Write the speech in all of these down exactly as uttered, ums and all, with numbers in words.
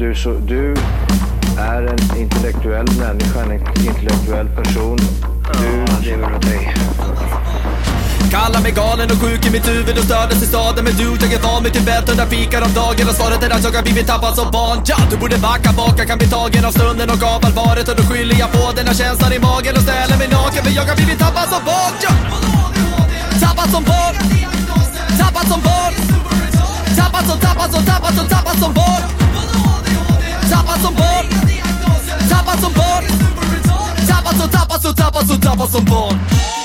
du, så, du är en intellektuell människa, en intellektuell person. Du lever åt dig. Kallar mig galen och sjuk i mitt huvud och stördes i staden. Men du, jag är van vid Tibet under fikar om dagen. Och svaret är att jag har blivit tappad som barn. Ja, du borde backa bak, jag kan bli tagen av stunden och av allvaret. Och då skyller jag på den här känslan i magen och ställer mig naken. För jag har blivit tappad som barn. Ja. Tappad som barn. Tappad som barn. Tappad som, tappad som, tappad som, tappad som barn. Tappad som barn. Tappad som barn. Tappad som, tappad som, tappad som, tappad som barn.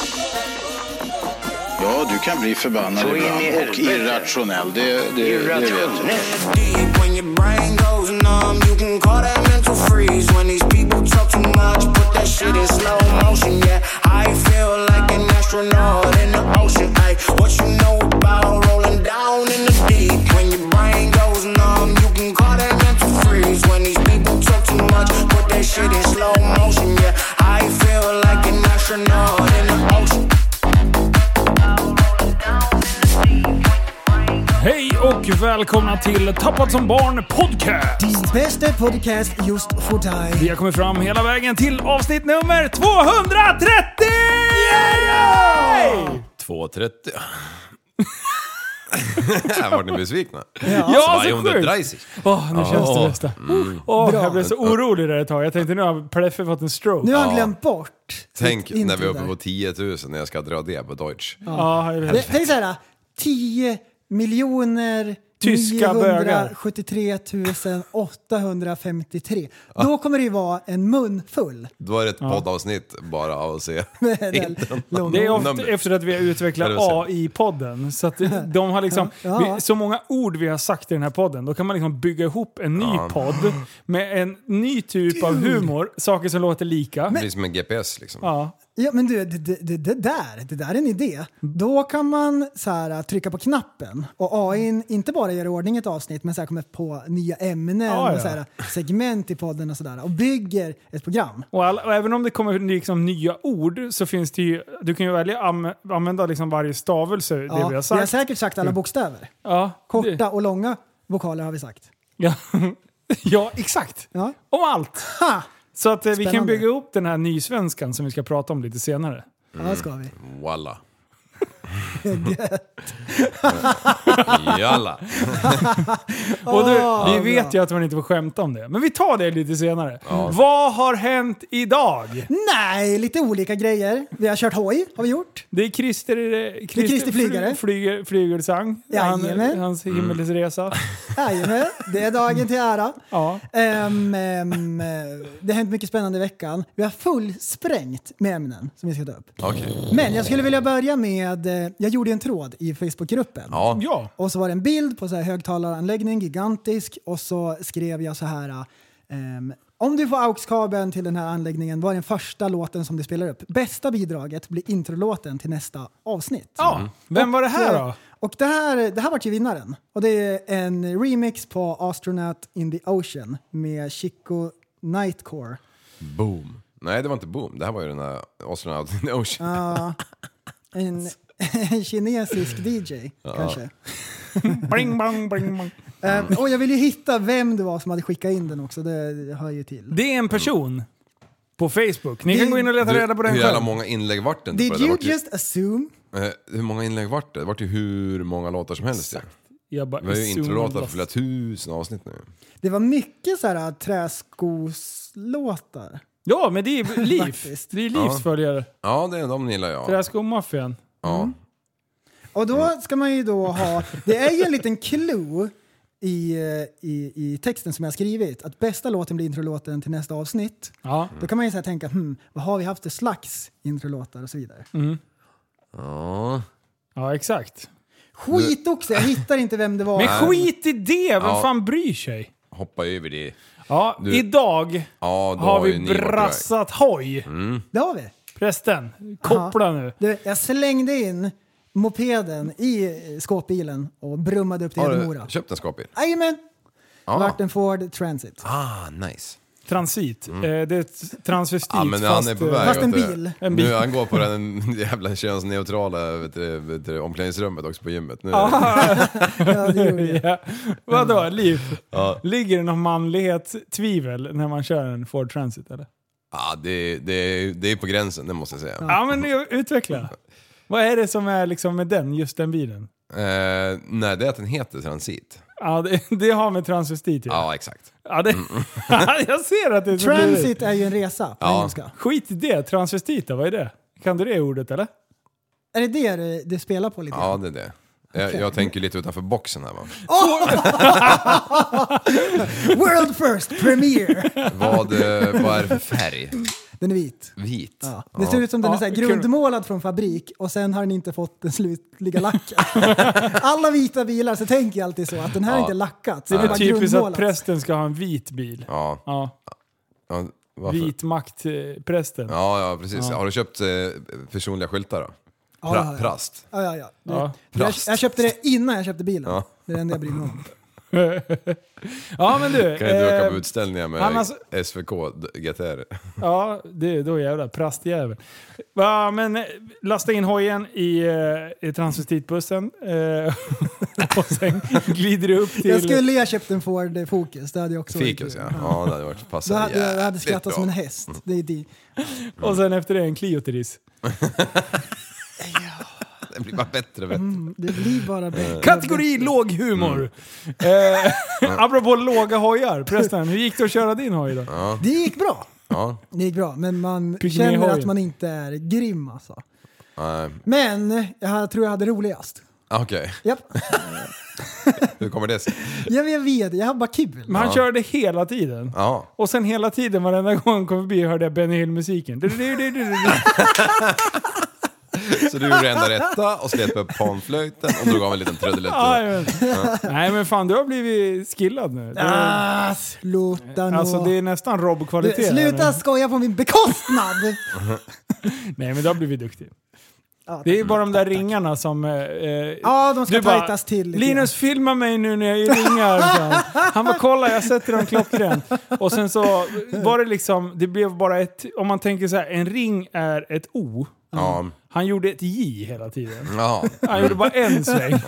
Ja, du kan bli förbannad ibland och irrationell. Det, det, det vet jag. When your brain goes numb, you can call that mental freeze. When these people talk too much, put that shit in slow motion. Yeah, I feel like an astronaut in the ocean. Ay, what you know about rolling down in the deep? When your brain goes numb, you can call that mental freeze. When these people talk too much, put that shit in slow motion. Yeah, I feel like an astronaut in the ocean. Hej och välkomna till Tappad som barn podcast. Din bästa podcast just för dig. Vi har kommit fram hela vägen till avsnitt nummer tvåhundratrettio! Yay! tvåhundratrettio. Vart ni besvikna? Ja, ja så sjukt. Åh, nu känns det bästa. Mm. Åh, jag blev så orolig där ett tag. Jag tänkte nu har Pleffe fått en stroke. Nu har han glömt bort. Tänk när vi är uppe på tio tusen när jag ska dra det på Deutsch. Ja, jag vet. Tänk så här, tio miljoner tyska niohundrasjuttiotre tusen åttahundrafemtiotre. Ja. Då kommer det ju vara en mun full. Då är det ett ja. poddavsnitt bara av att se. Det är ofta efter att vi har utvecklat A I-podden. Så att de har liksom, ja. Ja. Vi, så många ord vi har sagt i den här podden. Då kan man liksom bygga ihop en ny ja. podd med en ny typ av humor. Saker som låter lika. Det är som en G P S liksom. Ja. Ja, men du, det, det, det, där, det där är en idé. Då kan man så här, trycka på knappen och A I inte bara gör ordning ett avsnitt, men så här, kommer på nya ämnen ja, ja. och så här, segment i podden och sådär och bygger ett program. Och, all, och även om det kommer liksom nya ord så finns det ju, du kan ju välja am, använda liksom varje stavelse ja, det vi har sagt. Vi har säkert sagt alla bokstäver. Ja, Korta det. och långa vokaler har vi sagt. Ja, ja exakt. Ja. Om allt. Ha! Så att eh, vi kan bygga upp den här nysvenskan som vi ska prata om lite senare. Mm. Ja, ska vi. Walla. Jalla. Och du, vi vet ju att man inte får skämta om det. Men vi tar det lite senare. Ja. Vad har hänt idag? Nej, lite olika grejer. Vi har kört hoj, har vi gjort. Det är Christer, Christer, är Christer Flygare. Flyger, Flygelsang. Han, hans himmelsresa. Jajamän, det är dagen till ära. Ja. Um, um, det har hänt mycket spännande i veckan. Vi har fullsprängt med ämnen som vi ska ta upp. Okay. Men jag skulle vilja börja med, jag gjorde en tråd i Facebookgruppen. Ja. Ja. Och så var det en bild på så här högtalaranläggning, gigantisk. Och så skrev jag så här, um, om du får A U X-kabeln till den här anläggningen, var den första låten som du spelar upp. Bästa bidraget blir introlåten till nästa avsnitt. Ja, mm. Vem var det här då? Och det här, det här var ju vinnaren. Och det är en remix på Astronaut in the Ocean med Chico Nightcore. Boom. Nej, det var inte Boom. Det här var ju den här Astronaut in the Ocean. Ja, en, en kinesisk D J ja. kanske. Bring, bang, bring, bang. Um, och jag vill ju hitta vem det var som hade skickat in den också. Det hör ju till. Det är en person på Facebook. Ni det, kan gå in och leta du, reda på den hur själv. Hur många inlägg vart den? Did you just assume? Uh, hur många inlägg vart det? Det vart ju hur många låtar som helst. Jag bara, vi har ju introlåtar för flera tusen avsnitt nu. Det var mycket så här träskoslåtar. Ja, men det är liv. Det är livsföljare. Ja, det är de gillar jag. Träskomaffian. Ja. Mm. Och då ska man ju då ha... Det är ju en liten clue i, i, i texten som jag har skrivit. Att bästa låten blir introlåten till nästa avsnitt. Ja. Då kan man ju så här tänka, hmm, vad har vi haft för slags introlåtar och så vidare. Mm. Ja. Ja, exakt. Skit också, jag hittar inte vem det var. Men skit i det, vem ja. fan bryr sig? Hoppa över det. Ja, du... idag ja, har vi brassat hoj. Mm. Det har vi. Prästen, koppla Aha. nu. Du, jag slängde in mopeden i skåpbilen och brummade upp till Hedemora. Har du köpt en skåpbil? Jajamän. Ah. Vart en Ford Transit. Ah, nice. transit. Mm. Eh, det är ett transvestit ja, men fast, han är på väg, fast en bil. en bil. Nu han går på den jävla könsneutrala vet du, vet du, omklädningsrummet också på gymmet. Nu ja, det ja. Vadå, Liv? Ja. Ligger det någon manlighetstvivel när man kör en Ford Transit eller? Ja, det, det, det är på gränsen, det måste jag säga. Ja, men utveckla. Vad är det som är liksom med den, just den bilen? Eh, nej, det är att den heter Transit. Ja, det, det har med transvestit ju. Ja, exakt. Ja, det, jag ser att det är Transit är ju en resa på ja. engelska. Skit i det, transvestita, vad är det? Kan du det ordet eller? Är det det det, det spelar på lite? Ja, det är det. Jag, okay. jag tänker lite utanför boxen här va. Oh! World first premiere! vad, vad är det för färg? Den är vit. Vit? Ja. Det ser ut som den är så här grundmålad från fabrik och sen har den inte fått den slutliga lacken. Alla vita bilar så tänker jag alltid så att den här ja. är inte lackat. Det är ja. typiskt att prästen ska ha en vit bil. Ja. ja. ja vit maktprästen. Ja, ja, precis. Ja. Har du köpt eh, personliga skyltar då? Pra- ja, ja, ja. Prast. Ja, ja, ja. ja. Jag, jag köpte det innan jag köpte bilen. Ja. Det är det enda jag brinner om. Ja men du kan inte åka på utställningar med annars, S V K G T R. Ja, det är då jävla prastjävel. Ja, men lasta in hojen i, i transvestitbussen och sen glider du upp till... Jag skulle ju ha köpt en Ford Focus, det hade jag också Focus, ja. Ja, det hade varit passande. Hade, jag hade skrattat som en häst. Det är det. Och sen efter det en Clio Turis. Det blir bara bättre, vet mm, det blir bara bättre. Kategori låg humor. Mm. Eh, apropå låga hojar, förresten, hur gick det att köra din hoj då? Ja. Det gick bra. Ja. Det gick bra, men man Pygmy känner hojen. att man inte är grym alltså. Nej. Men jag tror jag hade roligast. Okej. Okay. Japp. Hur kommer det sig? Jag, jag vet, jag har bara kul. Men han ja. körde hela tiden. Ja. Och sen hela tiden varenda gång han kom förbi hörde jag Benny Hill-musiken. Så du gjorde det enda rätta och slet upp panflöjten och drog av en liten trudelutt. Ja, ja. Nej men fan, du har blivit skillad nu. Ah, sluta nu. Alltså det är nästan Rob-kvalitet. Du, sluta här, skoja på min bekostnad. Nej men du har blivit duktig. Ja, det är bara de där ringarna som... Eh, ja, de ska tajtas till. Linus, filma mig nu när jag ringar. Han bara, kolla, jag sätter dem klockrent. Och sen så var det liksom... Det blev bara ett... Om man tänker så här, en ring är ett O. Ja. Han gjorde ett J hela tiden. Ja. Han gjorde bara en sväng.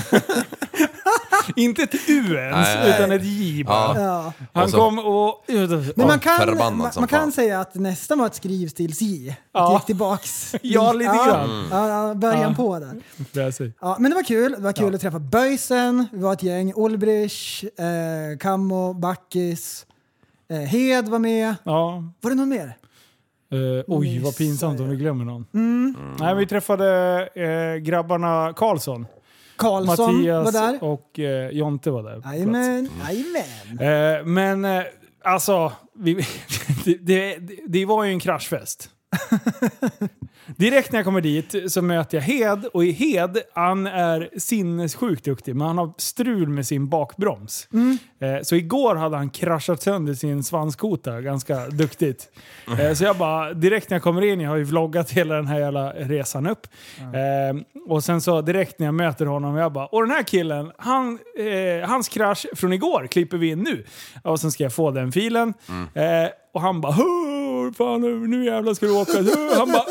Inte ett U ens, nej, utan ett J bara. Ja. Han och så, kom och... Men man kan, man, man kan säga att nästan var ett skrivstils J. Ja. Gick tillbaks. Ja, lite grann. Mm. Ja, början ja. på där. Ja, men det var kul. Det var kul ja. att träffa Böjsen. Vi var ett gäng. Ulbrich, eh, Kammo, Backis, eh, Hed var med. Ja. Var det någon mer? Uh, oj, vad pinsamt om vi glömmer någon. Mm. Mm. Nej, vi träffade uh, grabbarna Karlsson. Karlsson Mattias var där. Och uh, Jonte var där. Jajamän, jajamän. Uh, men uh, alltså, vi, det, det, det var ju en kraschfest. Direkt när jag kommer dit så möter jag Hed. Och i Hed, han är sinnessjukt duktig. Men han har strul med sin bakbroms. Mm. Eh, så igår hade han kraschat sönder sin svanskota ganska duktigt. Eh, så jag bara, direkt när jag kommer in, jag har ju vloggat hela den här jävla resan upp. Mm. Eh, och sen så direkt när jag möter honom, jag bara, och den här killen, han, eh, hans krasch från igår klipper vi in nu. Och sen ska jag få den filen. Mm. Eh, och han bara, fan nu, nu jävlar ska du åka. Han bara,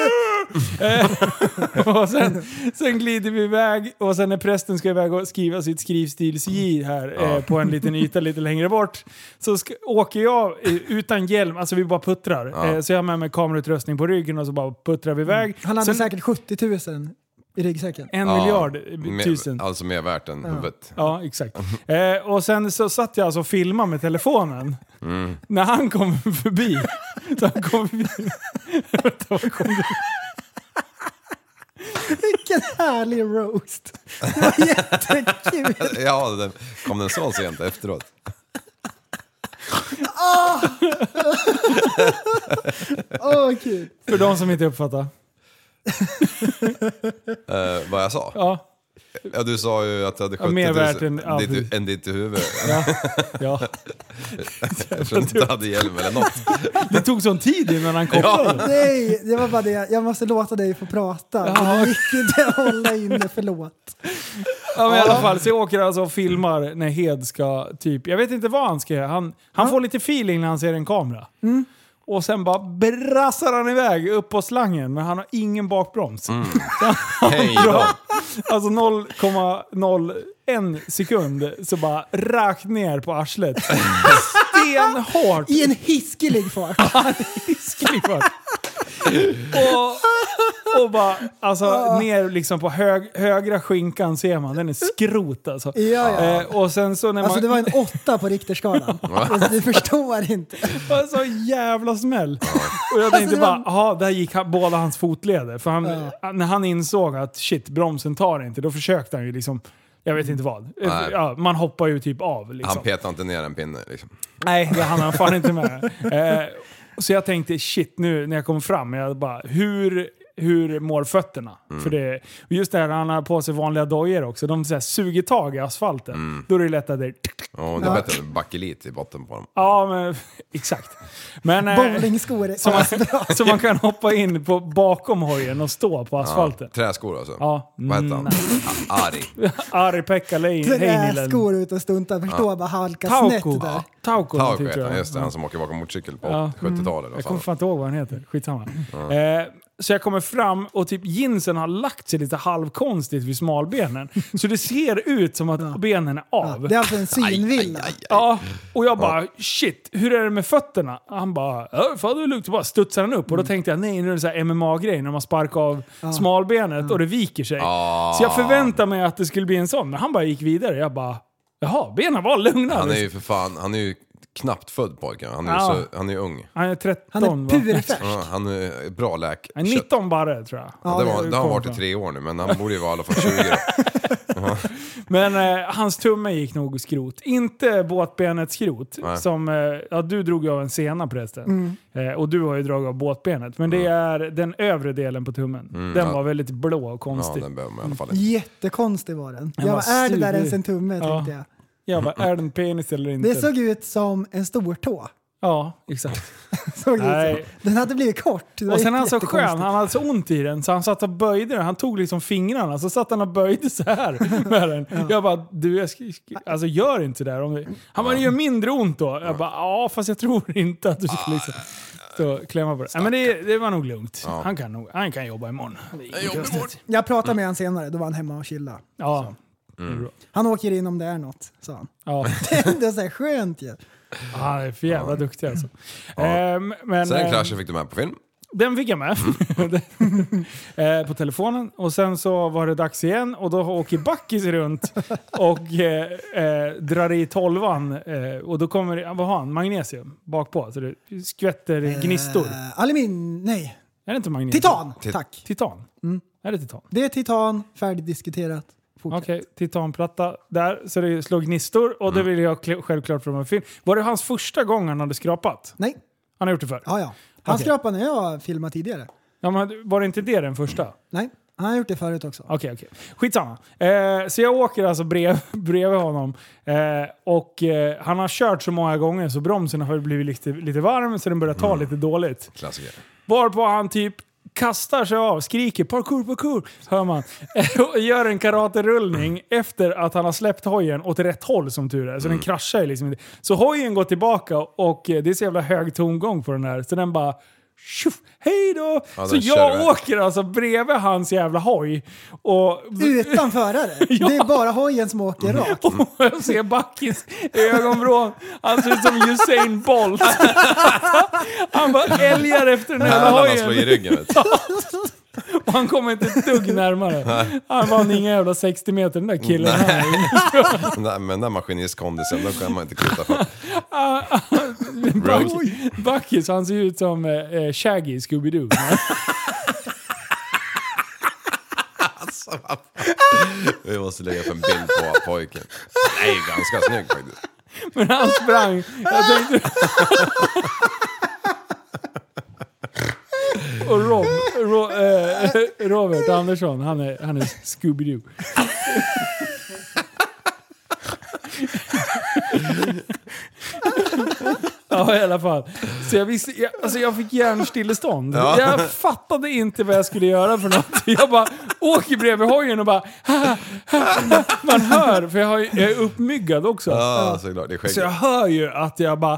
och sen, sen glider vi iväg. Och sen när prästen ska iväg och skriva sitt skrivstils-J här ja. eh, på en liten yta lite längre bort, så ska, åker jag eh, utan hjälm, alltså vi bara puttrar. Ja. Eh, så jag har med mig kamerautrustning på ryggen och så bara puttrar vi iväg. Han hade sen, säkert sjuttio tusen i ryggsäcken. En ja, miljard tusen. Med, alltså mer värt än ja. huvudet. Ja, exakt. Eh, och sen så satt jag alltså och filmade med telefonen. Mm. När han kom förbi. Så han kom förbi. Vänta, kom det? Vilken härlig roast. Det var jättekul. Ja, den, kom den så sent efteråt. Åh, oh! oh, kul. För de som inte uppfattar. uh, vad jag sa? Ja. Ja, du sa ju att du hade sjuttio mer värt tusen än, ditt, än ditt huvud. Ja. Ja. Eftersom du inte hade hjälm eller något. Det tog sån tid innan han kopplade. Ja. Nej, det var bara det. Jag måste låta dig få prata. Ja. Det gick inte att hålla inne, förlåt. Ja, men i alla fall, så jag åker alltså och filmar när Hed ska typ, jag vet inte vad han ska göra. Han, han får lite feeling när han ser en kamera. Mm. Och sen bara brassar han iväg upp på slangen, men han har ingen bakbroms. Mm. Så Hej då. Alltså noll komma noll en sekund så bara rakt ner på arslet. Stenhårt. I en hiskelig fart. hiskelig fart. Och, och bara, alltså ner liksom på hög, högra skinkan ser man, den är skrot alltså. Ja, ja. Eh, och sen så när alltså man... det var en åtta på Richterskalan. Alltså, du förstår inte. Det var så jävla smäll. Och jag tänkte alltså, bara, jaha, där gick han, båda hans fotleder. För han, ja. när han insåg att shit, bromsen tar inte, då försökte han ju liksom, jag vet inte vad. Ja, man hoppar ju typ av. Liksom. Han petar inte ner en pinne liksom. Nej, det hann han fan inte med. Eh, så jag tänkte, shit, nu när jag kom fram, jag bara, hur... hur mår fötterna? Mm. För det, just det här, han har på sig vanliga dojor också. De så här, suger tag i asfalten. Mm. Då är det lätt att det... Ja, det är bättre än bakelit i botten på dem. Ja, men exakt. Men, bowlingskor är så, man, så man kan hoppa in på bakom hojen och stå på asfalten. Ja, träskor alltså. Ja. Vad heter han? Ari. Ari-Pekka Heinilän. Träskor ut och stuntar. Förstå ja. bara halka Tauko. snett där. Ja. Tauko. Tauko heter han, just det. Han som åker bakom motorcykel på ja. sjuttiotalet. Mm. Jag kommer fan inte ihåg vad han heter. Skitsamma. Ja. Eh, Så jag kommer fram och typ jeansen har lagt sig lite halvkonstigt vid smalbenen. Så det ser ut som att ja. benen är av. Ja, det är alltså en synvilla. Aj, aj, aj, aj. Ja, och jag bara, shit, hur är det med fötterna? Han bara, ja, fan det är lugnt. Så bara studsar han upp. Mm. Och då tänkte jag, nej, nu är det så här M M A-grej när man sparkar av ja. smalbenet ja. och det viker sig. Ja. Så jag förväntade mig att det skulle bli en sån. Men han bara gick vidare. Jag bara, jaha, benen var lugna. Han är ju för fan, han är ju knappt född pojken. Han är ja. så, han är ung. Han är tretton. Han är purfärsk. Ja, han är bra läk. Han är nitton bara, tror jag. Ja, det, var, det har varit i tre år nu, men han borde ju vara i alla fall tjugo. Ja. Men eh, hans tumme gick nog skrot. Inte båtbenet skrot. Nej. Som, eh, ja, du drog av en sena förresten. Mm. Eh, och du har ju dragit av båtbenet. Men det är den övre delen på tummen. Mm, den ja. var väldigt blå och konstig. Ja, den behöver man i alla fall inte. Jättekonstig var den. den jag var var, är det där ens en tumme, ja. tänkte jag. Ja, vad är den penis eller inte? Det såg ut som en stor tå. Ja, exakt. såg ut som. Den hade blivit kort. Och sen han så skön, han hade så ont i den så han satt och böjde den. Han tog liksom fingrarna så satt han och böjde så här med den. Ja. Jag bara, du, jag sk- sk- alltså gör inte det där. Om det. Han bara, det gör mindre ont då. Jag bara, ja fast jag tror inte att du ska liksom stå och klämma på det. Nej, men det, det var nog lugnt. Ja. Han, kan nog, han kan jobba imorgon. Jag, jag pratade med honom senare, då var han hemma och chilla. Ja. Mm. Han åker in om det är något, sa han. Ja. Det är så här skönt ju. Ja. Han är för jävla duktig alltså. Ja. Ehm, men, så den kraschen fick du med på film? Den fick jag med. Mm. på telefonen. Och sen så var det dags igen. Och då åker Backis runt och eh, eh, drar i tolvan. Eh, och då kommer, vad har han? Magnesium bakpå. Så det skvätter gnistor. Eh, aluminium, nej. Är det inte magnesium? Titan, Tit- tack. Titan? Mm. Är det titan? Det är titan, färdigdiskuterat. Okej, okay, titanplatta där. Så det slår gnistor. Och mm. det vill jag kl- självklart från en film. Var det hans första gång han hade skrapat? Nej. Han har gjort det förr? Ja, ja. Han okay. skrapade när jag filmade tidigare. Ja, men var det inte det den första? Nej, han har gjort det förut också. Okej, okay, okej. Okay. Skitsamma. Eh, så jag åker alltså brev, bredvid honom. Eh, och eh, han har kört så många gånger så bromsen har blivit lite, lite varm så den börjar ta mm. lite dåligt. Klassiker. Varpå han typ kastar sig av, skriker parkour, parkour, hör man. Och gör en karaterullning efter att han har släppt hojen åt rätt håll som tur är. Så mm. den kraschar ju liksom inte. Så hojen går tillbaka och det är så jävla hög tongång på den här. Så den bara tjuff, hej då! Ja, så jag åker alltså bredvid hans jävla hoj. Och utan förare? Ja. Det är bara hojen som åker rakt. Och jag ser Backis ögonvrån. Han ser ut som Usain Bolt. Han bara älgar efter den här hojen. Han slår i ryggen. Vet. Och han kommer inte ett dugg närmare. Nej. Han var inga jävla sextio meter den där killen. Nej. Nej, men den maskinist-kondisen, då kan man inte kuta för. Back, Backis, han ser ut som eh, Shaggy Scooby-Doo. Alltså, vi måste lägga upp en bild på pojken. Nej, ganska snygg faktiskt. Men han sprang. Jag tänkte... Och Rob, Ro, eh, Robert Andersson, han är, han är Scooby-Doo. Ja, i alla fall. Så jag visste, jag, alltså jag fick hjärnstillestånd. Ja. Jag fattade inte vad jag skulle göra för något. Jag bara åker bredvid hojen och bara ha, Man hör, för jag, har, jag är uppmyggad också. Ja, såklart. Det är så jag hör ju att jag bara...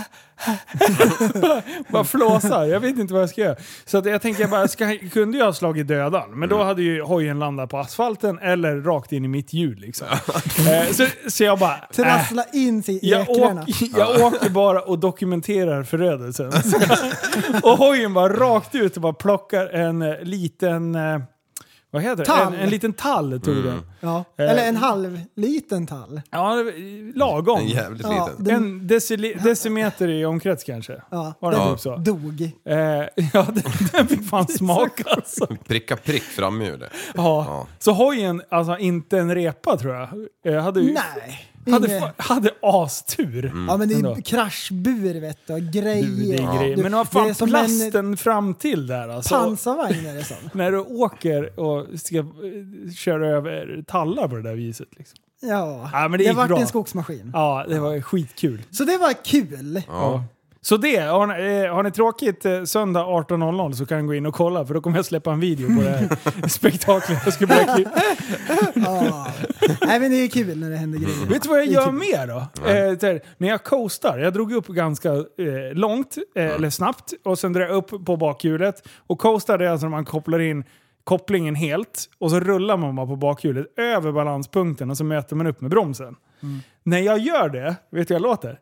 bara flåsar. Jag vet inte vad jag ska göra. Så att jag tänker jag bara, ska, kunde jag ha slagit dödan? Men då hade ju hojen landat på asfalten eller rakt in i mitt hjul liksom. eh, så, så jag bara... Trassla äh, in sig i jag, äcklorna. åk, jag åker bara och dokumenterar förödelsen. Och hojen bara rakt ut och bara plockar en liten... Eh, vad heter det? En, en liten tall tog mm. den. Ja. Eller en halv liten tall. Ja, lagom. En jävligt liten. Ja, den, en decil- decimeter i omkrets kanske. Ja, var det den typ så? Dog. Eh, ja, den, den fick fan smaka alltså. Pricka prick framhjulet. Ja. ja. Så hojen, alltså inte en repa tror jag. jag hade ju, Nej. Hade, hade astur. Mm. Ja men det är ändå kraschbur vet du, grejer. Du, det är grejer. Du, men vad fan plasten en fram till där alltså. Pansarvagn är det som. När du åker och ska köra över tallar på det där viset liksom. Ja, ja men det, det var bra. En skogsmaskin. Ja, det var skitkul. Så det var kul. Ja. Så det, har ni, har ni tråkigt eh, söndag arton noll noll så kan ni gå in och kolla för då kommer jag släppa en video på det här spektaklet. Jag ska börja klippa. Ja. Nej men det är kul när det händer grejer. Vet du vad jag gör mer då? Eh, där, när jag coastar, jag drog upp ganska eh, långt eh, mm. eller snabbt och sen drar jag upp på bakhjulet och coastar det alltså när man kopplar in kopplingen helt och så rullar man bara på bakhjulet över balanspunkten och så möter man upp med bromsen. Mm. När jag gör det, vet du vad jag låter?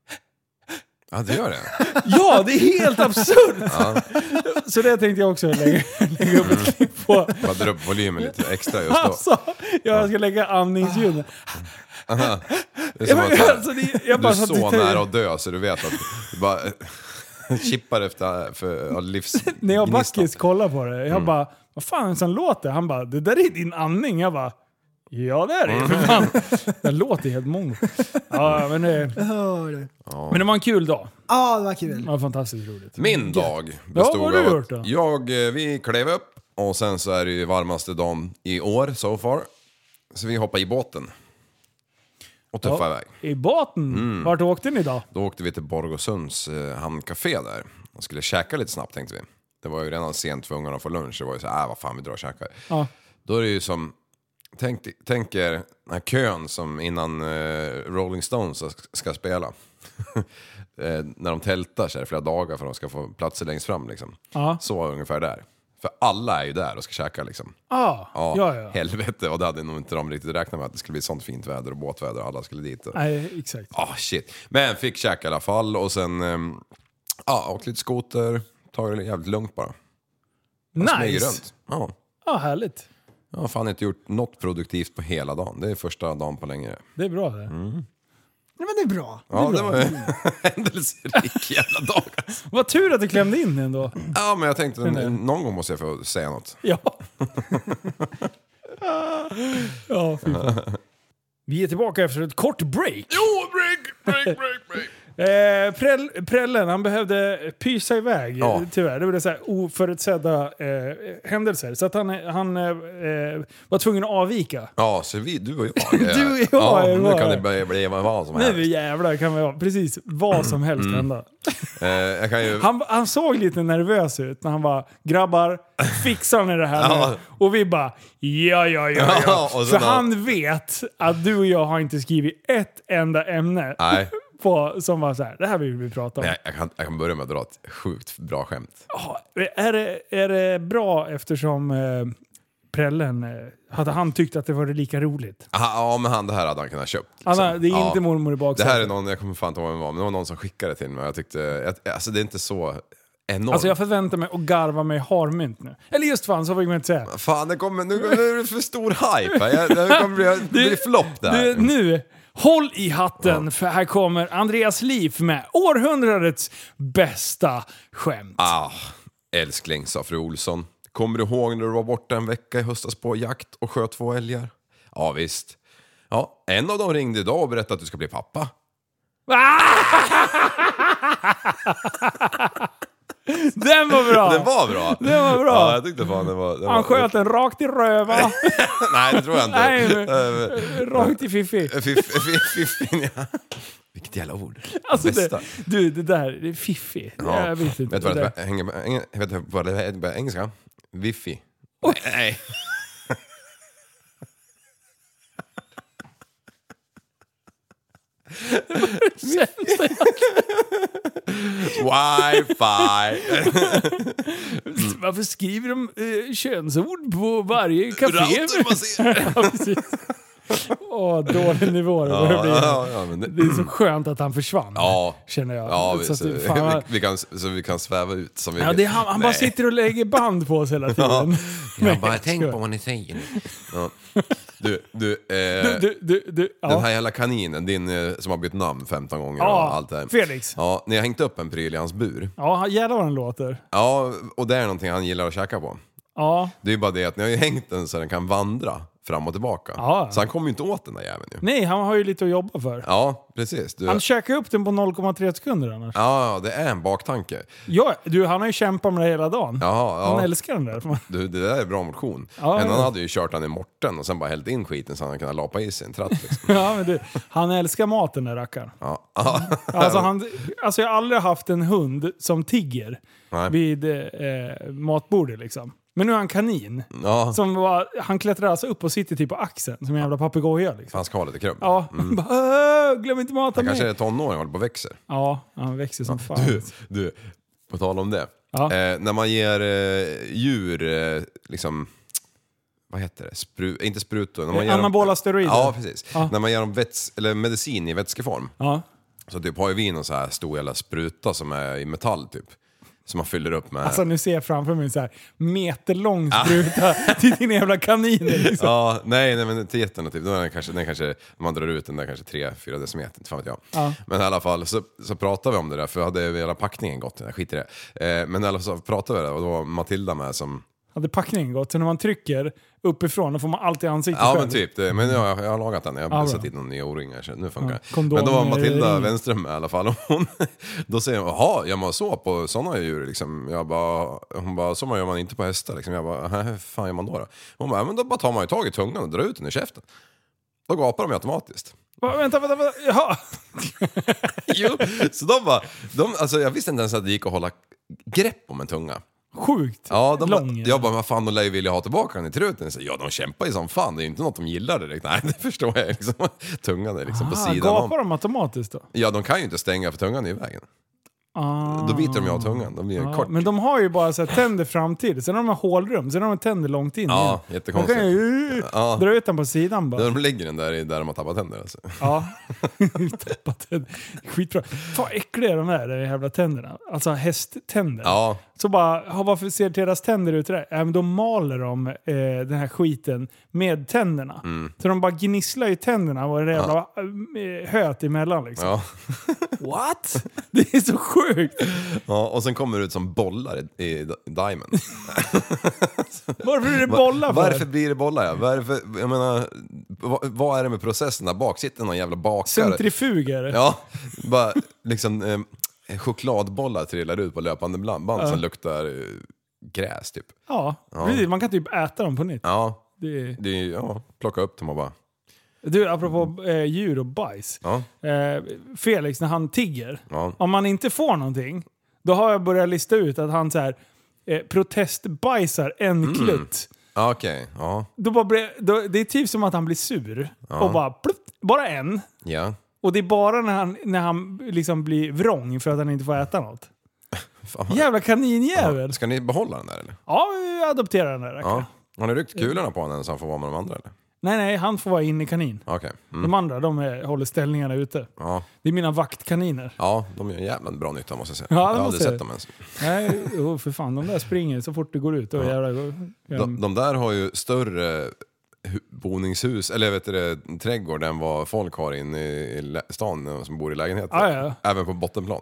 Ja, det gör det. Ja, det är helt absurt. Ja. Så det tänkte jag också lägga, lägga upp ett klipp på. Bara dra upp volymen lite extra just då. Alltså, jag ska lägga andningsljud. Aha. Det är som jag, att alltså, det, jag du är så nära att dö så du vet att du bara chippar efter för livs. När jag och Backis kollar på det, jag mm. bara, vad fan som låter? Han bara, det där är din andning. Jag bara, ja det är det för fan. Det låter helt mongo. Ja, men det, ja. Men det var en kul dag. Ja, det var kul. Det var fantastiskt roligt. Min dag bestod ja, vad har du gjort då? av jag, vi klev upp och sen så är det ju varmaste dagen i år so far. Så vi hoppade i båten. Och tuffa ja, iväg. I båten? Mm. Vart åkte ni då? Då åkte vi till Borgåsunds eh, hamncafé där. Och skulle käka lite snabbt tänkte vi. Det var ju redan sent för ungarna att få lunch. Det var ju så här, äh, vad fan vi drar och käkar. Ja. Då är det ju som... Tänk, tänk er den här kön som innan eh, Rolling Stones ska spela. eh, när de tältar så här flera dagar för att de ska få platser längst fram liksom. Ja. Så ungefär där. För alla är ju där och ska käka liksom. Ah, ja, ja, ja. Helvete. Och det hade nog inte de riktigt räknat med att det skulle bli sånt fint väder och båtväder och alla skulle dit. Och... Nej, exakt. Ah, shit. Men fick käka i alla fall och sen ja, um, ah, åkt lite skoter. Tagit det jävligt lugnt bara. Nice. Runt. Ja. Ja, härligt. Jag har fan inte gjort något produktivt på hela dagen. Det är första dagen på länge. Det är bra det. Mm. Ja, men det är bra. Ja, det, är bra. Det var ju händelserik jävla dag. Alltså. Vad tur att du klämde in ändå. Ja, men jag tänkte någon gång måste jag få säga något. Ja. Ja, fy fan. Vi är tillbaka efter ett kort break. Jo, break, break, break, break. Eh, Prell, Prellen, han behövde pysa iväg, ja. Tyvärr. Det var så här oförutsedda eh, händelser. Så att han, han eh, var tvungen att avvika. Ja, så vi, du och jag. du och jag. Ja, jag nu kan det bli, bli vad som helst. Nu jävlar kan vi ha precis vad som helst mm. hända. Eh, jag kan ju... han, han såg lite nervös ut när han bara, grabbar, fixar ni det här ja. nu? Och vi bara, ja, ja, ja, ja. För då... han vet att du och jag har inte skrivit ett enda ämne. Nej. På, som var så här, det här vill vi prata om. Jag, jag, kan, jag kan börja med att dra ett sjukt bra skämt. Oh, är, det, är det bra eftersom eh, Prellen, eh, hade han tyckt att det var lika roligt? Aha, ja, men han, det här hade han kunnat köpt. Liksom. Anna, det är inte ja. mormor i baksätet. Det här är någon, jag kommer fan inte ihåg vem det var, men det var någon som skickade det till mig. Jag tyckte, jag, alltså det är inte så enormt. Alltså jag förväntar mig att garva mig harmynt nu. Eller just fan, så vill man inte säga. Fan, det kommer, nu är det för stor hype. Jag, det kommer bli, det blir flopp där. Du, nu... Håll i hatten, ja. För här kommer Andreas Liv med århundradets bästa skämt. Ah, älskling, sa fru Olsson. Kommer du ihåg när du var borta en vecka i höstas på jakt och sköt två älgar? Ja, visst. Ja, en av dem ringde idag och berättade att du ska bli pappa. Den var bra. Den var bra. Den var bra. Ja, jag tyckte fan den var... Den Han var... sköt den rakt i röva. Nej, det tror jag inte. Nej, men, rakt i fiffi. Fiffi, ja. Vilket jävla ord. Alltså det, du, det där, det är fiffi. Ja. Jag vet inte. Vet du vad det hänger, vet du vad det är på engelska? Wifi. Nej. Wifi. Varför skriver de eh, könsord på varje café? Router man ser. Ja, precis. Åh, dålig nivå. Ja, det, ja, ja, men det... det är så skönt att han försvann. Ja, känner jag. Ja, så, så, att, fan, vi, vi kan, så vi kan sväva ut som vi ja, vill. det är, han, han bara sitter och lägger band på oss hela tiden. Ja. Jag bara tänk på vad ni säger. Ja. Du, du, eh, du, du, du, du ja. Den här jävla kaninen, din eh, som har bytt namn femton gånger ja, och allt det här. Felix. Ja, ni har hängt upp en pryl i hans bur. Ja, jävlar vad den låter. Ja, och det är någonting han gillar att käka på. Ja. Det är ju bara det att ni har ju hängt den så den kan vandra fram och tillbaka. Ja. Så han kommer ju inte åt den där jäveln ju. Nej, han har ju lite att jobba för. Ja, precis. Du... Han käkar upp den på noll komma tre sekunder annars. Ja, det är en baktanke. Ja, du, han har ju kämpat med det hela dagen. Jaha, ja. Han älskar den där. Du, det där är bra motion. Ja, men han ja. hade ju kört han i morten och sen bara hällt in skiten så han kunde lapa i sig en tratt liksom. Ja, men du, han älskar maten där rackaren. Ja. Alltså, han, alltså jag har aldrig haft en hund som tigger Nej. vid eh, matbordet liksom. Men nu är han kanin. Ja. Som var, han klättrar alltså upp och sitter typ på axeln som en jävla papegoja liksom. Han ska ha lite krubb. Ja, Mm. bara, glöm inte mata Han mig. kanske är tonåring och håller på och växer. Ja, han växer som fan. Du, du, på tal om det. Ja. Eh, när man ger eh, djur, eh, liksom, vad heter det? Spru, inte sprutor. När man ger Anabola dem, steroider. Ja, precis. Ja. När man ger dem väts, eller medicin i vätskeform. Ja. Så typ har ju vi någon så här stor jävla spruta som är i metall typ. Som man fyller upp med... Alltså nu ser jag framför mig så här meterlång spruta till dina jävla kaniner liksom. Ja, nej, nej men till getterna typ, då är den kanske, den kanske, man drar ut den där kanske tre fyra decimeter, inte fan vet jag. Ja. Men i alla fall så, så pratade vi om det där, för hade hela packningen gått, jag skiter i det. Eh, men i alla fall så pratade vi där och då var Matilda med som... Hade packningen gått, så när man trycker uppifrån då får man alltid ansiktet Ja själv. men typ, det, men jag, jag har lagat den, jag har Ja, satt bra. in någon ny O-ringar så nu funkar Ja, det. kondom- Men då var Matilda ring. Wenström med i alla fall och hon, då säger hon, jaha, gör man så på sådana djur liksom? Jag bara, hon bara, så gör man inte på hästar liksom. Jag bara, hur fan gör man då då? Hon bara, men då bara tar man ju tag i tungan och drar ut den i käften. Då gapar de ju automatiskt. Va, vänta, vänta, vänta, jaha. Jo, så de bara, de, alltså jag visste inte ens att det gick att hålla grepp om en tunga. Sjukt Ja, de lång. bara, jag bara, vad fan, de lär ju vilja ha tillbaka den i truten. Så, ja, de kämpar ju som fan, det är ju inte något de gillar direkt. Nej, det förstår jag liksom. Tungan är liksom på Ah, sidan gapar om. de automatiskt då? Ja, de kan ju inte stänga för tungan är i vägen. Ah. Då biter de ju av tungan, de blir ju Ja, kort. men de har ju bara så här tänder framtidigt, sen har de har hålrum, sen har de tänder långt in. Ja, igen. jättekonstigt. De kan ju Ja. dra ut den på sidan bara. De lägger den där i- där de har tappat tänder alltså. Ja, tappat tänder. Skitbra. Fan äckliga de där, de jävla tänderna. Alltså hästtänder. Ja, Så bara, ja, varför ser deras tänder ut där? Ja, men då maler de eh, den här skiten med tänderna. Mm. Så de bara gnisslar i tänderna och det är jävla eh, höt emellan liksom. ja. What? Det är så sjukt! ja, och sen kommer det ut som bollar i, i Diamond. Varför är det bollar för? Varför blir det bollar? Ja? Varför, jag menar, vad, vad är det med processen där bak? Sitter någon jävla bakare? Centrifuger. Ja, bara liksom eh, chokladbollar trillar ut på löpande band, band Ja. som luktar eh, gräs typ. Ja, Ja. precis. Man kan typ äta dem på nytt. Ja, Det är... det är, ja, plocka upp dem och bara... Du, apropå eh, djur och bajs. Ja, Eh, Felix, när han tigger, ja. om man inte får någonting, då har jag börjat lista ut att han så här eh, protestbajsar en Mm. klutt. Ja, okej. Ja, Då bara blir, då, det är typ som att han blir sur. Ja. Och bara, plutt, bara en. ja. Och det är bara när han, när han liksom blir vrång för att han inte får äta något. Fan, vad- Jävla kaninjävel. ja. Ska ni behålla den där eller? Ja, vi adopterar den där. Ja. Har ni ryckt kulorna på den så han får vara med de andra eller? Nej, nej, han får vara inne i kanin. Okej. Mm. De andra, de är, håller ställningarna ute. Ja. Det är mina vaktkaniner. ja, de gör jävligt bra nytta måste jag säga. Ja, det jag har aldrig måste sett jag. dem ens. Nej, oh, för fan. De där springer så fort det går ut. Och Ja. jävla, De, de där har ju större hu- boningshus, eller vet du det, trädgård än vad folk har inne i, i lä- stan eh, som bor i lägenheter. Ja, ja. Även på bottenplan.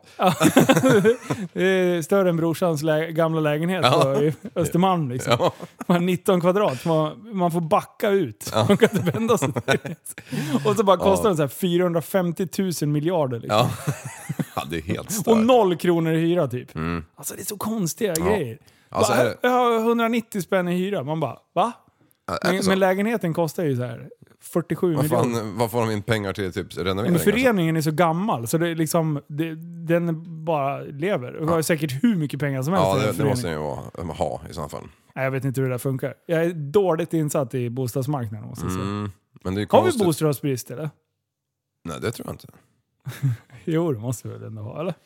Det är större än brorsans lä- gamla lägenhet Ja. på, i Östermalm. Liksom. Ja. Man har nitton kvadrat. Man, man får backa ut. Man kan inte vända sig dit. Och så bara kostar det så här fyrahundrafemtio tusen miljarder. Liksom. Ja. ja, det är helt stört. Och noll kronor i hyra typ. Mm. Alltså det är så konstiga Ja. grejer. Alltså, Bara, är det- Jag har hundranittio spänn i hyra. Man bara, va? Ja, är det Men, så? men lägenheten kostar ju så här fyrtiosju vad, miljoner. fan, vad får de in pengar till typ renovering? Men föreningen är så gammal så det är liksom, det, den bara lever. Och har säkert hur mycket pengar som helst. Ja, i den det, det föreningen. måste den ju vara, ha i sådana fall. Nej, jag vet inte hur det där funkar. Jag är dåligt insatt i bostadsmarknaden måste jag säga. Mm. Men det är Har vi konstigt. bostadsbrist eller? Nej, det tror jag inte. Jo, det måste vi väl ändå ha, eller?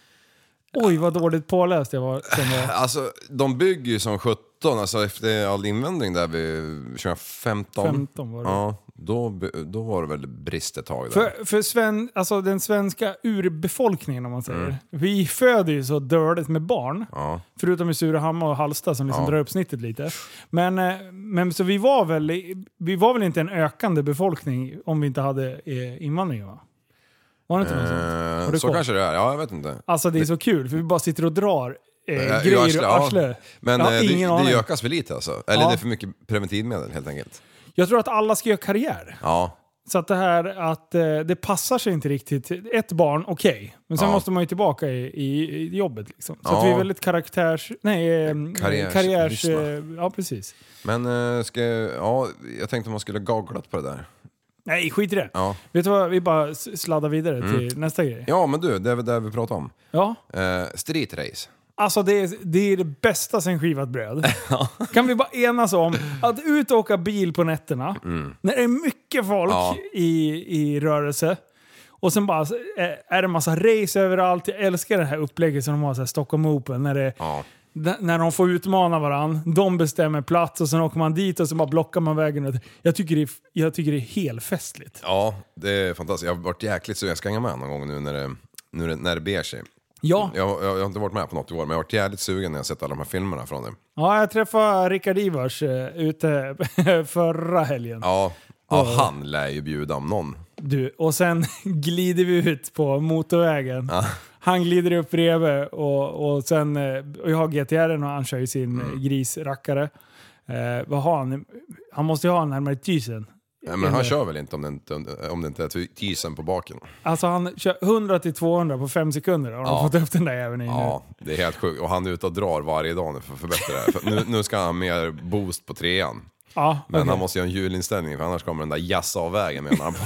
Oj, vad dåligt påläst jag var. Jag... Alltså, de bygger ju som sjutton, alltså efter all invändning där vid tjugofemton. femton var det. Ja, då, då var det väl brist ett tag där. För, för Sven, alltså den svenska urbefolkningen, om man säger. Mm. Vi föder ju så dörligt med barn. Ja. Förutom i Surahammar och Hallsta som liksom ja. drar upp snittet lite. Men, men så vi var väl vi var väl inte en ökande befolkning om vi inte hade invandring, va? Var det inte något sånt? Eh, så kanske det är, ja jag vet inte. Alltså det är så kul, för vi bara sitter och drar eh, äh, grejer arsle, och arsle. Ja. Men eh, det, det gökas för lite alltså. Eller ja. det är för mycket preventivmedel helt enkelt. Jag tror att alla ska göra karriär. Ja. Så att det här att eh, det passar sig inte riktigt. Ett barn, okej. Okay. Men sen ja. måste man ju tillbaka i, i, i jobbet liksom. Så ja. att vi är väldigt karaktärs... Nej, eh, karriärs... karriärs eh, ja, precis. Men eh, ska ja, jag tänkte man skulle googlat på det där. Nej, skit i det. Ja. Vet du vad, vi bara sladdar vidare till mm. nästa grej. Ja, men du, det är väl det vi pratar om. Ja. Eh, street race. Alltså det är, det är det bästa sen skivat bröd. Ja. Kan vi bara enas om att ut och åka bil på nätterna, mm. när det är mycket folk ja. i, i rörelse, och sen bara är det en massa race överallt. Jag älskar det här upplägget som de har så här Stockholm Open, när det ja. när de får utmana varandra, de bestämmer plats och sen åker man dit och så bara blockar man vägen. Jag tycker det är, jag tycker det är helt festligt. Ja, det är fantastiskt. Jag har varit jäkligt så jag ska hänga med någon gång nu när det, nu när det ber sig. Ja. Jag, jag, jag har inte varit med på något år, men jag har varit jävligt sugen när jag sett alla de här filmerna från det. Ja, jag träffade Rickard Ivars uh, ute förra helgen. Ja, ja och, han lär ju bjuda om någon. Du, och sen glider vi ut på motorvägen. Ja. Han glider upp bredvid och, och sen och jag har G T R:en och han kör ju sin mm. grisrackare. Eh, vad har han? Han måste ju ha närmare tusen. Ja, men han kör väl inte om det inte, om det inte är tusen på baken. Alltså han kör hundra till tvåhundra på fem sekunder och ja. har fått upp den där även inne. Ja, det är helt sjukt. Och han är ute och drar varje dag nu för att förbättra det. För nu, nu ska han ha mer boost på trean. Ja, men okay. han måste ju ha en hjulinställning för annars kommer den där jassa av vägen menar han på.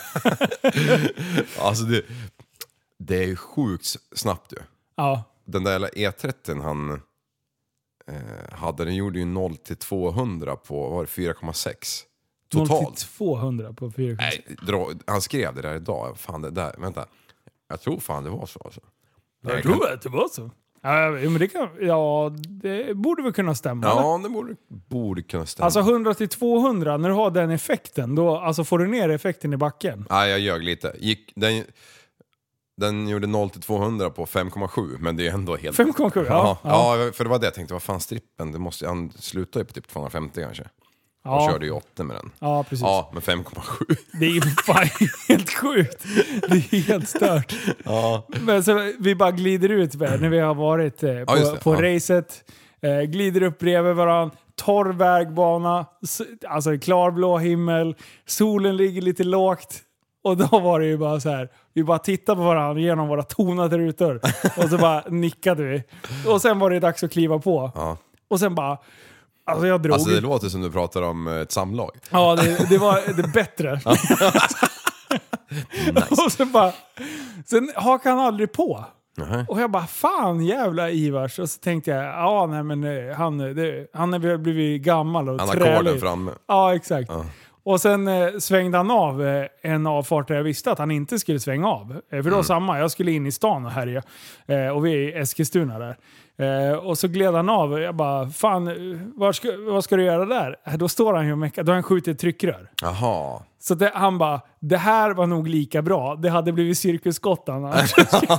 Alltså det, det är sjukt snabbt ju. Ja. Den där E trettio han eh, hade, den gjorde ju noll till tvåhundra på var det fyra komma sex. Totalt. noll till tvåhundra på fyra komma sex. Nej, dra, han skrev det där idag. Fan det där, vänta. Jag tror fan det var så alltså. Jag, jag tror kan... att det var så. Ja, men det kan, ja, det borde väl kunna stämma. Ja, eller? det borde, borde kunna stämma. Alltså hundra till tvåhundra, när du har den effekten, då alltså får du ner effekten i backen. Nej, jag ljög lite. Gick, den, den gjorde noll till tvåhundra på fem komma sju, men det är ändå helt... fem komma sju, ja, ja. Ja, för det var det jag tänkte, vad fan strippen, det måste, han slutar ju på typ tvåhundrafemtio kanske. Ja. Och körde ju åtta med den. Ja, precis. Ja, men fem komma sju. Det är ju fan helt sjukt. Det är helt stört. Ja. Men så vi bara glider ut när vi har varit eh, på, ja, på ja. racet. Eh, glider upp bredvid varandra. Torr vägbana. Alltså klarblå himmel. Solen ligger lite lågt. Och då var det ju bara så här. Vi bara tittade på varandra genom våra tonade rutor. Och så bara nickade vi. Och sen var det dags att kliva på. Ja. Och sen bara... Alltså jag drog. Alltså det låter som du pratar om ett samlag. Ja, det, det var det bättre. Nice. Och sen bara... Sen hakade han aldrig på. Uh-huh. Och jag bara, fan jävla Ivars. Och så tänkte jag, ja nej men han, det, han är väl blivit gammal och trälig. Han har koden framme. Ja, exakt. Uh. Och sen eh, svängde han av eh, en avfart där jag visste att han inte skulle svänga av. Eh, för då mm. samma, jag skulle in i stan och härja. Eh, och vi är i Eskilstuna där. Eh, och så gled han av. Jag bara, fan, vad ska, vad ska du göra där? Eh, då står han ju och meckar. Då har han skjutit ett tryckrör. Jaha. Så det, han bara, det här var nog lika bra. Det hade blivit cirkusskott annars.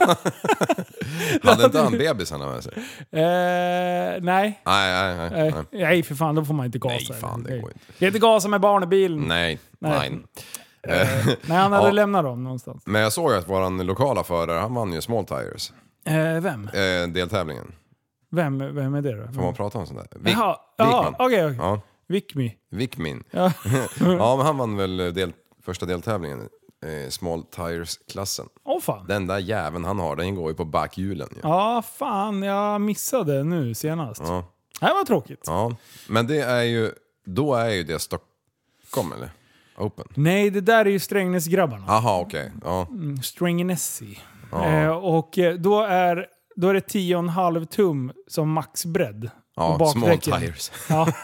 Hade inte han bebisarna med sig? Eh, nej. Nej, nej, nej. Nej. nej, för fan, då får man inte gasa. Nej, fan, det går inte. Det är inte gasa med barnbilen. Nej, nej. nej. Nej, han hade ja. lämnat dem någonstans. Men jag såg att våran lokala förare, han vann ju Small Tires. Eh, vem? Eh, deltävlingen. Vem, vem är det då? Får man prata om sånt där? Vik, Jaha, ja, okej. Okay, okay. Ja. Vikmi. Vikmin. Ja. Ja, men han vann väl del, första deltävlingen. Eh, Small Tires-klassen. Åh fan. Den där jäveln han har, den går ju på backhjulen. Ja, ja fan, jag missade nu senast. Ja. Det här var tråkigt. Ja, men det är ju, då är ju det Stockholm eller? Open. Nej, det där är ju Strängnäsgrabbarna. Aha, okej. Okay. Ja. Mm, Strängnässi. Ja. Eh, och då är, då är det tio och en halv tum som maxbredd. Ja, small tires. Ja.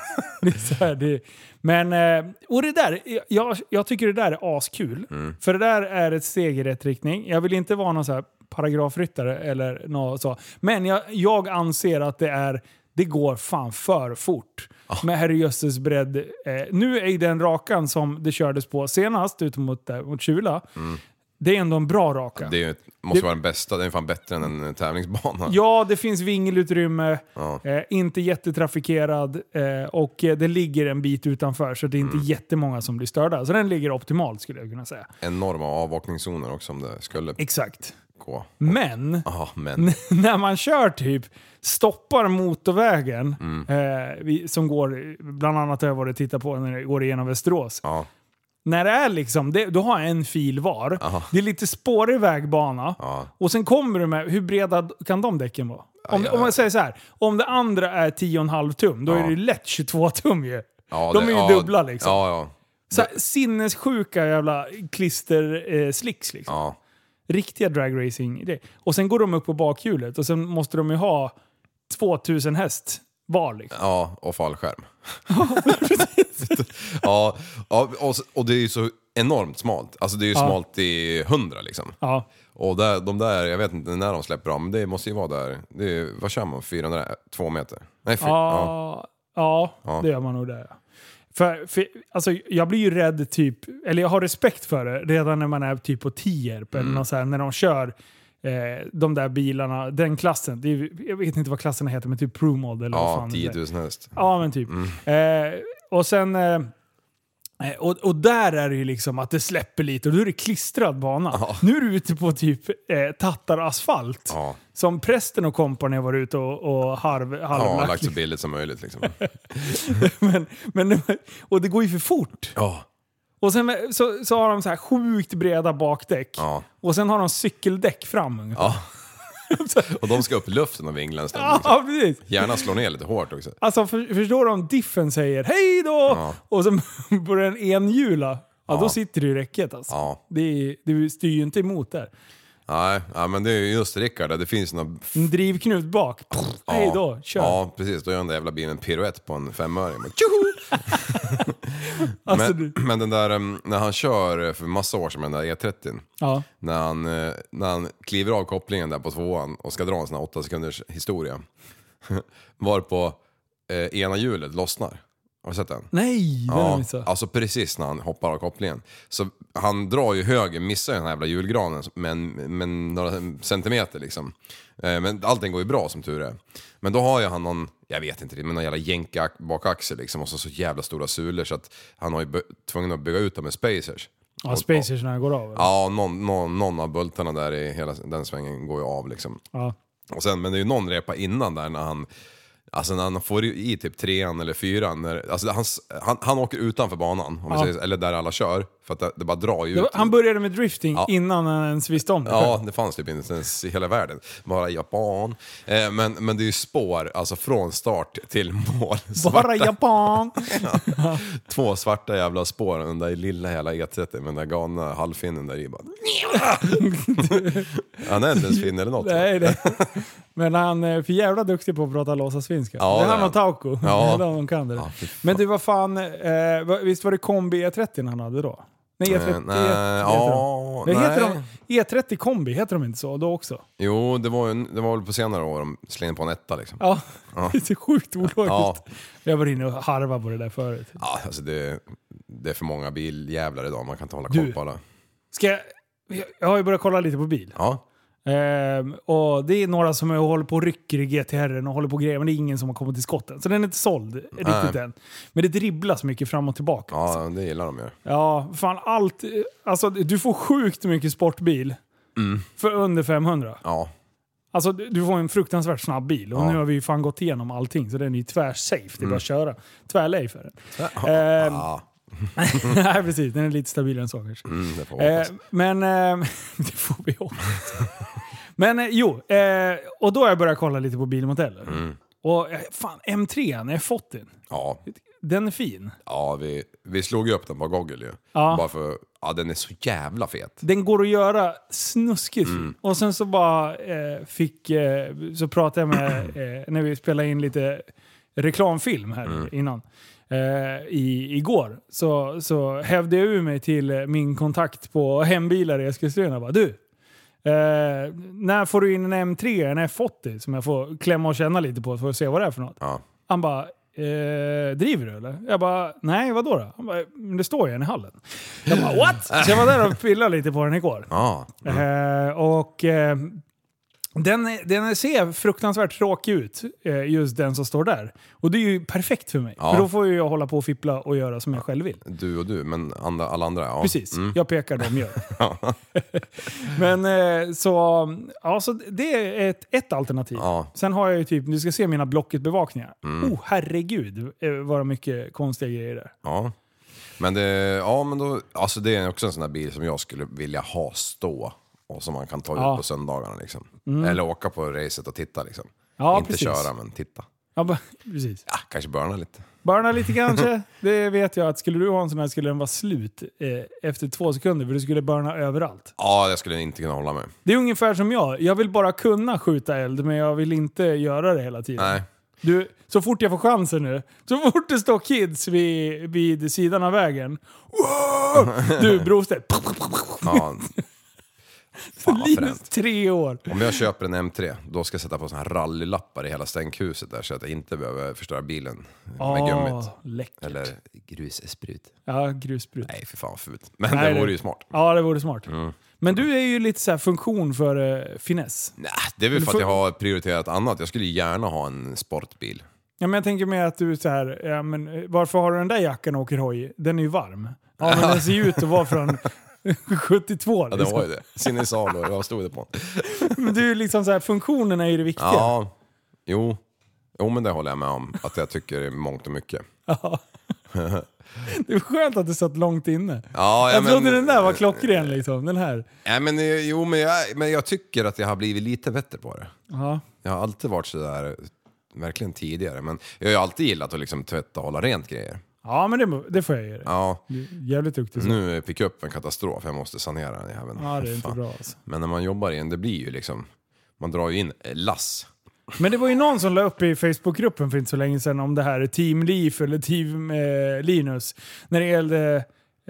det är så här, det, men, och det där, jag, jag tycker det där är askul. Mm. För det där är ett steg i rätt riktning. Jag vill inte vara någon så här paragrafryttare eller något så. Men jag, jag anser att det är det går fan för fort. Oh. Med herrejösses bredd. Eh, nu är den rakan som det kördes på senast ut mot, äh, mot Kjula. Mm. Det är ändå en bra raka. Det är, måste det, vara den bästa. Den är fan bättre än en tävlingsbana. Ja, det finns vingelutrymme. Ja. Eh, inte jättetrafikerad. Eh, och det ligger en bit utanför. Så det är inte mm. jättemånga som blir störda. Så den ligger optimalt skulle jag kunna säga. Enorma avvakningszoner också om det skulle... Exakt. Gå. Men, Aha, men. när man kör typ stoppar motorvägen mm. eh, vi, som går, bland annat har jag varit och tittat på när det går igenom Västerås. Ja. När det är liksom, det, du har en fil var. Aha. Det är lite spårig vägbana. Ja. Och sen kommer du med, hur breda kan de däcken vara? Om, ja, ja. om man säger så här, om det andra är tio komma fem tum, då ja. är det lätt tjugotvå tum ju. Ja, de det, är ju ja, dubbla liksom. Ja, ja. Så här, sinnessjuka jävla klister eh, slicks liksom. Ja. Riktiga dragracing. Det. Och sen går de upp på bakhjulet och sen måste de ju ha tvåtusen häst var liksom. Ja, och fallskärm. ja, ja och, och det är ju så enormt smalt. Alltså det är ju ja. smalt i hundra liksom. Ja. Och där, de där, jag vet inte när de släpper dem, men det måste ju vara där. Det är, vad kör man? fyrahundratvå meter? Nej, fyr, ja, ja. ja, det gör man nog där. För, för alltså, jag blir ju rädd typ, eller jag har respekt för det redan när man är typ på Tierp mm. eller något så här, när de kör eh, de där bilarna, den klassen. Det är, jag vet inte vad klasserna heter, men typ Pro Mod eller ja, vad fan. tio tusen häst. Ja, men typ. Mm. Eh, och sen eh, och, och där är det ju liksom att det släpper lite och då är det klistrad bana. Ja. Nu är du ute på typ eh, tattar asfalt. Ja. Som prästen och kompani var ute och, och harv, halvlagt. Ja, lagt så billigt som möjligt liksom. men, men, och det går ju för fort. Ja. Och sen så, så har de så här sjukt breda bakdäck. Ja. Och sen har de cykeldäck fram ungefär. Ja. Och de ska upp i luften och vingla en stund. Ja, precis. Gärna slå ner lite hårt också. Alltså för, förstår du om diffen säger hej då? Ja. Och så börjar en enhjula. Ja, ja, då sitter du i räcket alltså. Ja. Det, det styr ju inte emot där. Nej, ja, men det är just Rickard. Det finns några... En drivknut bak. Pff, ja. Hej då, kör. Ja, precis. Då gör den där jävla bilen en piruett på en femöring. alltså, men, men den där, när han kör för massa år sedan med den där E trettio. Ja. När, han, när han kliver av kopplingen där på tvåan och ska dra en sån här åtta sekunders historia. Var på eh, ena hjulet lossnar. Har du sett den? Nej, den ja, är så. Alltså precis när han hoppar av kopplingen. Så han drar ju höger, missar den här jävla hjulgranen men, men några centimeter liksom. Eh, men allting går ju bra som tur är. Men då har ju han någon, jag vet inte, men någon jävla jänka bakaxel liksom. Och så, så jävla stora sulor så att han har ju b- tvungen att bygga ut dem med spacers. Ja, och, spacers när han går av? Eller? Ja, någon, någon, någon av bultarna där i hela den svängen går ju av liksom. Ja. Och sen, men det är ju någon repa innan där när han... Alltså när han får i typ trean eller fyran när, alltså han, han, han åker utanför banan om vi ja. säger, eller där alla kör för att det, det bara drar ju det var, ut. Han började med drifting ja. innan han ens visste om det. Ja, det fanns typ inte ens i hela världen. Bara Japan. Eh, men, men det är ju spår, alltså från start till mål. Svarta. Bara Japan! ja. Två svarta jävla spår, den där lilla hela E trettio med den där galna halvfinnen där i bara... Han är inte ens fin eller något. Nej, det. Men han är för jävla duktig på att prata låtsasfinska. Ja, det är han och Tauko. Ja. De kan det. Ja, men du, vad fan, eh, visst var det kombi E trettio han hade då? Nej, E trettio. Nej, nej, ja, det heter nej. de, E trettio kombi, heter de inte så då också? Jo, det var, ju, det var väl på senare år de slängde på en etta liksom. Ja, ja. Det är så sjukt ologiskt. Ja. Jag var inne och harva på det där förut. Ja, alltså det, det är för många biljävlar idag, man kan inte hålla koll på alla. Ska jag, jag har ju börjat kolla lite på bil. Ja. Ehm, och det är några som håller på och rycker i G T R och håller på grejer, men det är ingen som har kommit till skotten. Så den är inte såld riktigt än. Men det dribblas mycket fram och tillbaka. Ja, alltså. Det gillar de ju. Ja, fan allt. Alltså du får sjukt mycket sportbil mm. för under femhundra. Ja. Alltså du får en fruktansvärt snabb bil. Och ja. nu har vi ju fan gått igenom allting, så den är ju tvärsafe. Det är mm. bara att köra. Tvärlej för den. Ja. Ehm, ja. Nej, precis. Den är lite stabilare än så kanske. Mm, det får vi eh, men eh, det får vi hoppas. Men eh, jo, eh, och då har jag börjat kolla lite på bilmodeller. Mm. Och eh, fan, M tre, när jag fått den. Ja. Den är fin. Ja, vi, vi slog ju upp den på Google ju. Ja. Bara för, ja den är så jävla fet. Den går att göra snuskigt fin. Mm. Och sen så bara eh, fick, eh, så pratade jag med, eh, när vi spelade in lite reklamfilm här mm. innan. eh, i, igår så, så hävde jag ur mig till min kontakt på hembilar i Eskilstuna. Bara, du, eh, när får du in en M tre, en F åttio som jag får klämma och känna lite på för att se vad det är för något? Ja. Han bara, eh, driver du eller? Jag bara, nej vadå då? Han bara, men det står ju en i hallen. Jag bara, what? Så jag var där och pillade lite på den igår. Ja. Mm. Eh, och eh, den, den ser fruktansvärt tråkig ut, eh, just den som står där. Och det är ju perfekt för mig. Ja. För då får ju jag hålla på och fippla och göra som jag själv vill. Du och du, men andra, alla andra, ja. Precis, mm. jag pekar, de gör. Men eh, så, ja, så det är ett, ett alternativ. Ja. Sen har jag ju typ, du ska se mina Blocket-bevakningar. Mm. Oh, herregud, eh, vad det mycket konstiga grejer där. Ja. Men det, ja, men då, alltså det är också en sån där bil som jag skulle vilja ha stå. Och som man kan ta ja. ut på söndagarna liksom. Mm. Eller åka på racet och titta liksom. Ja, inte precis. köra, men titta. Ja, precis. Ja, kanske börna lite. Börna lite kanske. Det vet jag att skulle du ha en sån här skulle den vara slut eh, efter två sekunder. För du skulle börna överallt. Ja, jag skulle inte kunna hålla med. Det är ungefär som jag. Jag vill bara kunna skjuta eld, men jag vill inte göra det hela tiden. Nej. Du, så fort jag får chansen nu, så fort det står kids vid, vid sidan av vägen. Wow! Du, Brostedt. Ja. Fan, Linus, tre år. Om jag köper en M tre, då ska jag sätta på såna här rallylappar i hela stänkhuset där så att jag inte behöver förstöra bilen med oh, gummit. Läckert. Eller grussprut. Ja, grussprut. Nej, för fan fult. Men Nej, det vore det, ju smart. Ja, det vore smart. Mm. Men du är ju lite så här funktion för uh, finess. Nej, det är väl för att jag har prioriterat annat. Jag skulle gärna ha en sportbil. Ja, men jag tänker mer att du är så här, ja, men varför har du den där jackan och åker hoj? Den är ju varm. Ja, men den ser ju ut att vara från sjuttiotvå. Liksom. Ja, det var ju det. Sinisalo, vad stod det på? Men du är liksom så här, funktionerna är ju det viktiga. Ja, jo. Jo, men det håller jag med om. Att jag tycker det är mångt och mycket. Ja. Det är skönt att du satt långt inne. Ja, jag men, trodde den där var klockren liksom, den här. Ja, men, jo, men jag, men jag tycker att jag har blivit lite bättre på det. Ja. Jag har alltid varit så där, verkligen tidigare. Men jag har ju alltid gillat att liksom tvätta och hålla rent grejer. Ja, men det, det får jag ge dig. Ja. Jävligt duktig. Så. Nu är pick-up en katastrof, jag måste sanera den även. Ja, det är inte bra alltså. Men när man jobbar i en, det blir ju liksom, man drar ju in lass. Men det var ju någon som la upp i Facebookgruppen för inte så länge sedan om det här Team Leaf eller Team eh, Linus. När det gällde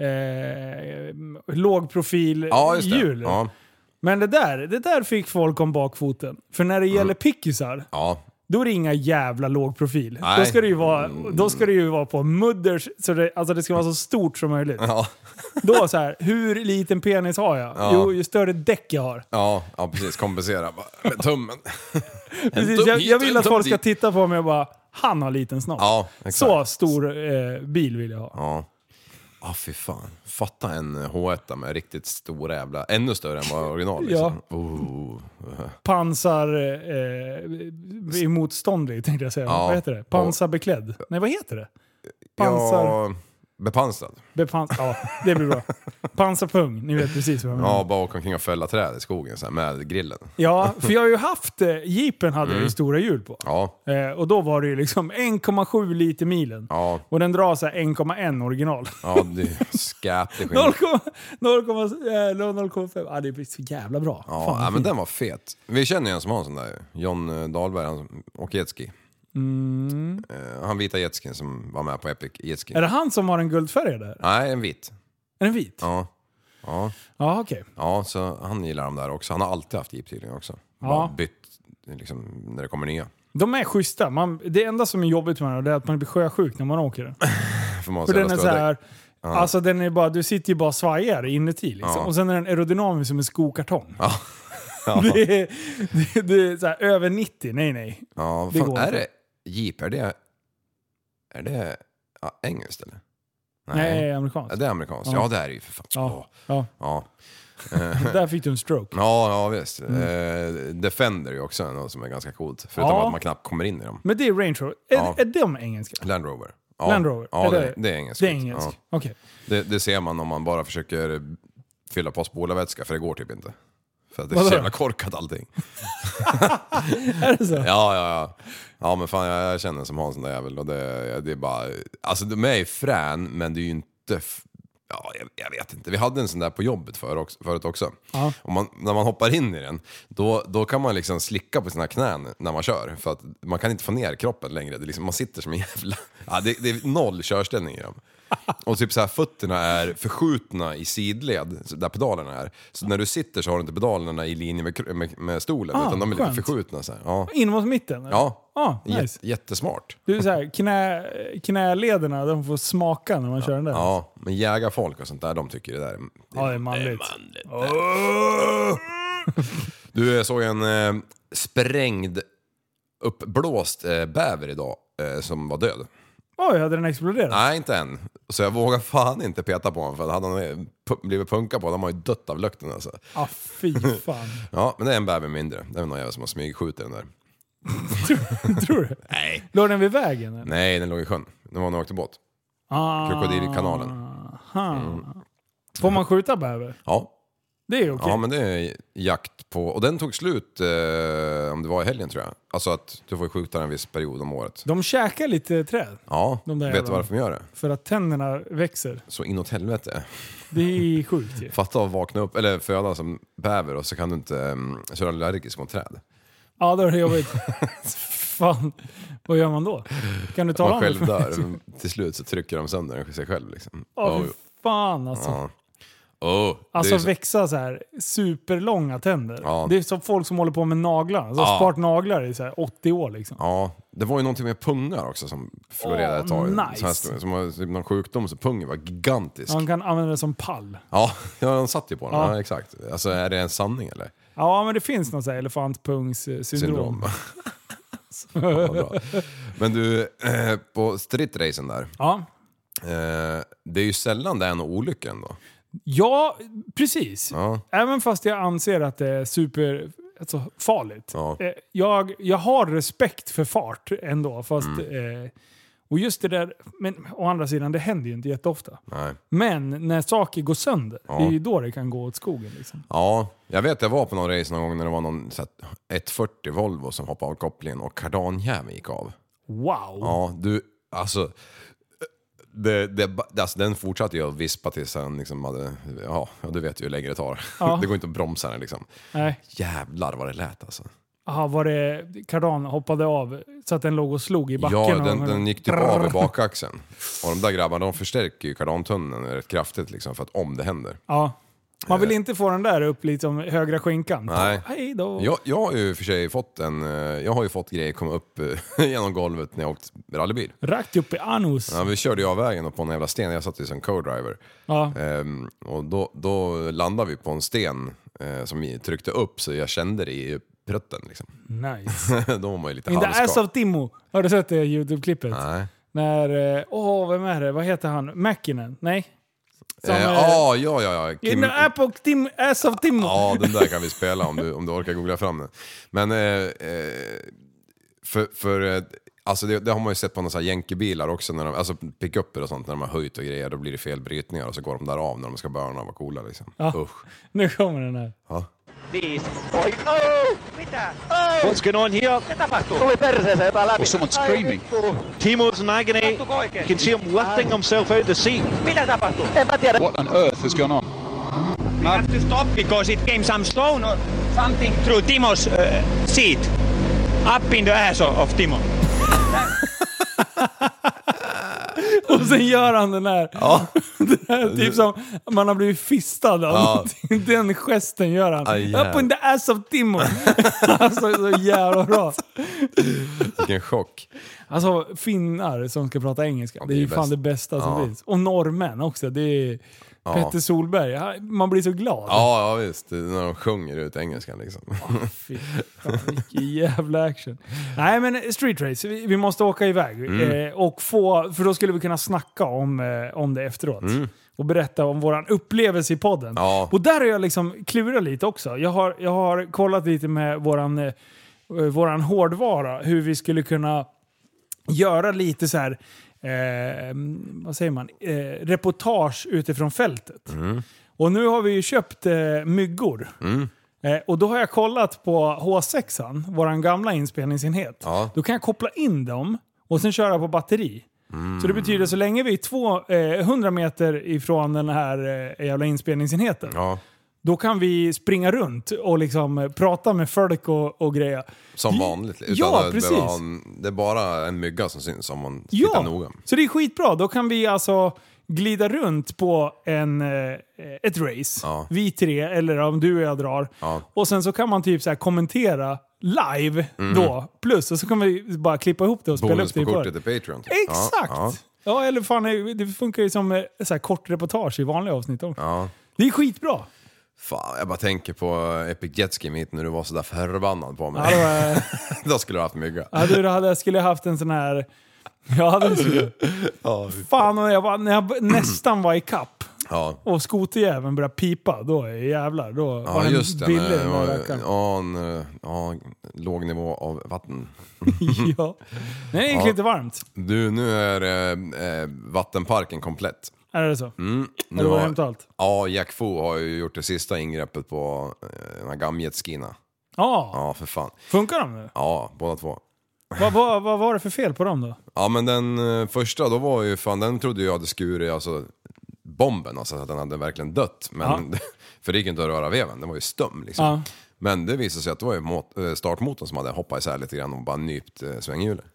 eh, lågprofil ja, just det. hjul. Ja. Men det där, det där fick folk om bakfoten. För när det gäller mm. pickisar, ja. då är det inga jävla lågprofil. Då ska det ju vara, då ska det ju vara på mudders, så det, alltså det ska vara så stort som möjligt. Ja. Då så här, hur liten penis har jag? Ja. Jo, ju större däck jag har. Ja, ja precis. Kompensera med tummen. Precis, tum jag, jag vill att folk ska titta på mig och bara, han har liten snopp. Ja, så stor eh, bil vill jag ha. Ja. Ja, fy fan. Fatta en H ett med riktigt stora jävla... Ännu större än vad original. Liksom. Ja. Oh. Pansar... Eh, emotståndlig, tänkte jag säga. Ja. Vad heter det? Pansarbeklädd. Nej, vad heter det? Pansar... Ja, bepansrad. Bepans... Ja, det blir bra. Pansarpung, ni vet precis vad jag menar. Ja, bara åka omkring och fälla träd i skogen så här, med grillen. Ja, för jag har ju haft... Eh, Jeepen hade mm. ju stora hjul på. Ja. Eh, och då var det ju liksom en komma sju liter milen. Ja. Och den drar så här en komma ett original. Ja, det är skapligt. noll komma fem. Ja, det blir så jävla bra. Ja, Fan, ja men den var fet. Vi känner ju en som har en sån där. John Dahlberg, han åker jetski. Mm. Uh, han vita jetskin som var med på Epic jetski. Är det han som har en guldfärg där? Nej, en vit. Är den vit? Ja. Ja, ja okej. Okay. Ja, så han gillar dem där också. Han har alltid haft jeep tydligen också. Ja. Bara bytt liksom, när det kommer nya. De är schyssta. Man, det enda som är jobbigt med det är att man blir sjösjuk när man åker. För, man För den är så här, ja. Alltså den är bara, du sitter ju bara och svajar inuti liksom. Ja. Och sen är den aerodynamisk som en skokartong. Ja. Ja. det, är, det, det är så här, över nittio, nej nej. Ja, det fan, går är inte. det Jeep, är det är det ja, engelskt eller? Nej, Nej amerikanskt. Är det amerikanskt? Ja. ja, det är det ju för fan. Ja. Ja. Ja. Där fick du en stroke. Ja, ja visst. Mm. Uh, Defender är ju också något som är ganska coolt. Förutom ja. att man knappt kommer in i dem. Men det är Range Rover. Är, ja. är de engelska? Land Rover. Ja. Land Rover? Ja, det, det, det är engelskt. Det är engelskt, ja. Okej. Okay. Det, det ser man om man bara försöker fylla på spolarvätska, för det går typ inte. För att det är Vadå? så jävla korkat allting. Är det så? Ja, ja, ja. Ja, men fan, jag, jag känner som Hans den där jävel. Och det, det är bara... Alltså, de är ju frän, men det är ju inte f- Ja, jag, jag vet inte. Vi hade en sån där på jobbet för också, förut också. Ja. Och man, när man hoppar in i den, då, då kan man liksom slicka på sina knän när man kör. För att man kan inte få ner kroppen längre. Det är liksom, man sitter som en jävla... Ja, det, det är noll körställning i dem. Och typ så här, fötterna är förskjutna i sidled, där pedalerna är. Så när du sitter så har du inte pedalerna i linje med, med, med stolen, ah, utan de är skönt. lite förskjutna. Så här. Ja. In mot mitten? Eller? Ja, ah, nice. Jät, jättesmart. Du är så här, knä, knälederna, de får smaka när man ja. kör den där. Ja, men jägarfolk och sånt där, de tycker det där är, det, ja, det är manligt. Det är manligt. Oh! Du, jag såg en eh, sprängd, uppblåst eh, bäver idag eh, som var död. Oj, hade den exploderat? Nej, inte än. Så jag vågar fan inte peta på honom, för hade han blivit punka på, de har ju dött av lukten alltså. Ah, fy fan. Ja, men det är en bäver mindre. Det är någon jävel som har smygskjutit den där. Tror du? Nej. Låg den vid vägen? Eller? Nej, den låg i sjön. Den var när åkte båt. Ah, Krokodilkanalen. Mm. Får man skjuta bäver? Ja. Det är okej. Okay. Ja, men det är jakt på... Och den tog slut eh, om det var i helgen, tror jag. Alltså att du får skjuta en viss period om året. De käkar lite träd. Ja, vet du varför de gör det? För att tänderna växer. Så inåt helvete. Det är sjukt ju. Fatta att vakna upp, eller föda som bäver, och så kan du inte... Um, så är du allergisk mot träd. Ja, då är det jobbigt. Fan, vad gör man då? Kan du tala man om själv det? dör. Till slut så trycker de sönder sig själv liksom. Åh, oh, fan alltså. Ja. Oh, alltså så... växa så här superlånga tänder. Ja. Det är som folk som håller på med naglar. Alltså ja. spart naglar i så här åttio år liksom. Ja, det var ju någonting med pungar också som florerade ett tag. Nice. Som, som var typ någon sjukdom, så pungen var gigantisk. Man kan använda det som pall. Ja, ja, de satt ju på den. Ja. Ja, exakt. Alltså är det en sanning eller? Ja, men det finns något så här elefantpungssyndrom. Ja, men du, eh, på stritracen där. Ja. Eh, det är ju sällan det är en olycka ändå. Ja, precis. Ja. Även fast jag anser att det är super alltså, farligt. Ja. Eh, jag, jag har respekt för fart ändå. Fast, Mm. eh, och just det där, men å andra sidan, det händer ju inte jätteofta. Nej. Men när saker går sönder, Ja. det är ju då det kan gå åt skogen. Liksom. Ja, jag vet jag var på någon race någon gång när det var någon så här, ett fyrtio Volvo som hoppade av kopplingen och kardanjäveln gick av. Wow! Ja, du, alltså... Det, det, alltså den fortsatte ju att vispa tills den liksom hade, ja, du vet ju hur länge det tar. Ja. Det går inte att bromsa den liksom. Nej. Jävlar vad det lät alltså. Aha, var det kardan hoppade av så att den låg och slog i backen? Ja, och den, den gick typ av i bakaxeln. Och de där grabbarna, de förstärker ju kardantunneln rätt kraftigt liksom, för att om det händer. Ja. Man vill inte få den där upp liksom högra skinkan. Nej. Hej då. Jag, jag har ju för sig fått en, jag har ju fått grejer komma upp genom golvet när jag åkt rallybil. Rakt upp i anus. Ja, vi körde ju av vägen på en jävla sten. Jag satt ju som co-driver. Ja. Ehm, och då, då landade vi på en sten eh, som vi tryckte upp så jag kände det i prutten liksom. Nice. Då var man ju lite In the halvskap. ass of Timo. Har du sett det YouTube-klippet? Nej. När, åh, oh, vem är det? Vad heter han? Mäkinen? Nej? Som, eh, ah, ja, ja, ja. Kim... In the app of Tim, ass of Timo. Ja, den där kan vi spela om du, om du orkar googla fram den. Men eh, eh, för, för eh, alltså det, det har man ju sett på några så här jänkebilar också, när de, alltså pick-upper och sånt, när de har höjt och grejer, då blir det felbrytningar och så går de där av när de ska börna och vara coola liksom. Ja. Usch. Nu kommer den här. Ja. What's going on here? Oh, someone's screaming. Timo's in agony. You can see him lifting himself out of the seat. What on earth has gone on? We have to stop because it came some stone or something through Timo's uh, seat. Up in the ass of, of Timo. Och sen gör han den här. Ja. Det här typ som man har blivit fistad av. Ja. Den gesten gör han. Aj, Up in the ass of Timo. Alltså så jävla bra. Vilken chock. Alltså finnar som ska prata engelska. Ja, det är ju bäst. fan det bästa som Ja. finns. Och norrmän också. Det är Ja. Petter Solberg. Man blir så glad. Ja, ja visst. Det är när de sjunger ut engelskan liksom. Oh, fy fan, vilken jävla action. Nej men street race, vi, vi måste åka iväg. Mm. Eh, och få, för då skulle vi kunna snacka om, eh, om det efteråt. Mm. Och berätta om våran upplevelse i podden. Ja. Och där har jag liksom klurat lite också. Jag har, jag har kollat lite med våran, eh, våran hårdvara. Hur vi skulle kunna göra lite så här. Eh, vad säger man? Eh, reportage utifrån fältet. Mm. Och nu har vi ju köpt eh, myggor. Mm. Eh, och då har jag kollat på H sex, våran gamla inspelningsenhet. Ja. Då kan jag koppla in dem och sen köra på batteri. Mm. Så det betyder så länge vi är tvåhundra meter ifrån den här eh, jävla inspelningsenheten. Ja. Då kan vi springa runt och liksom prata med folk och, och grejer. Som vanligt. Utan ja, det, precis. Det, var, det är bara en mygga som syns om man tittar ja. noga. Så det är skitbra. Då kan vi alltså glida runt på en, ett race. Ja. Vi tre, eller om du och jag drar. Ja. Och sen så kan man typ så här kommentera live mm. då. Plus, och så kan vi bara klippa ihop det och spela bonus upp det. Bonus på kortet i Patreon. Typ. Exakt! Ja, ja. ja, eller fan, det funkar ju som så här kort reportage i vanliga avsnitt också. Ja. Det är skitbra. Fan, jag bara tänker på Epic Jet Ski Meet när du var så där förbannad på mig. Ja, var... Då skulle du haft mygga. Ja, du hade, skulle jag haft en sån här... Jag hade skulle... ja, fan, och jag var, när jag nästan var i kapp ja. och skoterjäveln började pipa, då är jävlar. Då ja, var den just det. billig. Ja, ja, en ja, låg nivå av vatten. ja. Nej, det är ja. lite varmt. Du, nu är eh, vattenparken komplett. Är det så? Mm. Nu har hämt allt. Ja, Jack Fu har ju gjort det sista ingreppet på eh, den här gamjetskina. Ja. Ja, för fan. Funkar de nu? Ja, båda två. Vad, vad, vad var det för fel på dem då? Ja, men den uh, första, då var ju fan, den trodde jag hade skurit alltså bomben, alltså att den hade verkligen dött. Men, ja. För det gick inte att röra veven, den var ju stum liksom. Ja. Men det visade sig att det var ju mot, uh, startmotorn som hade hoppat isär lite grann och bara nypt uh, svänghjulet.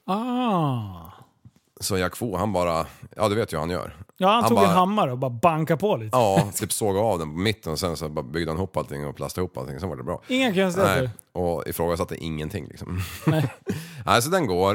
Ah. Så Jack Fu, han bara, ja du vet ju hur han gör. Ja, han, han tog bara, en hammare och bara banka på lite. Ja, typ såg av den på mitten och sen så bara byggde han ihop allting och plastade ihop allting, sen var det bra. Inga konstigheter. Och ifrågasatte ingenting liksom. Nej. Nej, så den går.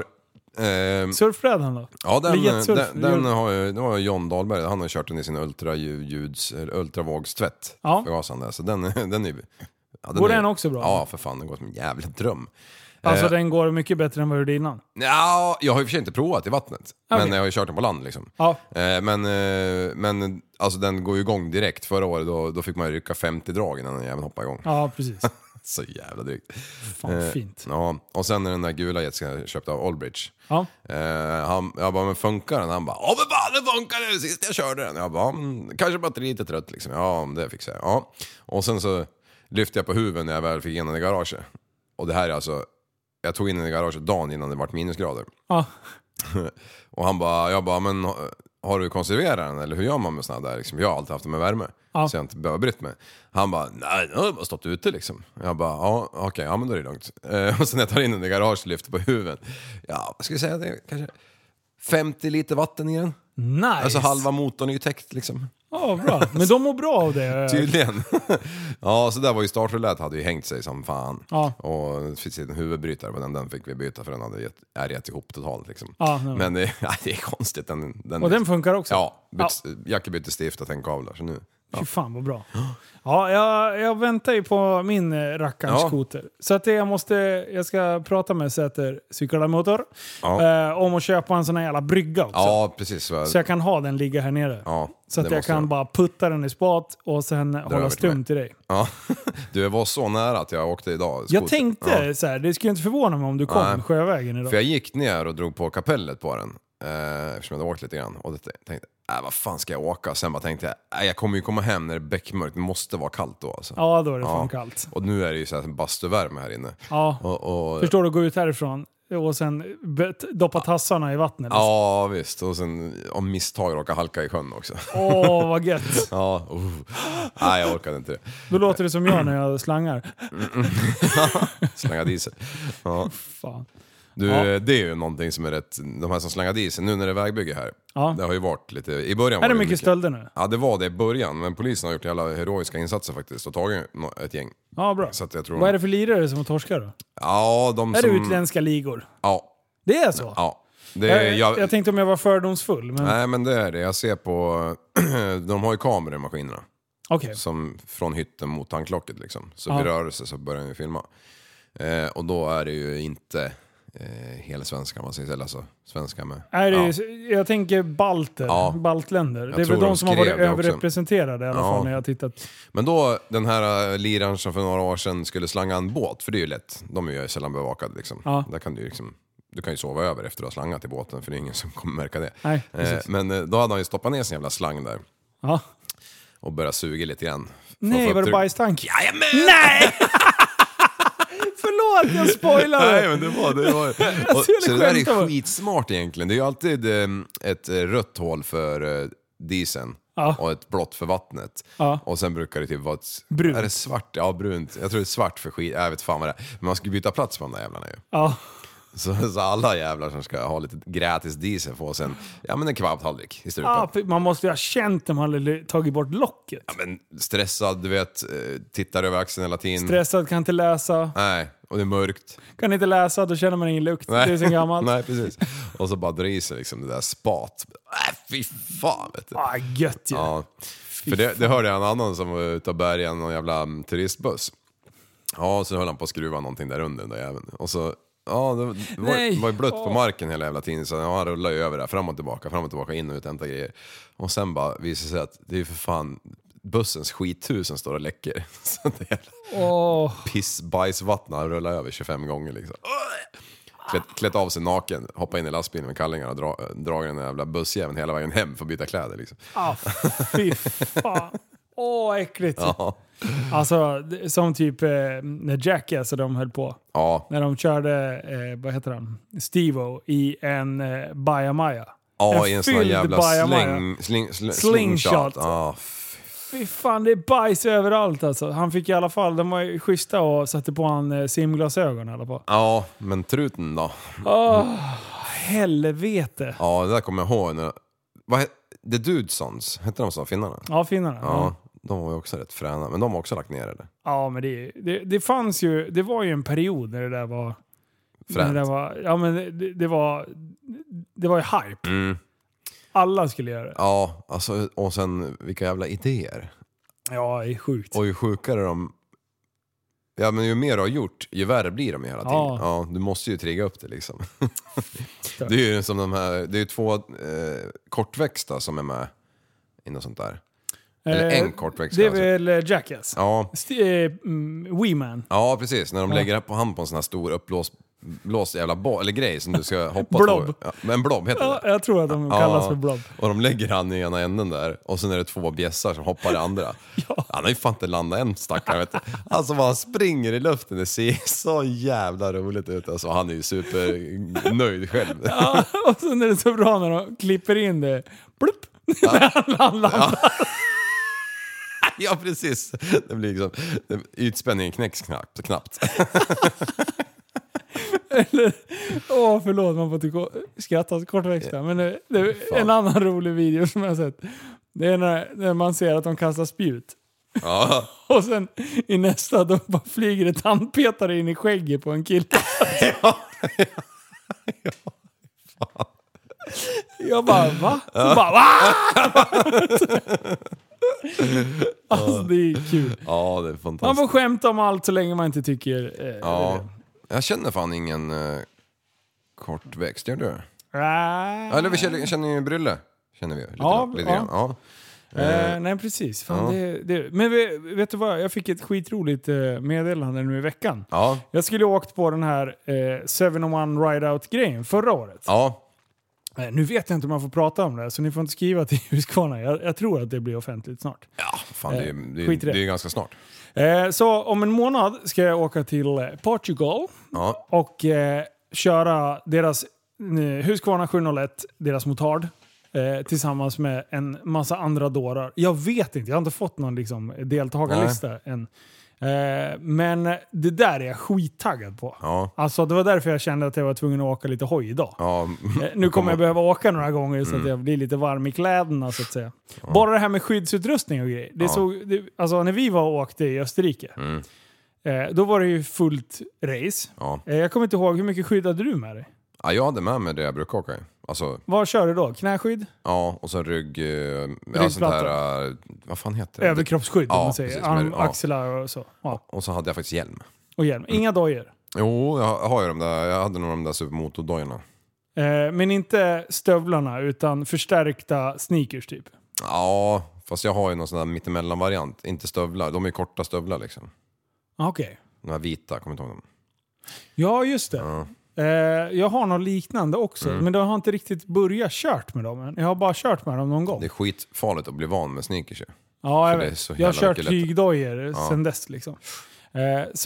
Eh, Surfbrädan då? Ja, den, den, den har ju, det var John Dahlberg, han har kört den i sin ultraljuds, ultravågstvätt. Ja. Förgasande, så den, den är ja, den går är, den också bra? Ja, för fan, den går som en jävla dröm. Alltså eh, den går mycket bättre än vad du gjorde innan? Ja, jag har ju för sig inte provat i vattnet. Okay. Men jag har ju kört den på land liksom. Ja. Eh, men, eh, men alltså den går ju igång direkt. Förra året då, då fick man ju rycka femtio drag innan den jäveln hoppade igång. Ja, precis. Så jävla drygt. Fan, eh, fint. Ja, och sen är den där gula jetsen jag köpte av Allbridge. Ja. Eh, han, jag bara, men funkar den? Han bara, ja men fan det funkar det sist jag körde den. Jag bara, mm, kanske batteriet är trött liksom. Ja, det fixar jag. Ja. Och sen så lyfte jag på huven när jag väl fick in den i garaget. Och det här är alltså, jag tog in den i garaget dagen innan det var minusgrader. Ja. Och han bara, jag bara, men har du konserverat den? Eller hur gör man med sådana där? Liksom, jag har alltid haft det med värme. Ja. Så jag inte behöver brytt mig. Han bara, nej, jag har bara stått ute liksom. Jag bara, ja okej, okay, ja men då är det lugnt. Eh, och sen jag tar in den i garaget, lyfter på huven. Ja, vad ska jag säga, det är kanske femtio liter vatten i den. Nice. Alltså halva motorn är ju täckt liksom. Ja, oh, bra. Men de mår bra av det. Tydligen. Ja, så där var ju startrullet, hade ju hängt sig som fan. Ja. Och det finns en huvudbrytare på den, den fick vi byta för den hade gett, är gett ihop totalt liksom. Ja, men det, ja, det är konstigt. Den, den, och den funkar också? Ja, byt, ja. Jacke bytte stift och tändkavlar, så nu. Ja. Fy fan vad bra. Ja, jag, jag väntar ju på min rackarns ja. skoter. Så att det jag måste, jag ska prata med Säter cykelmotor ja. eh, om att köpa en sån här jävla brygga också. Ja, precis. Så, så jag kan ha den ligga här nere. Ja, så att jag kan jag. bara putta den i spat och sen Dra hålla stum till dig. Ja. Du var så nära att jag åkte idag. Skoter. Jag tänkte ja. så här, det skulle inte förvåna mig om du kom Nej. sjövägen idag. För jag gick ner och drog på kapellet på den. Eh, eftersom jag hade åkt lite grann. Och det, tänkte, äh, vad fan ska jag åka? Sen bara tänkte jag, äh, jag kommer ju komma hem när det är bäckmörkt. Det måste vara kallt då alltså. Ja, då är det ja. fan kallt. Och nu är det ju så här en bastuvärme här inne. Ja, och, och, förstår du, gå ut härifrån och sen doppa tassarna i vattnet. Liksom. Ja, visst. Och sen om misstag råkar halka i sjön också. Åh, oh, vad gött. Ja, uh. Nej, jag orkade inte det. Då låter det som jag när jag slangar. Slangar diesel. Ja. Fan. Du, ja. Det är ju någonting som är rätt, de här som slangar diesel, nu när det är vägbygge här, ja. det har ju varit lite, i början var är det, det mycket, mycket stölder nu? Ja, det var det i början, men polisen har gjort alla heroiska insatser faktiskt och tagit ett gäng. Ja, bra. Så att jag tror vad är det för lirare som torskar då? Ja, de är som... det utländska ligor? Ja. Det är så? Ja. Det, jag, jag... jag tänkte om jag var fördomsfull. Men... Nej, men det är det. Jag ser på, de har ju kameror i maskinerna. Okay. Som från hytten mot tanklocket liksom. Så ja. vid rörelse så börjar den filma. Eh, och då är det ju inte... Eh, hela svenska man säger, eller alltså svenska med. Nej, det är, ja. Jag tänker balter, ja. baltländer. Det är väl de, de som har varit överrepresenterade i alla ja. fall när jag har tittat. Men då, den här liran som för några år sedan skulle slanga en båt, för det är ju lätt. De är ju sällan bevakade liksom. Ja. Där kan du liksom, du kan ju sova över efter att ha slangat i båten, för det är ingen som kommer märka det. Nej, eh, men då hade han ju stoppat ner sin jävla slang där. Ja. Och börjat suga lite grann. Nej, var det bajstank? Jajamän! Nej! Förlåt, jag spoilade. Nej, men det var det. Var. Och, så det där är skitsmart egentligen. Det är ju alltid eh, ett rött hål för eh, dieseln. Ja. Och ett blått för vattnet. Ja. Och sen brukar det typ vara ett... Brunt. Är det svart? Ja, brunt. Jag tror det är svart för skit. Jag vet fan vad det är. Men man ska byta plats på de där jävlarna ju. Ja. Så, så alla jävlar som ska ha lite gratis diesel får sen, ja men en kebabtallrik i strupen. Ja, man måste ju ha känt om man hade tagit bort locket. Ja men stressad, du vet, tittar över axeln hela tiden. Stressad, kan inte läsa. Nej, och det är mörkt. Kan inte läsa, då känner man ingen lukt. Nej. Det är så gammalt. Nej, precis. Och så bara drar i sig liksom det där spat. Äh, fy fan, vet du. Ah, gött ju. Ja. För det, det hörde jag en annan som var ute och bärgade någon jävla turistbuss. Ja, så höll han på att skruva någonting där under den där jäveln. Och så ja, det var, var ju blött på marken hela jävla tiden. Så ja, han rullade ju över där, fram och tillbaka, fram och tillbaka, in och ut, hämta grejer. Och sen bara visade sig att det är för fan bussens skithus som står och läcker. Så det är oh. piss, bajs, vattna, han rullar över tjugofem gånger liksom. Klätt, klätt av sig naken, hoppa in i lastbilen med kallingar och dra, dra den jävla bussjäveln hela vägen hem för att byta kläder liksom. Ah, fy fan. Åh, oh, äckligt. Ja. Alltså, som typ eh, när Jackass och de höll på. Ja. När de körde, eh, vad heter han? Steve-O i en eh, bajamaja. Ja, en i en sån här jävla sling, sling, sling, slingshot. Ja. Fy fan, det är bajs överallt alltså. Han fick i alla fall, de var ju schyssta och satte på han eh, simglasögon i alla fall. Ja, men truten då? Åh, oh, helvete. Ja, det där kommer jag ihåg. Nu. Vad heter The Dudesons? Hette de så, finnarna? Ja, finnarna. Ja. Ja. De var ju också rätt fräna, men de har också lagt ner det. Ja, men det, det, det fanns ju, det var ju en period när det där var... Fränt. Det där var, ja, men det, det var... Det var ju hype. Mm. Alla skulle göra det. Ja, alltså, och sen vilka jävla idéer. Ja, det är sjukt. Och ju sjukare de... Ja, men ju mer du har gjort, ju värre blir de hela tiden. Ja, ja du måste ju trigga upp det liksom. Det är ju som de här... Det är ju två eh, kortväxta som är med i något sånt där. Eller en kortväxt. Det är väl alltså. Jackass? Ja. St- mm, Wee Man. Ja, precis. När de ja. lägger på hand på en sån här stor uppblåst blåst jävla bo- eller grej som du ska hoppa blob. på. Ja, en blob heter ja, det. Jag tror att de kallas ja. för blob. Och de lägger han i ena änden där. Och sen är det två bjässar som hoppar i andra. Ja. Han har ju fan inte landat en stackare, vet du. Alltså vad han springer i luften, det ser så jävla roligt ut. Alltså han är ju supernöjd själv. Ja, och sen är det så bra när de klipper in det. Plupp! Ja. När han landar. Ja. Ja, precis. Det blir liksom... Ytspänningen knäcks knappt. knappt. Eller... Åh, förlåt, man får inte skratta kortväxta. Men det, det är en annan rolig video som jag har sett. Det är när, när man ser att de kastar spjut. Ja. Och sen i nästa då bara flyger det tandpetare in i skägget på en kille. Ja. Ja. Fan. Jag bara, va? Så ja. bara, va? Alltså det är kul. Ja, det är fantastiskt. Man får skämta om allt så länge man inte tycker eh, ja. Jag känner fan ingen eh, kortväxt, gör du? Ah. Eller vi känner, känner ju Brylle. Känner vi lite, ja, lite ja. grann. Ja. Eh, nej, precis. Fan, ja. det, det. Men vet du vad? Jag fick ett skitroligt eh, meddelande nu i veckan. Ja. Jag skulle ha åkt på den här eh, seven oh one Ride-Out-grejen förra året. Ja. Eh, nu vet jag inte om man får prata om det, så ni får inte skriva till Husqvarna. Jag, jag tror att det blir offentligt snart. Ja, fan, det, är, eh, det, är, det är ganska snart. Eh, så om en månad ska jag åka till Portugal ja. och eh, köra deras eh, Husqvarna sju noll ett, deras motard. Eh, tillsammans med en massa andra dårar. Jag vet inte, jag har inte fått någon liksom, deltagarlista Nej. än. Eh, men det där är jag skittaggad på. Ja. Alltså, det var därför jag kände att jag var tvungen att åka lite hoj idag. Ja. Eh, nu kommer jag behöva åka några gånger så mm. att jag blir lite varm i kläderna så att säga. Ja. Bara det här med skyddsutrustning och grejer. Det ja. såg, det, alltså, när vi var och åkte i Österrike mm. eh, då var det ju fullt race. Ja. Eh, jag kommer inte ihåg, hur mycket skydd hade du med dig? Ja, jag hade med mig det jag brukar åka i. Alltså, vad kör du då? Knäskydd? Ja, och så rygg... Ja, sånt här... Vad fan heter det? Överkroppsskydd, ja, om man säger. Precis, Arm, ja. axlar och så. Ja. Och så hade jag faktiskt hjälm. Och hjälm. Inga dojor? Jo, jag har ju de där... Jag hade nog de där supermotordojorna. Eh, men inte stövlarna, utan förstärkta sneakers typ? Ja, fast jag har ju någon sån där mittemellan-variant. Inte stövlar. De är korta stövlar liksom. Okej. Okay. De här vita, kommer inte ihåg dem. Ja, just det. Ja. Eh, jag har något liknande också, mm. men jag har inte riktigt börjat kört med dem än. Jag har bara kört med dem någon gång. Det är skitfarligt att bli van med sneakers. Ja, jag, vet. Jag har kört tygdojor ja. sen dess liksom. Eh, så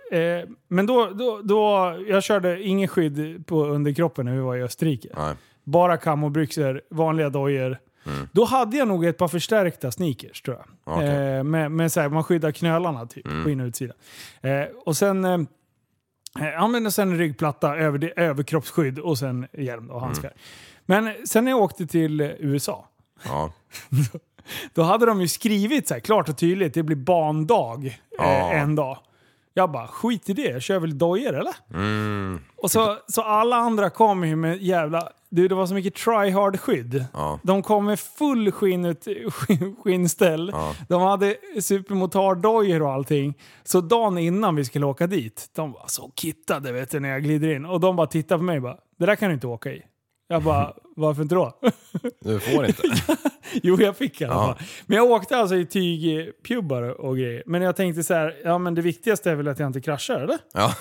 Eh, men då, då, då, jag körde ingen skydd på underkroppen när vi var i Österrike. Nej. Bara kamobyxor, vanliga dojor. Mm. Då hade jag nog ett par förstärkta sneakers, tror jag. Okay. Eh, med, med så här, man skyddar knölarna typ, mm. på in- och utsidan. Eh, och sen... Eh, använde sen en ryggplatta, över det, överkroppsskydd och sen hjälm och handskar. Mm. Men sen när jag åkte till U S A, ja. då, då hade de ju skrivit så här, klart och tydligt, det blir bandag ja. eh, en dag. Jag bara, skit i det, jag kör väl dojor eller? Mm. Och så, så alla andra kom ju med jävla... Du, det var så mycket try-hard-skydd. Ja. De kom med full skinnet, skinn, skinnställ. Ja. De hade supermotardojor och allting. Så dagen innan vi skulle åka dit, de var så kittade, vet du, när jag glider in. Och de bara tittade på mig och bara, det där kan du inte åka i. Jag bara, varför inte då? Du får inte. Jo, jag fick i alla fall. Men jag åkte alltså i tygpjubbar och grejer. Men jag tänkte så här, ja men det viktigaste är väl att jag inte kraschar, eller? Ja.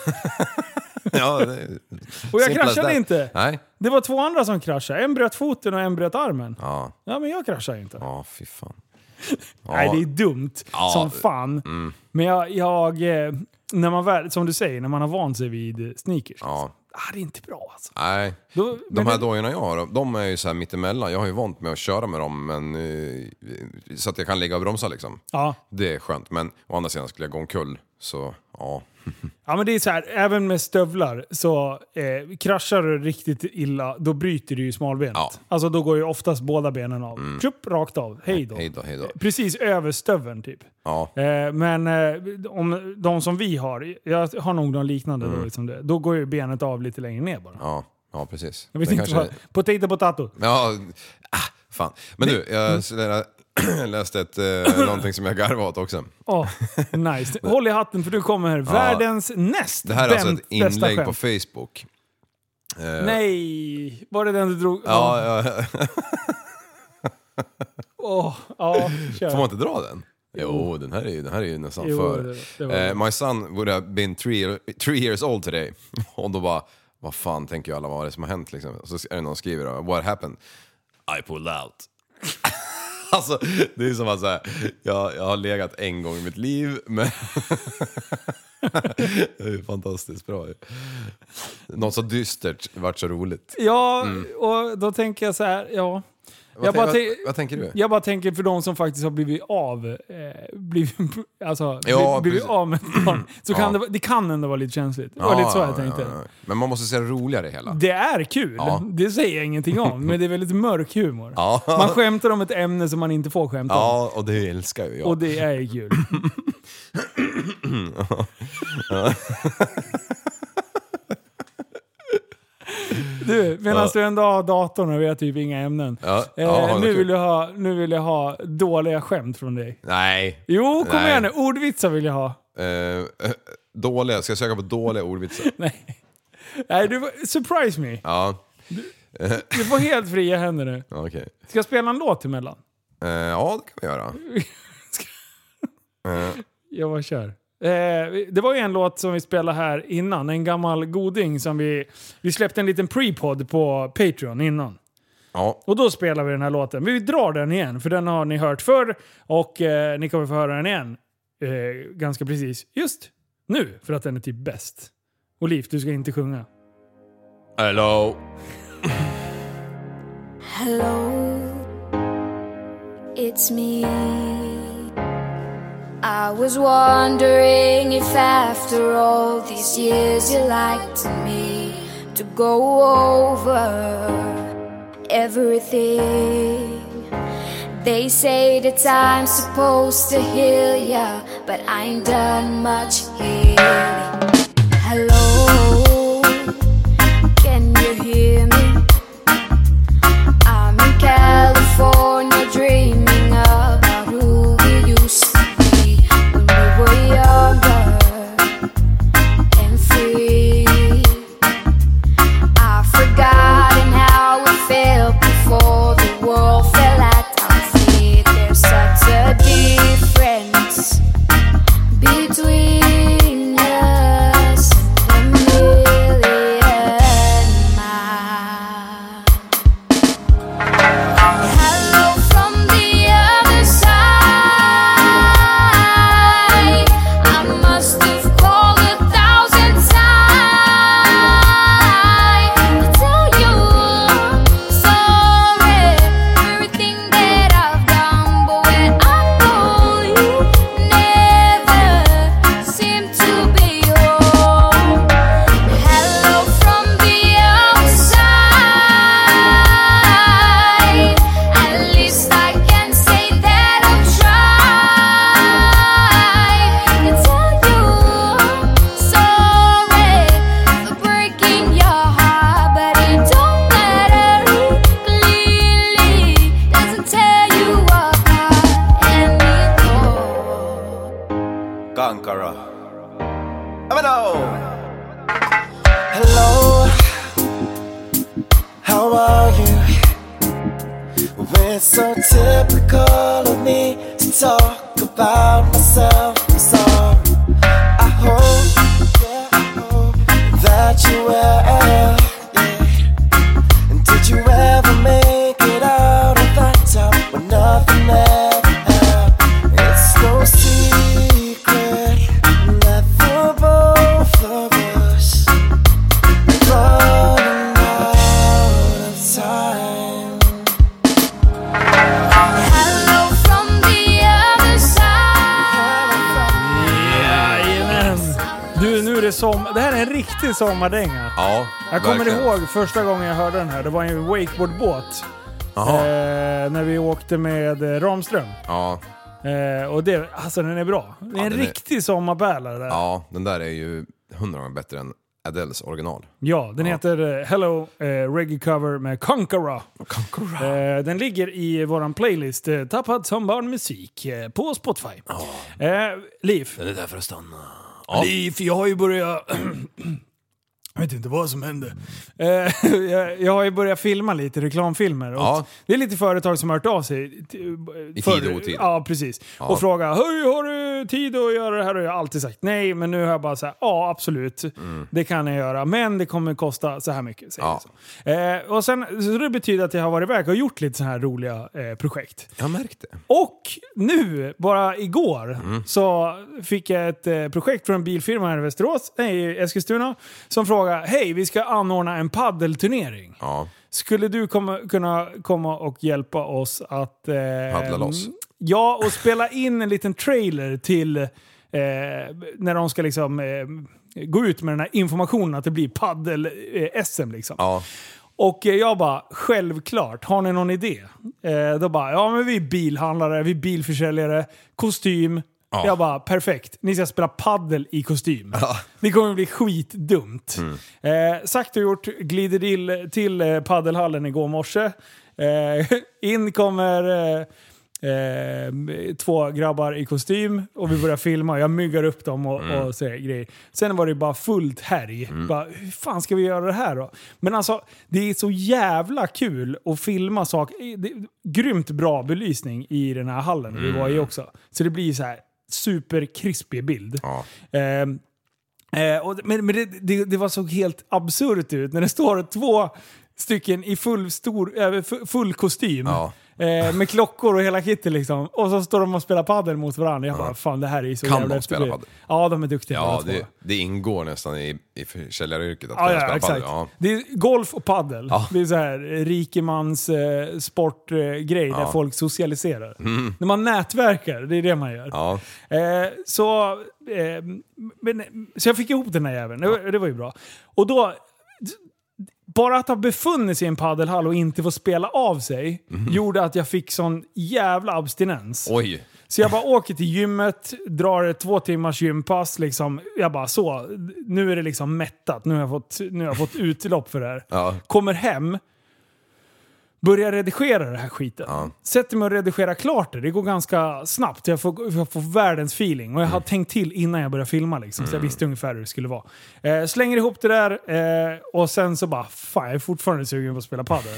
Ja, det och jag kraschade inte. Nej. Det var två andra som kraschade. En bröt foten och en bröt armen. Ja, ja men jag kraschade inte. Ja, fy fan. Ja. Nej, det är dumt ja. som fan. Mm. Men jag, jag, när man väl, som du säger, när man har vant sig vid sneakers. Ja. Ah, det är inte bra alltså. Nej, Då, de här det... dojorna jag har, de är ju så här mittemellan. Jag har ju vant med att köra med dem, men så att jag kan ligga och bromsa liksom. Ja. Det är skönt, men å andra sidan skulle jag gå omkull, så ja. Ja, men det är så här, även med stövlar så eh, kraschar du riktigt illa, då bryter du ju smalbenet. Ja. Alltså då går ju oftast båda benen av. Mm. Tjup, rakt av. Hej då. Hej då, hej då. Precis över stöveln typ. Ja. Eh, men eh, om de som vi har, jag har nog någon liknande mm. då, liksom det, då går ju benet av lite längre ner bara. Ja, ja precis. Jag vet inte kanske... vad, potato potato. Ja, ah, fan. Men du, jag mm. läste ett, eh, någonting som jag garvar åt också. Åh, oh, nice. Håll i hatten för du kommer här. Ja. Världens näst Det här är alltså ett inlägg på Facebook. Eh. Nej, var det den du drog? Ja, ja. oh, ja, kör. Får man inte dra den? Jo, den här är ju, den här är ju nästan jo, för. Det, det var... eh, my son would have been three, three years old today. Och då bara, vad fan tänker jag alla, vad är det som har hänt liksom? Och så är det någon som skriver då, what happened? I pulled out. Alltså, det är som att säga, jag, jag har legat en gång i mitt liv, men det är fantastiskt bra. Något så dystert vart så roligt. Ja, mm. och då tänker jag så här, ja. Vad, jag tänk, bara vad, vad tänker du? Jag bara tänker för de som faktiskt har blivit av eh, blivit, alltså, ja, blivit av med barn. Så kan ja. det, det kan ändå vara lite känsligt. Det var ja, lite så jag tänkte. Ja, ja. Men man måste se roligare i hela. Det är kul. Ja. Det säger jag ingenting om. Men det är väldigt mörk humor. Ja. Man skämtar om ett ämne som man inte får skämta om. Ja, och det älskar ju jag. Och det är kul. Du, medan ja. du ändå har datorn och vi har typ inga ämnen. Ja. Ja, eh, nu, vill jag ha, nu vill jag ha dåliga skämt från dig. Nej. Jo, kom Nej. igen nu. Ordvitsar vill jag ha. Eh, dåliga, ska jag söka på dåliga ordvitsar? Nej. Nej, du, surprise me. Ja. Du, du får helt fria händer nu. Okay. Ska jag spela en låt emellan? Eh, ja, det kan vi göra. eh. Jag bara kör. Eh, det var ju en låt som vi spelade här innan. En gammal goding som vi... Vi släppte en liten pre-pod på Patreon innan. Ja. Och då spelar vi den här låten. Vi drar den igen, för den har ni hört förr. Och eh, ni kommer få höra den igen. Eh, ganska precis. Just nu, för att den är typ bäst. Och Liv, du ska inte sjunga. Hello. Hello. It's me. I was wondering if after all these years you'd like to me to go over everything. They say that I'm supposed to heal ya, but I ain't done much healing. Hello, can you hear me? I'm in California dreaming about who we used to be when we were younger and free. I've forgotten how it felt before the world fell at our feet. There's such a difference between us and conqueror. Have it all. Hello, how are you? Well, it's so typical of me to talk about myself. I'm sorry. I hope, yeah, I hope that you will. Yeah. And did you ever make it out of that top when nothing ever happened? It's no secret that for both of us running out of time. Hello from the other side. Jajamän. Du, nu är det som... Det här är en riktig sommardänga. Ja, jag kommer verkligen. ihåg första gången jag hörde den här. Det var en wakeboardbåt. Eh, när vi åkte med eh, Ramström. Ja. Eh, och det, alltså den är bra. Det är Ja, en den är- sommarbärare sommarpärla det där. Ja, den där är ju hundra gånger bättre än Adeles original. Ja, den heter eh, Hello eh, Reggae Cover med Conqueror. Eh, den ligger i våran playlist eh, Tappad som barnmusik eh, på Spotify. Eh, Liv. Den är där för att stanna. Liv, jag har ju börjat... Jag vet inte vad som hände. Eh, jag, jag har ju börjat filma lite reklamfilmer. Och Ja. det är lite företag som har hört av sig. t- I för- tid och otid. Ja, precis. Ja. Och fråga, hej, har du tid att göra det här? Och jag har alltid sagt nej, men nu har jag bara sagt, ja absolut. Mm. Det kan jag göra, men det kommer kosta så här mycket. Säger Ja. jag så. Eh, och sen, så det betyder att jag har varit iväg och gjort lite så här roliga eh, projekt. Jag märkte. Och nu, bara igår, Mm. så fick jag ett eh, projekt från en bilfirma här i Västerås, nej, i Eskilstuna, som frågar, hej, vi ska anordna en paddelturnering. Ja. Skulle du komma, kunna komma och hjälpa oss att... Eh, Paddla loss. Ja, och spela in en liten trailer till eh, när de ska liksom eh, gå ut med den här informationen att det blir paddel-S M liksom. Ja. Och eh, jag bara, självklart, har ni någon idé? Eh, då bara, ja men vi är bilhandlare, vi är bilförsäljare, kostym. Ja. Jag bara, perfekt. Ni ska spela paddel i kostym. Ja. Det kommer bli skitdumt. Mm. Eh, sagt och gjort, glider till, till eh, paddelhallen igår morse. Eh, in kommer eh, eh, två grabbar i kostym och vi börjar filma. Jag myggar upp dem och, Mm. och säger grejer. Sen var det bara fullt härj. Mm. Bara, hur fan ska vi göra det här då? Men alltså, det är så jävla kul att filma saker. Det är grymt bra belysning i den här hallen vi var i också. Så det blir så här superkrispig bild. Ja. Eh, eh, och, men men det, det, det var så helt absurt ut när det står två stycken i full, stor, äh, fu- full kostym. Ja. Eh, med klockor och hela kittet liksom. Och så står de och spelar paddel mot varandra. Jag bara, fan det här är ju så Kan jävla de spela efterblivet. paddel? Ja, de är duktiga. Ja, båda det, två. det ingår nästan i, i försäljaryrket att Ja, kunna ja, spela exakt. paddel. Ja. Det är golf och paddel. Ja. Det är så här rikemans eh, sportgrej där Ja. folk socialiserar. Mm. När man nätverkar, det är det man gör. Ja. Eh, så, eh, men, så jag fick ihop den här jäveln. Det, var- det var ju bra. Och då, bara att ha befunnit sig i en paddelhall och inte få spela av sig gjorde att jag fick sån jävla abstinens. Oj. Så jag bara åker till gymmet, drar ett två timmars gympass. Liksom. Jag bara så, nu är det liksom mättat. Nu har jag fått, nu har jag fått utlopp för det här. Ja. Kommer hem, börjar redigera det här skiten. Ja. Sätter mig och redigerar klart det. Det går ganska snabbt. Jag får, jag får världens feeling. Och jag har tänkt till innan jag började filma. Liksom, så jag visste ungefär hur det skulle vara. Eh, slänger ihop det där eh, och sen så bara, fan jag är fortfarande sugen på att spela padel.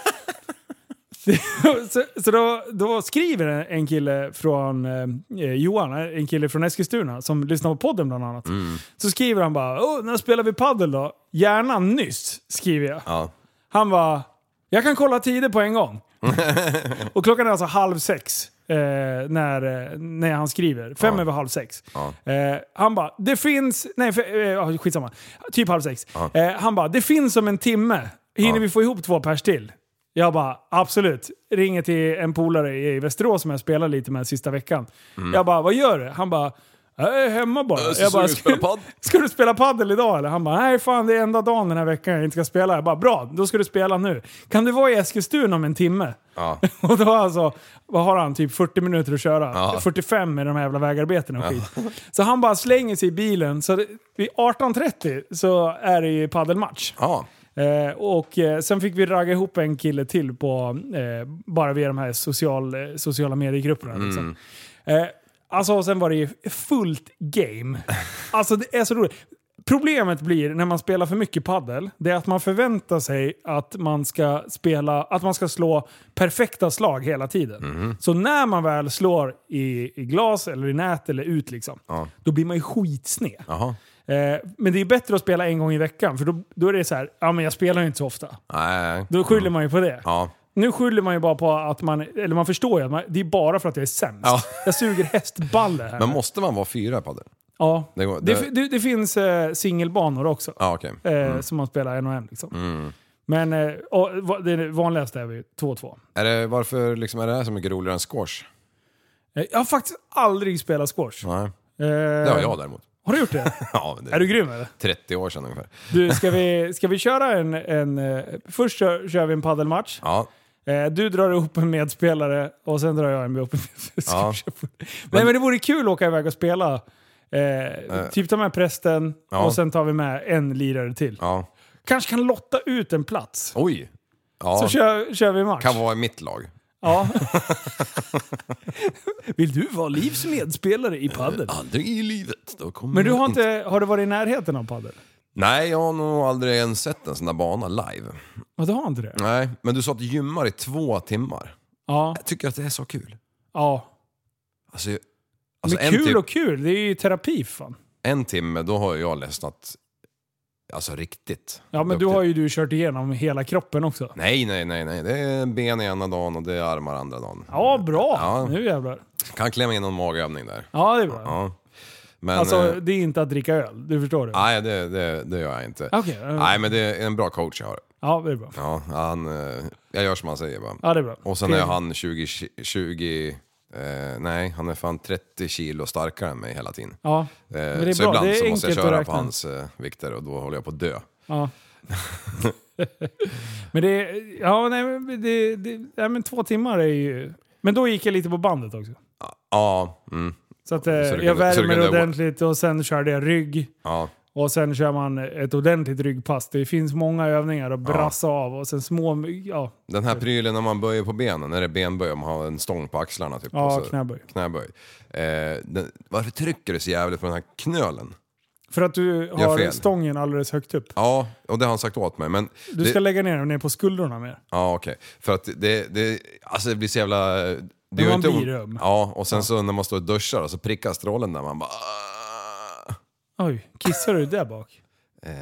så så då, då skriver en kille från eh, Johan, en kille från Eskilstuna som lyssnar på podden bland annat. Mm. Så skriver han bara, åh, när spelar vi paddel då? Gärna nyss, skriver jag. Ja. Han bara, jag kan kolla tider på en gång. Och klockan är alltså halv sex eh, när, eh, när han skriver. Fem Ja. över halv sex. Ja. Eh, han bara, det finns... Nej, för, eh, skitsamma. Typ halv sex. Ja. Eh, han bara, det finns om en timme. Hinner Ja. vi få ihop två pers till? Jag bara, absolut. Ringer till en polare i Västerås som jag spelar lite med sista veckan. Jag bara, vad gör du? Han bara, jag är hemma bara. Äh, så jag ska bara, du spela paddel? Ska du spela paddel idag eller? Han bara, nej fan det är enda dagen den här veckan jag inte ska spela. Jag bara, bra, då ska du spela nu. Kan du vara i Eskilstuna om en timme? Ja. Och då alltså, vad har han? Typ fyrtio minuter att köra. Ja. fyrtiofem med de här jävla vägarbetena och skit. Så han bara slänger sig i bilen. Så det, vid arton trettio så är det ju paddelmatch. Ja. Eh, och eh, sen fick vi ragga ihop en kille till på eh, bara via de här social, eh, sociala mediegrupperna. Liksom. Eh, Alltså, och sen var det ju fullt game. Alltså, det är så roligt. Problemet blir när man spelar för mycket paddel, det är att man förväntar sig att man ska spela, att man ska slå perfekta slag hela tiden. Mm. Så när man väl slår i, i glas eller i nät eller ut liksom, ja. Då blir man ju skitsned. Aha. Eh, men det är bättre att spela en gång i veckan, för då, då är det så här, ja men jag spelar ju inte så ofta. Nej. Då skyller man ju på det. Ja. Nu skyller man ju bara på att man, eller man förstår ju att man, det är bara för att jag är sämst. Ja. Jag suger hästballer här. Men måste man vara fyra på det? Ja, det, går, det... Det, det, det finns eh, singelbanor också. Ah, okay. mm. eh, som man spelar en och en liksom. Mm. Men eh, och, det vanligaste är vi två två. Är det, varför liksom, är det här så mycket roligare än squash? Eh, jag har faktiskt aldrig spelat squash. Nej. Eh, det har jag däremot. Har du gjort det? Ja, det är du grym eller? trettio år sedan ungefär. Du, ska vi, ska vi köra en... en eh, först kör, kör vi en paddelmatch. Ja. Eh, du drar ihop en medspelare och sen drar jag en ihop en medspelare. Ja. Nej, men det vore kul att åka iväg och spela. Eh, eh. Typ ta med prästen ja. Och sen tar vi med en lirare till. Ja. Kanske kan lotta ut en plats. Oj. Ja. Så kör, kör vi match. Kan vara i mitt lag. Ja. Vill du vara Livs medspelare i paddel? Eh, aldrig i livet. Då kommer men du har inte, har du varit i närheten av paddel? Nej, jag har nog aldrig ens sett en sån där bana live. Ja, du har inte det? Nej, men du sa att du gymmar i två timmar. Ja. Jag tycker att det är så kul. Ja. Alltså, alltså men kul och kul, det är ju terapi fan. En timme, då har jag ledsnat. Alltså riktigt. Ja, men då har ju du kört igenom hela kroppen också. Nej, nej, nej, nej. Det är ben ena dagen och det är armar andra dagen. Ja, bra. Ja. Nu jävlar. Kan klämma in någon magövning där. Ja, det är bra. Ja. Men, alltså, det är inte att dricka öl, du förstår det? Nej, det, det, det gör jag inte. Okay. Nej, men det är en bra coach jag har. Ja, det är bra. Ja, han, jag gör som han säger bara. Ja, det är bra. Och sen okay. är han tjugo, tjugo eh, nej, han är fan trettio kilo starkare än mig hela tiden. Ja, men det är så bra. Ibland det är så måste jag köra på hans eh, vikter och då håller jag på att dö. Ja. Men det, ja, nej, det, det, ja, men två timmar är ju... Men då gick jag lite på bandet också. Ja, mm. Så att eh, så jag värmer ordentligt och sen körde jag rygg. Ja. Och sen kör man ett ordentligt ryggpass. Det finns många övningar att brassa ja. av. Och sen små... Ja. Den här prylen när man böjer på benen, när det är benböj, man har en stång på axlarna. Typ, ja, och så, knäböj. knäböj. Eh, den, varför trycker du så jävligt på den här knölen? För att du har stången alldeles högt upp. Ja, och det har han sagt åt mig. Men du ska det... lägga ner den ner på skuldrorna mer. Ja, okej. Okay. För att det, det, alltså det blir så jävla... Det är man inte blir rum. Ja, och sen ja. så när man står och duschar och så prickar strålen där, man bara... Oj, kissar du där bak? Eh,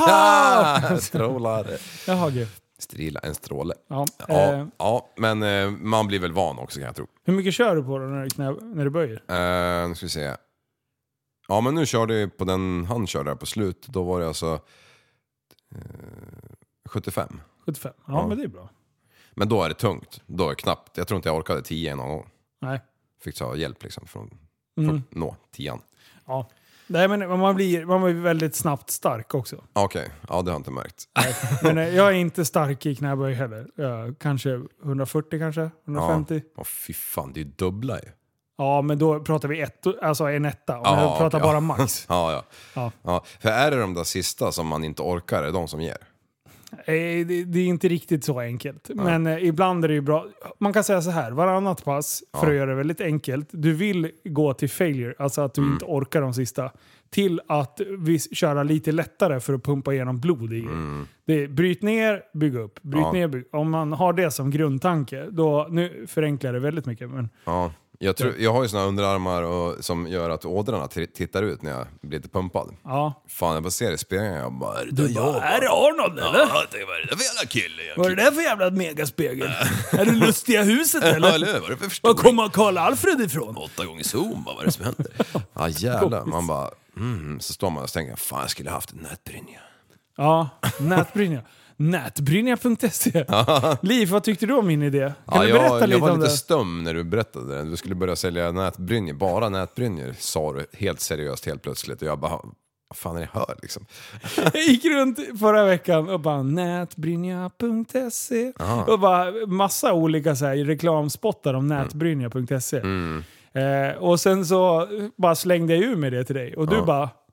Jaha! Strålar. Jaha, gud. Strila, en stråle. Ja, ja, eh. ja, men eh, man blir väl van också kan jag tro. Hur mycket kör du på då när du, knä, när du böjer? Eh, nu ska vi se. Ja, men nu körde jag på den han körde där på slut. Då var det alltså eh, sjuttiofem. sjuttiofem, ja, ja men det är bra. Men då är det tungt. Då är det knappt. Jag tror inte jag orkade tio någon gång. Nej. Fick ta hjälp liksom från, mm. från nå tian. Ja. Nej, men man blir, man blir väldigt snabbt stark också. Okej, okay. Ja det har jag inte märkt. Nej, men jag är inte stark i knäböj heller. Jag, kanske hundrafyrtio kanske, hundrafemtio. Ja, oh, fy fan, det är ju dubbla ju. Ja, men då pratar vi ett, alltså en etta. Om ja, jag pratar okay, bara ja. max. ja, ja. Ja. ja. För är det de där sista som man inte orkar, är det de som ger? Det, det är inte riktigt så enkelt. Ja. Men eh, ibland är det ju bra. Man kan säga så här, varannat pass, för ja. att göra det väldigt enkelt. Du vill gå till failure, alltså att du mm. inte orkar de sista. Till att vi köra lite lättare för att pumpa igenom blod i. Mm. Det är, bryt ner, bygg upp. Bryt ja. ner, bygg. Om man har det som grundtanke, då nu förenklar det väldigt mycket. Men, ja. Jag, tror, jag har ju såna underarmar och, som gör att ådrarna t- tittar ut när jag blir lite pumpad. Ja. Fan, jag bara ser i spegeln jag bara... Är det du jag bara, är det Arnold eller? Ja, det var det där för jävla kille. Vad är det där för jävla megaspegel? Är det lustiga huset eller? Ja, eller vad är det för Var kommer Karl Alfred ifrån? Åtta gånger zoom, vad var det som hände? Ja, jävlar. Man bara... Mm, så står man och tänker, fan jag skulle haft en nätbrynja. Ja, nätbrynja. nätbrynja punkt se. Liv, vad tyckte du om min idé? Kan ja, du berätta jag, lite jag var om lite det? stum när du berättade det. Du skulle börja sälja nätbrynjor, bara nätbrynjor, sa du helt seriöst helt plötsligt. Och jag bara, vad fan är det hör liksom? Jag gick runt förra veckan och bara nätbrynja punkt se. Och bara massa olika så här, reklamspottar om nätbrynja punkt se. Mm. Eh, och sen så bara slängde jag ur med det till dig. Och du ja. bara,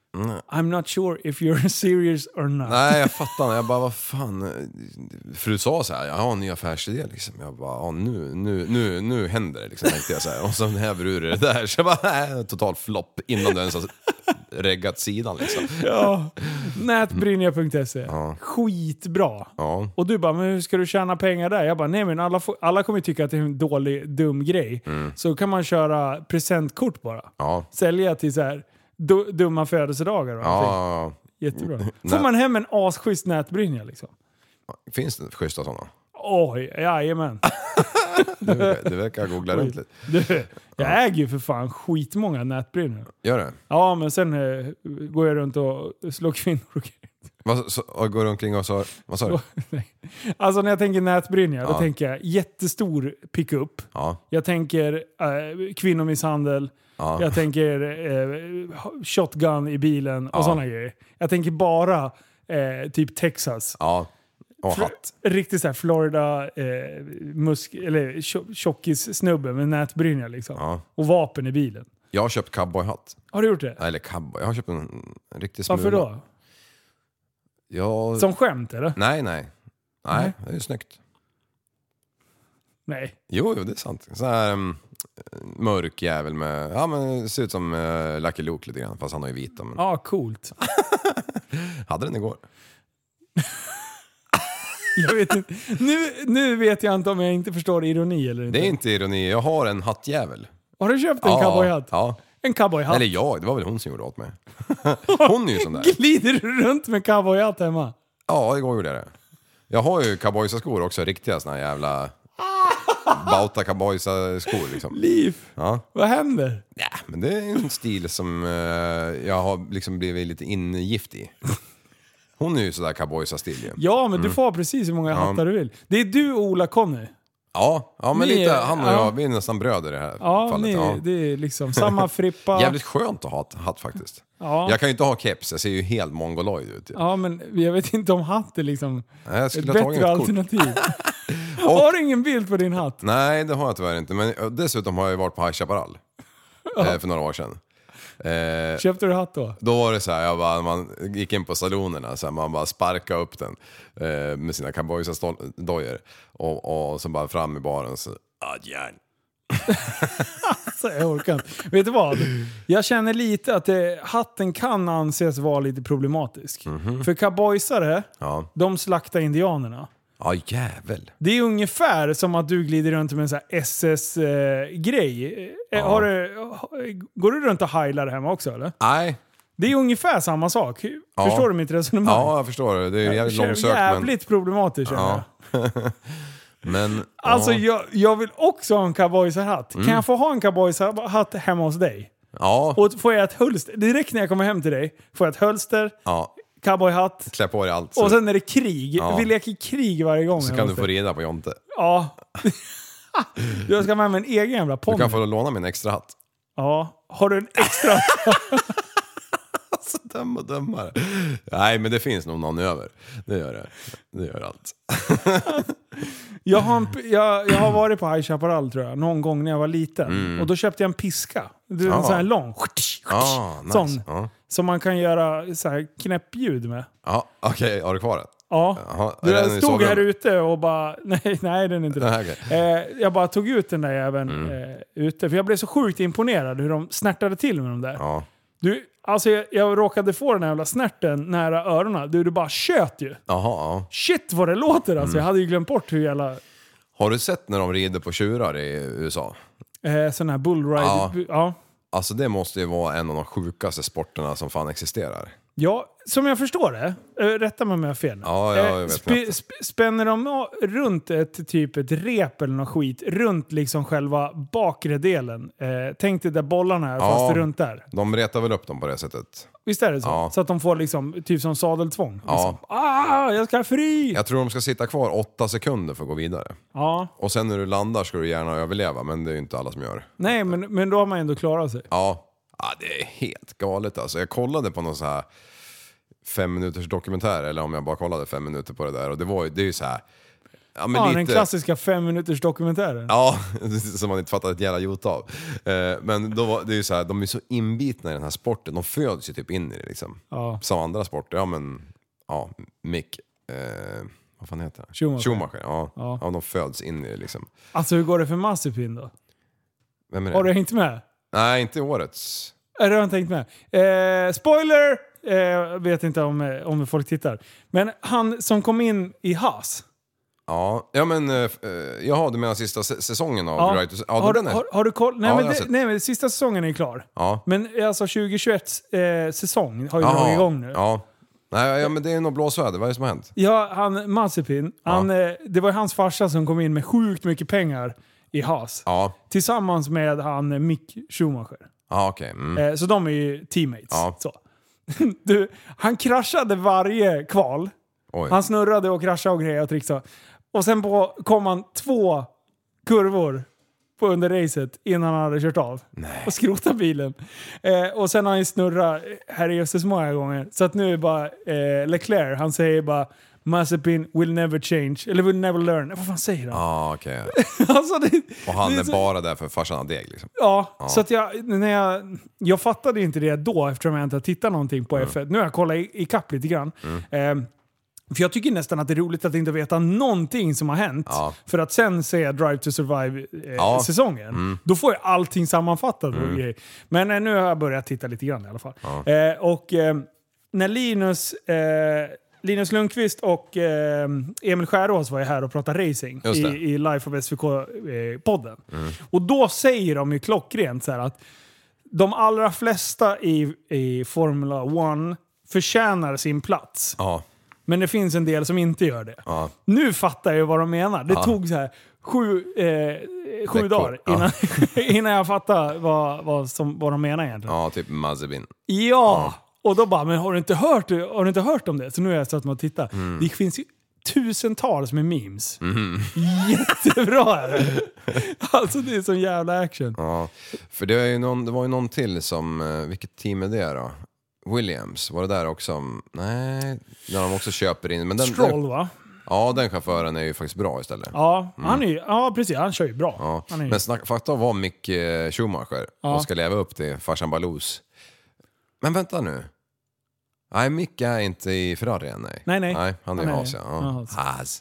Mm. I'm not sure if you're serious or not. Nej, jag fattar. Jag bara, vad fan. För du sa så här, jag har en ny affärsidé liksom. Jag bara, ja, nu, nu, nu, nu händer det liksom, tänkte jag så här. Och så häver ur det där. Så jag bara, nej, total flopp innan du ens har reggat sidan liksom. Ja, nätbrynja punkt se. Ja. Skitbra. Ja. Och du bara, men hur ska du tjäna pengar där? Jag bara, nej men alla, får, alla kommer tycka att det är en dålig, dum grej. Mm. Så kan man köra presentkort bara. Ja. Sälja till så här du, dumma födelsedagar. Och ja. Jättebra. Får man hem en asschysst nätbrynja liksom? Finns det schyssta sådana? Oj, jajamän. du, du verkar googla runt lite. Du, jag ja. äger ju för fan skitmånga nätbrynjor. Gör det? Ja, men sen eh, går jag runt och slår kvinnor och vad, så, och går omkring och så, vad sa du? Alltså när jag tänker nätbrynja, ja. då tänker jag jättestor pickup. Ja. Jag tänker eh, kvinnomisshandel. Ja. Jag tänker eh, shotgun i bilen och ja. sådana grejer. Jag tänker bara eh, typ Texas. Ja. Och hatt. Riktigt såhär Florida eh, musk eller tjockis-snubbe med nätbrynja liksom. Ja. Och vapen i bilen. Jag har köpt cowboyhatt. Har du gjort det? Eller cowboy. Jag har köpt en, en riktig smula. Varför då? Jag... Som skämt eller? Nej, nej. Nej, nej. Det är ju snyggt. Nej. Jo, jo, det är sant. Så här um, mörk jävel med, ja men det ser ut som uh, Lucky Luke lite grann, fast han har ju vita. Men... Ja, coolt. Hade den igår. Jag vet inte. Nu, nu vet jag inte om jag inte förstår ironi eller inte. Det är inte ironi, jag har en hattjävel. Har du köpt en ja, cowboyhatt? Ja. En cowboyhatt? Eller jag, det var väl hon som gjorde åt mig. Hon är ju sån där. Glider du runt med cowboyhatt hemma? Ja, igår gjorde jag det. Jag har ju cowboyskor också, riktiga såna här jävla bauta cowboyskor liksom. Liv, ja. Vad händer? Ja, men det är en stil som uh, jag har liksom blivit lite ingift i. Hon är ju sådär cowboysa-stil. Ja, men mm. du får precis hur många ja. hattar du vill. Det är du och Ola Conny. Ja, ja men ni, lite, han och ja. jag, vi är nästan bröder i det här ja, fallet. Ni, ja, det är liksom samma frippa. Jävligt skönt att ha hatt faktiskt. Ja. Jag kan ju inte ha keps, jag ser ju helt mongoloid ut. Ja, men jag vet inte om hatt är liksom nej, jag ett bättre alternativ. Och, har du ingen bild på din hatt? Nej, det har jag tyvärr inte. Men dessutom har jag ju varit på High Chaparral ja. eh, för några år sedan. Eh, Köpte du hatt då? Då var det så här, jag bara, man gick in på salonerna så här, man bara sparkade upp den eh, med sina cowboysdojor och, och så bara fram i baren så adjärn. Så jag orkar inte. Vet du vad? Jag känner lite att det, hatten kan anses vara lite problematisk. Mm-hmm. För cowboysare, ja. de slaktar indianerna. Ja, jävel. Det är ungefär som att du glider runt med en sån här S S-grej. Ja. Har du, går du runt och heilar hemma också, eller? Nej. Det är ungefär samma sak. Ja. Förstår du mitt resonemang? Ja, jag förstår det. Det är jävligt långsökt. Jävligt men... problematiskt, ja. Men... Alltså, ja. jag, jag vill också ha en cowboyhatt. Mm. Kan jag få ha en cowboyhatt hemma hos dig? Ja. Och får jag ett hölster? Direkt när jag kommer hem till dig får jag ett hölster. Ja. Cowboyhatt. Klä på dig allt. Så. Och sen är det krig. Ja. Vi leker krig varje gång. Så kan du få rida på Jonte. Ja. Jag ska med mig en egen jävla ponny. Du kan få låna min extra hatt. Ja. Har du en extra hatt? Alltså döma dömare. Nej, men det finns nog någon över. Det gör det. Det gör allt. jag, har en, jag, jag har varit på High Chaparral tror jag. Någon gång när jag var liten. Mm. Och då köpte jag en piska. Du, en ah. sån här lång. Ah, nice. Sån. Ah. Som man kan göra så här knäppljud med. Ja, okej. Okay. Har du kvar den? Ja. Aha. Jag stod här ute och bara... Nej, nej den är inte det. Ah, okay. eh, jag bara tog ut den där även mm. eh, ute. För jag blev så sjukt imponerad hur de snärtade till med de där. Ja. Du, alltså jag, jag råkade få den här jävla snärten nära öronen. Du, du bara tjöt ju. Jaha, ja. Shit vad det låter alltså. Mm. Jag hade ju glömt bort hur jävla... Har du sett när de rider på tjurar i U S A? Eh, sån här bullride. Ja. ja. Alltså det måste ju vara en av de sjukaste sporterna som fan existerar. Ja, som jag förstår det. Äh, rätta mig om jag har fel. Ja, ja, jag vet sp- sp- spänner de runt ett typ ett rep eller något skit runt liksom själva bakre delen. Eh, tänk dig där bollarna är, ja, fast runt där. De retar väl upp dem på det sättet. Visst är det så? Ja. Så att de får liksom typ som sadeltvång. Ja. Liksom. Ah, jag ska fri! Jag tror de ska sitta kvar åtta sekunder för att gå vidare. Ja. Och sen när du landar ska du gärna överleva, men det är ju inte alla som gör. Nej, men, men då har man ändå klarat sig. Ja. Ja, det är helt galet alltså. Jag kollade på någon så här fem minuters dokumentär, eller om jag bara kollade fem minuter på det där. Och det var ju, det är ju så här, Ja, men ja lite... den klassiska fem minuters dokumentären. Ja, som man inte fattar ett jävla jota av. Eh, men då var det är ju så här, de är så inbitna i den här sporten. De föds ju typ in i det liksom. Ja. Som andra sporter, ja men... Ja, Mick... Eh, vad fan heter det? Schumacher. Schumacher, ja. Ja. Ja, de föds in i det liksom. Alltså hur går det för Mazepin då? Vem är det? Har du hängt med? Nej, inte årets. Är det har jag tänkt med. Eh, spoiler! Eh, vet inte om, om folk tittar. Men han som kom in i Haas. Ja, ja men uh, jaha, du menar sista s- säsongen av Ja. Right to... Ja, har, den är... har, har du koll? Nej, Ja, men jag har det, sett. nej men sista säsongen är klar. Ja. Men alltså tjugohundratjugoett eh, säsong har ju Jaha, dragit igång nu. Ja. Nej, ja, men det är nog blåsväder. Vad är det som har hänt? Ja, han Mazepin, han, eh, det var hans farsa som kom in med sjukt mycket pengar i Haas. Ja, Tillsammans med han eh, Mick Schumacher. ja okej. Mm. Eh, så de är ju teammates. Ja. Så. Du, han kraschade varje kval. Oj. Han snurrade och kraschade och grejer och trixade. Och sen på, kom han två kurvor på under racet innan han hade kört av. Nej. Och skrotade bilen. Eh, och sen har han ju snurrat här i Jösses många gånger. Så att nu är bara eh, Leclerc, han säger bara Mazepin will never change, eller will never learn. Vad fan säger han? Ja, okej. alltså, det, Och han det är så... bara där för farsan har deg liksom. Ja, Ja. så att jag, när jag, jag fattade inte det då eftersom jag inte har tittat någonting på Mm. F ett. Nu har jag kollat i, i kapp lite grann. Mm. Eh, för jag tycker nästan att det är roligt att inte veta någonting som har hänt. Ja. För att sen se Drive to Survive-säsongen. Ja. Mm. Då får jag allting sammanfattat. Mm. Och grejer. Men eh, nu har jag börjat titta lite grann i alla fall. Ja. Eh, och eh, när Linus... Eh, Linus Lundqvist och eh, Emil Skärås var ju här och pratade racing i, Just det. i Life of S V K-podden. Mm. Och då säger de ju klockrent så här att de allra flesta i, i Formula One förtjänar sin plats. Ja. Men det finns en del som inte gör det. Ja. Nu fattar jag vad de menar. Det Ja. tog så här sju, eh, sju Veckor. dagar Ja. innan, innan jag fattade vad, vad, som, vad de menar egentligen. Ja, typ Mazepin. Ja! Och då bara, men har du inte hört, har du inte hört om det? Så nu är jag satt med och titta. Mm. Det finns ju tusentals med memes. Mhm. Jättebra är det. Alltså det är sån jävla action. Ja, för det, är ju någon, det var ju någon till som, eh, vilket team är det då? Williams, var det där också? Nej, när de också köper in. Men den, Stroll den, va? Ja, den chauffören är ju faktiskt bra istället. Ja, Mm. han är, ja precis. Han kör ju bra. Ja. Han är, Men snack, fakta var Mick eh, Schumacher Ja. och ska leva upp till farsan Balous. Men vänta nu. Nej, Mick är inte i Ferrari än, nej. Nej, nej. Nej, han är Han i är- Haas, ja. ja, Haas. Haas.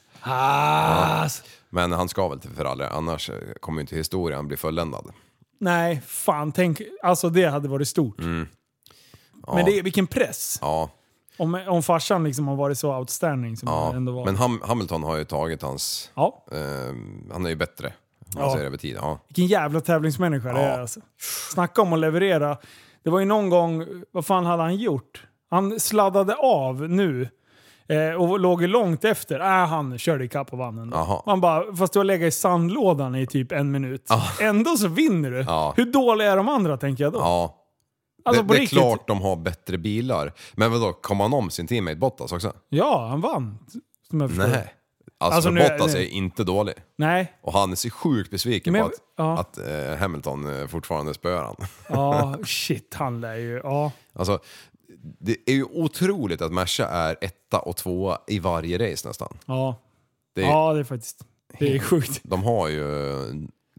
Haas. Ja. Men han ska väl till Ferrari, annars eh, kommer ju inte historien bli fulländad. Nej, fan. Tänk, alltså det hade varit stort. Mm. Ja. Men det är, vilken press. Ja. Om, om farsan liksom har varit så outstanding som Ja, han ändå var. men Ham- Hamilton har ju tagit hans... Ja. Eh, han är ju bättre, om man Ja. säger över tid. Ja. Vilken jävla tävlingsmänniska det Ja. är alltså. Snacka om att leverera. Det var ju någon gång, vad fan hade han gjort? Han sladdade av nu eh, och låg ju långt efter. Äh, han körde ikapp och vann ändå. Jaha. Man bara, fast du har legat i sandlådan i typ en minut. Ja. Ändå så vinner du. Ja. Hur dåliga är de andra tänker jag då? Ja. Alltså, det, på det är riktigt. klart de har bättre bilar. Men vadå, kom han om sin teammate Bottas också? Ja, han vann. Som jag förstår. Nej. Alltså, Alltså, nu- Bottas nu- är inte dålig. Nej. Och han är så sjukt besviken Men- på att, ja. att eh, Hamilton eh, fortfarande spöar han. Ja, shit, han lär ju... Ja. Alltså, det är ju otroligt att Merca är etta och tvåa i varje race nästan. Ja. Det är, Ja, det är faktiskt... Det är sjukt. De har ju eh,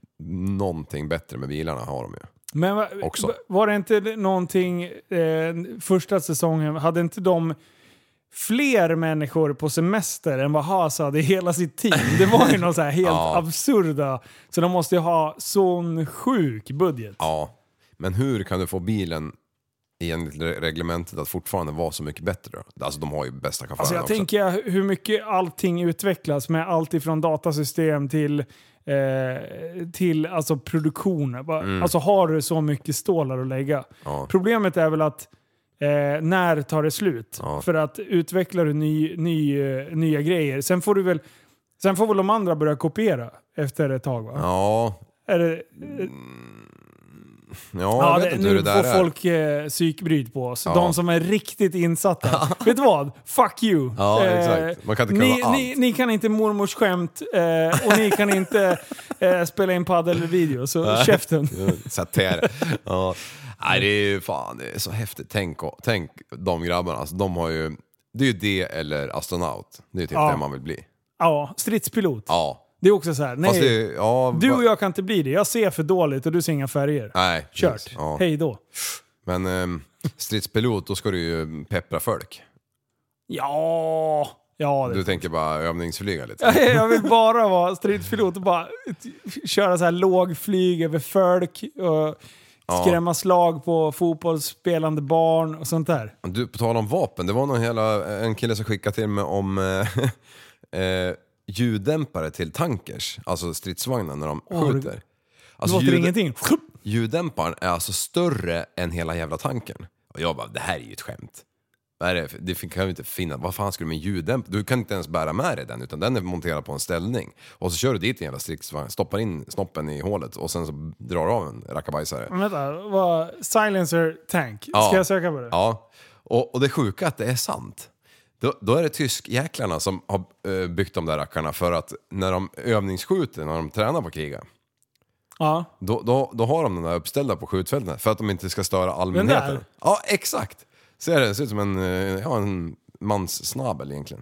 någonting bättre med bilarna, har de ju. Men va, Också. va- var det inte någonting eh, första säsongen, hade inte de fler människor på semester än vad Haas hade i hela sitt team? Det var ju något så här helt Ja. absurda. Så de måste ju ha sån sjuk budget. Ja, men hur kan du få bilen enligt re- reglementet att fortfarande vara så mycket bättre då? Alltså de har ju bästa chaufförerna Alltså jag också. tänker hur mycket allting utvecklas med allt ifrån datasystem till eh, till alltså produktion. Bara- Mm. Alltså har du så mycket stålar att lägga. Ja. Problemet är väl att eh, när tar det slut? Ja. För att utvecklar du ny, ny, eh, nya grejer. Sen får du väl sen får väl de andra börja kopiera efter ett tag va? Ja, Är det, ja, jag vet inte hur det där får är. folk eh, psykbryt på oss. Ja. De som är riktigt insatta. Vet du vad? Fuck you. Ja, Eh, exakt. Man kan inte ni, kunna allt. ni, ni kan inte mormors skämt eh, och ni kan inte eh, spela in paddelvideo. Så Nej. käften. Satir. Ja. Nej, det är ju fan, det är så häftigt. Tänk, tänk de grabbarna, alltså, de har ju, det är ju det eller astronaut. Det är ju typ Ja. det man vill bli. Ja, stridspilot. Ja. Det är också så här, nej, det, ja, du och jag kan inte bli det. Jag ser för dåligt och du ser inga färger. Nej. Kört. Ja. Hej då. Men eh, stridspilot, då ska du ju peppra folk. Ja... Ja, du tänker bara övningsflyga lite. Jag vill bara vara stridspilot och bara köra så här lågflyg över folk och skrämma ja. slag på fotbollsspelande barn och sånt där. Du, på tal om vapen, det var någon hela, en kille som skickade till mig om eh, eh, ljuddämpare till tankers, alltså stridsvagnar när de oh, skjuter. Alltså, låter ljud, ingenting. Ljuddämparen är alltså större än hela jävla tanken. Och jag bara, det här är ju ett skämt. Vad är det? Det kan ju inte finnas. Vad fan skulle du med ljuddämpare? Du kan inte ens bära med dig den, utan den är monterad på en ställning. Och så kör du dit en jävla stridsvagn, stoppar in snoppen i hålet och sen så drar av en rackabajsare. Men vänta, vad silencer tank. Ska ja. jag söka på det? Ja. Och, och det sjuka är att det är sant. Då, då är det tyskjäklarna som har uh, byggt de där rackarna för att när de övningsskjuter, när de tränar på kriga. Ja. Då, då, då har de den där uppställda på skjutfälten för att de inte ska störa allmänheten. Ja, exakt. Ser det, ser ut som en, ja, en mans snabel egentligen.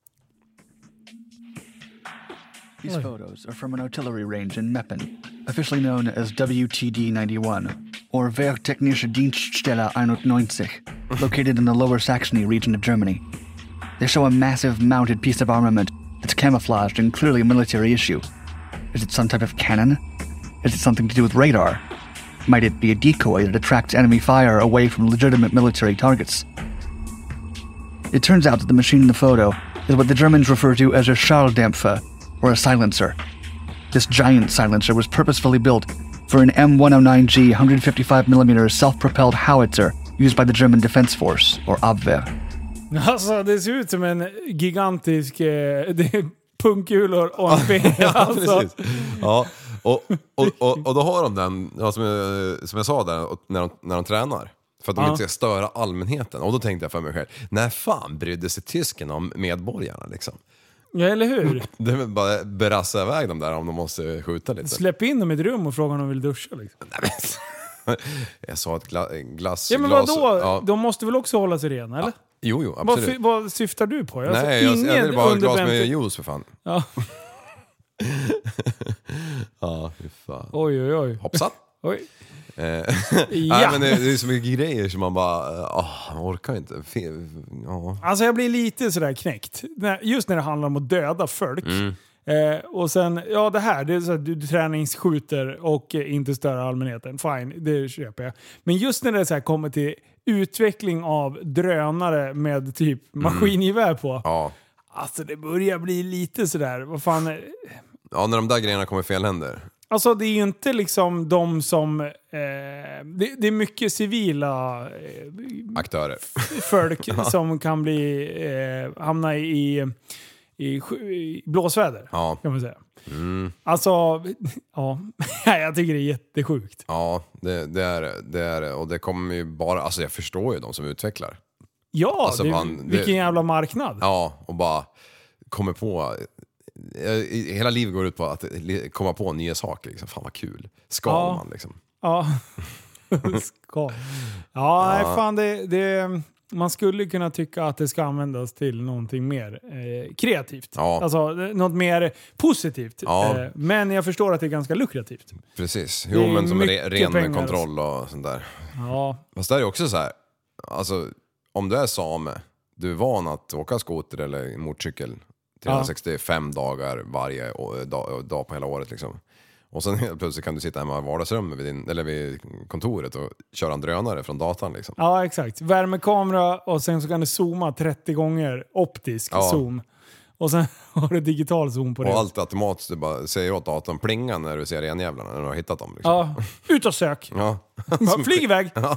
These photos are from an artillery range in Meppen, officially known as W T D ninety-one, or Wehrtechnische Dienststelle einundneunzig, located in the Lower Saxony region of Germany. They show a massive mounted piece of armament that's camouflaged and clearly a military issue. Is it some type of cannon? Is it something to do with radar? Might it be a decoy that attracts enemy fire away from legitimate military targets? It turns out that the machine in the photo is what the Germans refer to as a Schalldämpfer, or a silencer. This giant silencer was purposefully built for an M one oh nine G one fifty-five millimeter self-propelled howitzer used by the German Defense Force, or Abwehr. Alltså, det ser ut som en gigantisk... Eh, det är punkkulor och en ben. Ja, alltså. precis. Ja. Och, och, och, och då har de den, ja, som, jag, som jag sa där, när de, när de tränar. För att de ja. inte ska störa allmänheten. Och då tänkte jag för mig själv, när fan brydde sig tysken om medborgarna liksom? Ja, eller hur? Det är bara berassa iväg dem där om de måste skjuta lite. Släpp in dem i ett rum och fråga om de vill duscha liksom. Nej, men, jag sa ett gla, glass... Ja, men glas, vadå? ja. De måste väl också hålla sig rena, eller? Ja. Jo, jo, absolut. Vad, vad syftar du på? Jag Nej, jag, jag vill bara ha ett glas med juice för fan. Ja. Ja, fy fan. Oj, oj, oj. Hoppsan. Oj. Eh, ja. Nej, men det, det är så mycket grejer som man bara, åh, man orkar inte. Ja. Alltså jag blir lite sådär knäckt. Just när det handlar om att döda folk. Mm. Eh, och sen, ja det här, det är så att du, du träningsskjuter och eh, inte störa allmänheten. Fine, det köper jag. Men just när det så här kommer till utveckling av drönare med typ maskingevär på. Ja. Alltså det börjar bli lite sådär, vad fan... Är... Ja, när de där grejerna kommer fel händer. Alltså det är ju inte liksom de som... Eh, det, det är mycket civila... Eh, aktörer. Folk som kan bli... Eh, hamna i, i, i blåsväder, ja. kan man säga. Mm. Alltså, ja. Jag tycker det är jättesjukt. Ja, det, det är det. Är, och det kommer ju bara... Alltså jag förstår ju de som utvecklar. Ja, alltså, det, man, vilken det, jävla marknad. Ja, och bara kommer på... Hela livet går ut på att komma på nya saker. Liksom. Fan vad kul. Skal ja. man liksom. Ja. Skal. Ja, nej, fan det, det... Man skulle kunna tycka att det ska användas till någonting mer eh, kreativt. Ja. Alltså något mer positivt. Ja. Eh, men jag förstår att det är ganska lukrativt. Precis. Jo, men som är ren med kontroll och sånt där. Ja. Fast det är också så här. Alltså, om du är same, du är van att åka skoter eller motorcykel trehundrasextiofem ja. dagar varje dag, dag på hela året liksom. Och sen helt plötsligt kan du sitta hemma i vardagsrummet vid, din, eller vid kontoret och köra en drönare från datan liksom. Ja, exakt. Värmekamera och sen så kan du zooma trettio gånger optisk ja. zoom. Och sen har du digital zoom på det. Och allt automatiskt, du bara säger åt datorn plinga när du ser renjävlarna, när du har hittat dem liksom. Ja, ut och sök. Ja. Flyg iväg. Ja.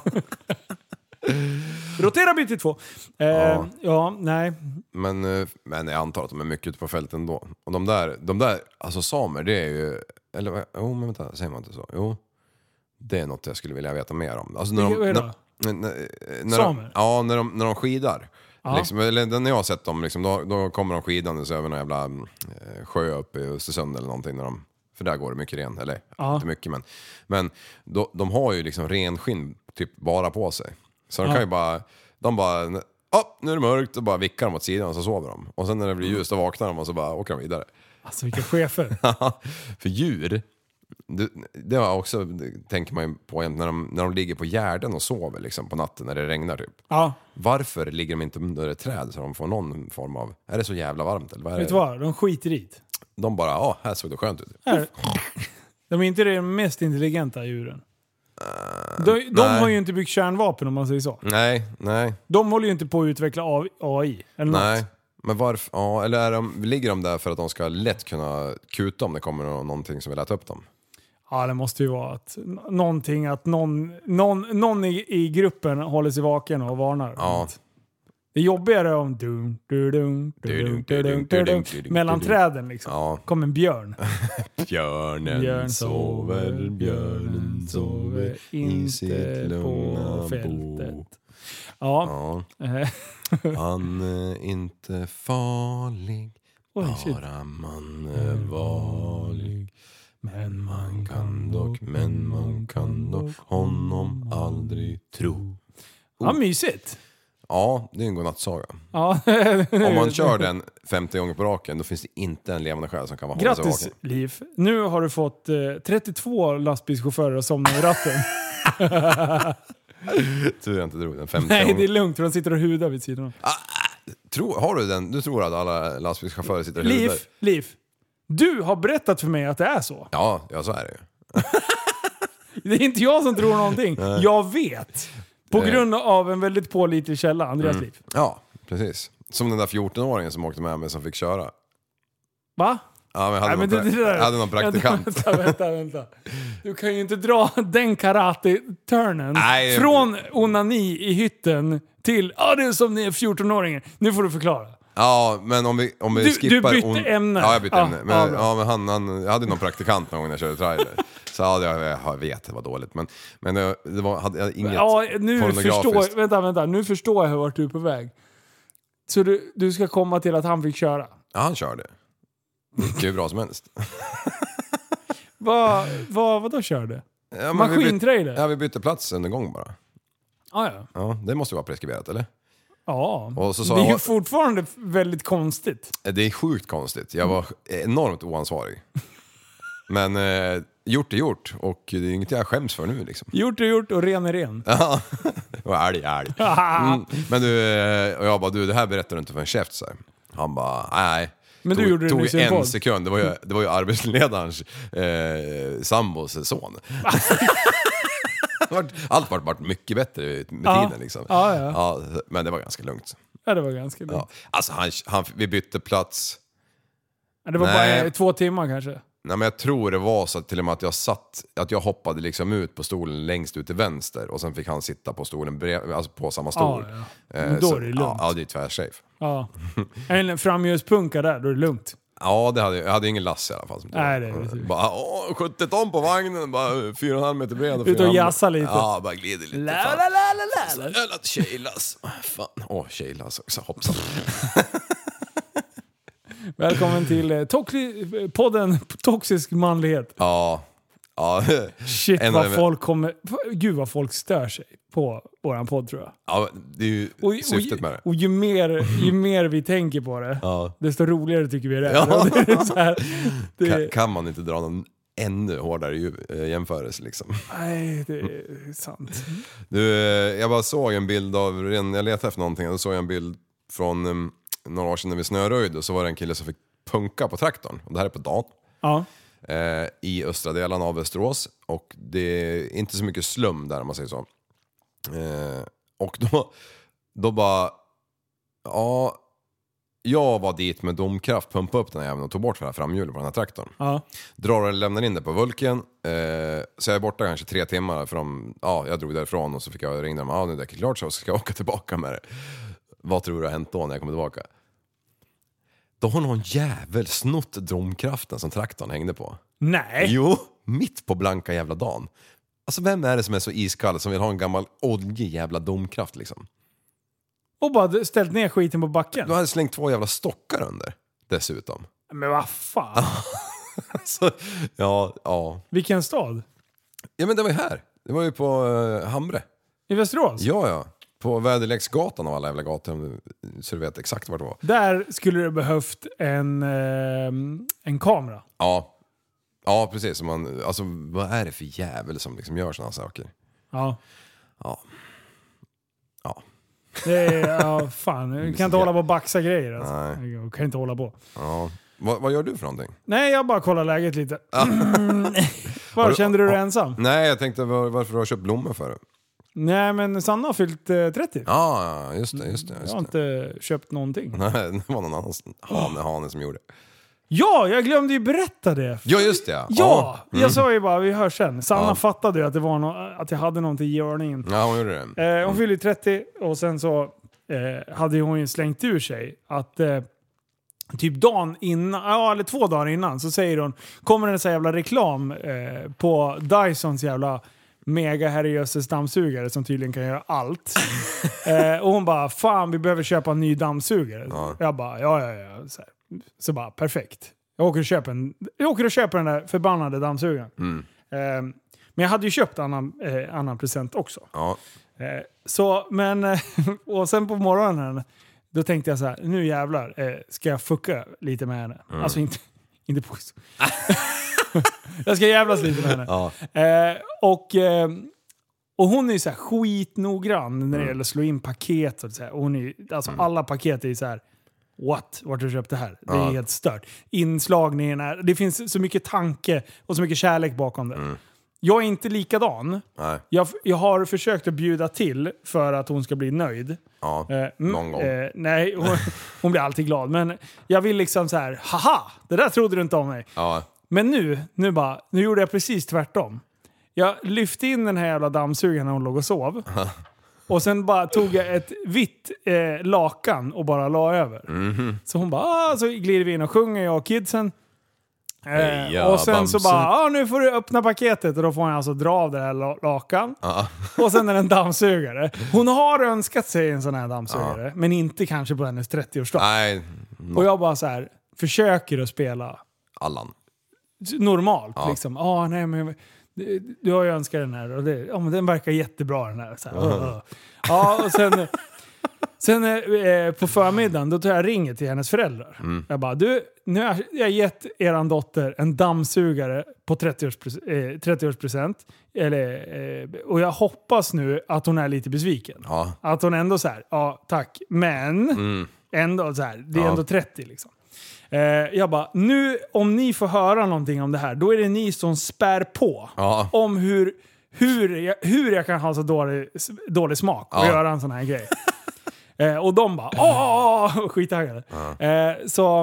Rotera byte två. Eh, ja. ja, nej. Men, men jag antar att de är mycket ute på fältet ändå. Och de där, de där, alltså samer, det är ju... Eller, oh, men vänta, säger man inte så? Jo, det är något jag skulle vilja veta mer om. Alltså när de, Vad är det när, när, när Samer? De, ja, när de, när de skidar. Ja. Liksom, eller när jag har sett dem, liksom, då, då kommer de skidandes över någon jävla eh, sjö uppe i Östersund eller någonting. När de, för där går det mycket ren, eller ja. inte mycket, men, men då, de har ju liksom renskinn typ bara på sig. Så de ja. kan ju bara, de bara, ja, nu är det mörkt och bara vickar de åt sidan och så sover de. Och sen när det blir ljust då vaknar de och så bara åker de vidare. Alltså vilka chefer. För djur, det, det var också, det tänker man ju på när de, när de ligger på gärden och sover liksom på natten när det regnar typ. Ja. Varför ligger de inte under ett träd så de får någon form av, är det så jävla varmt eller vad är Vet det? du vad, de skiter i det. De bara, ja, här såg det skönt ut. Här. De är inte de mest intelligenta djuren. Uh, de de har ju inte byggt kärnvapen om man säger så. Nej, nej. De håller ju inte på att utveckla A I eller nej. något. Men varför, ja, eller är de, ligger de där för att de ska lätt kunna kuta om det kommer någonting som vill äta upp dem? Ja, det måste ju vara att någonting, att någon, någon, någon i, i gruppen håller sig vaken och varnar. Ja. Det är jobbigare om dum, dum, dum, dum, dum, dum, dum, mellan träden liksom. Ja. Kom en björn. Björnen Björn sover, björnen sover inte på fältet. Ja. ja. Han är inte farlig, bara man är varlig. Men man kan dock, men man kan dock honom aldrig tro. Ja, mysigt. Ja, det är en godnattsaga. Ja. Om man kör den femtio gånger på raken, då finns det inte en levande själ som kan vara hålla sig vaken. Grattis, Liv. Nu har du fått eh, trettiotvå lastbilschaufförer att somna i ratten. Tur jag inte drog den femtio Nej, gånger. det är lugnt för de sitter och hudar vid sidan. Ah, tro, har du den? Du tror att alla lastbilschaufförer sitter och hudar? Liv, Liv. Du har berättat för mig att det är så. Ja, ja så är det ju. Det är inte jag som tror någonting. Nej. Jag vet. På grund av en väldigt pålitlig källa, Andreas mm. Liv. Ja, precis. Som den där fjorton-åringen som åkte med mig som fick köra. Va? Ja, men jag hade, Nej, någon, men det, det där, jag hade någon praktikant. Vänta, vänta, vänta. Du kan ju inte dra den karate-turnen Nej, från onani i hytten till, ja ah, det är som ni är fjorton-åringen. Nu får du förklara. Ja, men om vi, om vi du, skippar... Du bytte on... ämne. Ja, jag bytte ah, ämne. Men, ah, ja, men han, han, jag hade någon praktikant någon gång när jag körde trailer. Så ja, jag, jag vet, det var dåligt. Men, men det var, hade jag inget ja, nu förstår, vänta, vänta. Nu förstår jag vart du är på väg. Så du, du ska komma till att han fick köra? Ja, han körde. Mycket hur bra som helst. Vad va, vad då körde? Ja, Maskintrailer? Ja, vi bytte plats en gång bara. Ah, ja. Ja, det måste vara preskriberat, eller? Ja, och så sa det är ju jag, fortfarande väldigt konstigt. Det är sjukt konstigt. Jag var enormt oansvarig. Men eh, gjort är gjort. Och det är inget jag skäms för nu liksom. Gjort är gjort och ren är ren. Ja, och älg är älg. Mm. Men du, och jag bara, du det här berättar du inte för en chef så här. Han bara, nej. Men tog, du gjorde det tog en podd. sekund. Det var ju, det var ju arbetsledarens eh, sambos son. Allt var varit mycket bättre med ja. tiden liksom. Ja, ja. Ja, men det var ganska lugnt. Ja, det var ganska lugnt. Ja. Alltså han, han, vi bytte plats. Ja, det var Nej. bara två timmar kanske. Nej, men jag tror det var så att till och med att jag satt, att jag hoppade liksom ut på stolen längst ut till vänster och sen fick han sitta på stolen brev, alltså på samma stol. Ja, ja. Men då så, är det lugnt. Ja, ja, det är tvärsafe. Ja. En framhjulspunka där, då är det lugnt. Ja, det hade, jag hade ingen lass i alla fall. Som Nej, det är det. Bara, åh, sjuttio ton på vagnen, bara fyra och en halv meter bred. Och ut och jassa lite. Ja, bara glider lite. La, la, la, la, la. Jävla tjejlass. Fan, åh, tjejlass också, hoppsan. Välkommen till eh, toxi- podden Toxisk manlighet. Ja. Ja. Shit vad med... folk kommer... Gud vad folk stör sig på våran podd tror jag. Ja, det är ju och, syftet med det. Och ju mer, ju mer vi tänker på det, ja. desto roligare tycker vi det är. Ja. Det är så här, det... Kan, kan man inte dra någon ännu hårdare ju, äh, jämförelse liksom? Nej, det är sant. Du, äh, jag bara såg en bild av... Jag letade efter någonting och då såg jag en bild från um, några år sedan när vi snöröjde och så var det en kille som fick punka på traktorn. Och det här är på dagen. Ja. Eh, i östra delen av Västerås och det är inte så mycket slum där om man säger så. Eh, och då då bara ja, jag var dit med domkraft, pumpade upp den här jäveln och tog bort för det här framhjulet på den här traktorn. Ja. Drar och lämnar in det på Vulken. Eh, så jag är borta kanske tre timmar från, ja, jag drog därifrån och så fick jag ringa dem. Ja, nu är det klart så ska jag åka tillbaka med det. Vad tror du har hänt då när jag kommer tillbaka? Då har någon jävel snott domkraften som traktorn hängde på. Nej. Jo, mitt på blanka jävla dagen. Alltså vem är det som är så iskall som vill ha en gammal oljig jävla domkraft liksom? Och bara ställt ner skiten på backen. Du hade slängt två jävla stockar under dessutom. Men vad fan? alltså, ja, ja. Vilken stad? Ja men det var ju här. Det var ju på uh, Hamre. I Västerås? Ja, ja. på Väderleksgatan av alla jävla gator, så du vet exakt vart det var. Där skulle det behövt en, eh, en kamera. Ja, ja precis. Man, alltså, vad är det för jävel som liksom gör sådana saker? Ja. Ja. Ja. Det är, ja, fan. Jag kan inte hålla på och baxa grejer. Alltså. Nej. Jag kan inte hålla på. Ja. Vad, vad gör du för någonting? Nej, jag bara kollar läget lite. Mm. Var du, kände du dig ensam? Nej, jag tänkte var, varför du har köpt blommor för. Nej, men Sanna har fyllt eh, trettio. Ja, just det, just det. Just jag har inte köpt någonting. Nej, det var någon annan hane, hane som gjorde. Ja, jag glömde ju berätta det. Ja, just det. Ja, ja mm. jag sa ju bara, vi hörs sen. Sanna ja. fattade ju att, det var no- att jag hade någonting i görningen. Ja, hon gjorde det. Eh, hon fyllde trettio och sen så eh, hade hon ju slängt ur sig att eh, typ dagen innan, ja, eller två dagar innan, så säger hon, kommer det en sån jävla reklam eh, på Dysons jävla mega herrejösses dammsugare som tydligen kan göra allt. eh, och hon bara, fan vi behöver köpa en ny dammsugare. Ja. Jag bara, ja ja ja. Så, så bara, perfekt. Jag åker och köper, en, jag åker och köper den där förbannade dammsugaren. Mm. Eh, men jag hade ju köpt annan, eh, annan present också. Ja. Eh, så, men, eh, och sen på morgonen då tänkte jag så här, nu jävlar eh, ska jag fucka lite med henne. Mm. Alltså inte, inte på jag ska jävlas lite med henne. Ja. Eh, och, eh, och hon är ju så här skitnoggrann när det mm. gäller att slå in paket. Och så här. Och hon är, alltså mm. alla paket är så här, what? Vart har du köpt det här? Det är ja. helt stört. Inslagningen är, det finns så mycket tanke och så mycket kärlek bakom det. Mm. Jag är inte likadan. Nej. Jag, jag har försökt att bjuda till för att hon ska bli nöjd. Ja, eh, någon gång. Eh, nej, hon, hon blir alltid glad. Men jag vill liksom så här, haha, det där trodde du inte om mig. Ja. Men nu, nu bara, nu gjorde jag precis tvärtom. Jag lyfte in den här jävla dammsugaren när hon låg och sov. Och sen bara tog jag ett vitt eh, lakan och bara la över. Mm-hmm. Så hon bara, ah, så glider vi in och sjunger, jag och kidsen. Eh, ja, och sen bamsen. Så bara, ah, nu får du öppna paketet. Och då får hon alltså dra av det här lakan. Ja. Och sen är det en dammsugare. Hon har önskat sig en sån här dammsugare. Ja. Men inte kanske på hennes trettioårsdag. Nej. No. Och jag bara så här, försöker att spela Allan. Normalt. Ja. Liksom. Ah, nej, men, du, du har ju önskat den här. Och det, ja, men den verkar jättebra den här. Så här uh, uh. Ja, och sen... Sen eh, på förmiddagen då tar jag ringer till hennes föräldrar. Mm. Jag bara, du, nu har jag gett eran dotter en dammsugare på trettioårspresent. Eller, eh, och jag hoppas nu att hon är lite besviken. Ja. Att hon ändå så här, ja tack, men mm. ändå så här, det är ja. ändå trettio liksom. Eh, jag bara, nu om ni får höra någonting om det här, då är det ni som spär på. Ja. Om hur, hur, jag, hur jag kan ha så dålig, dålig smak och ja. göra en sån här grej. Eh, och de bara, åh, skitaggade. Ja. Eh, så,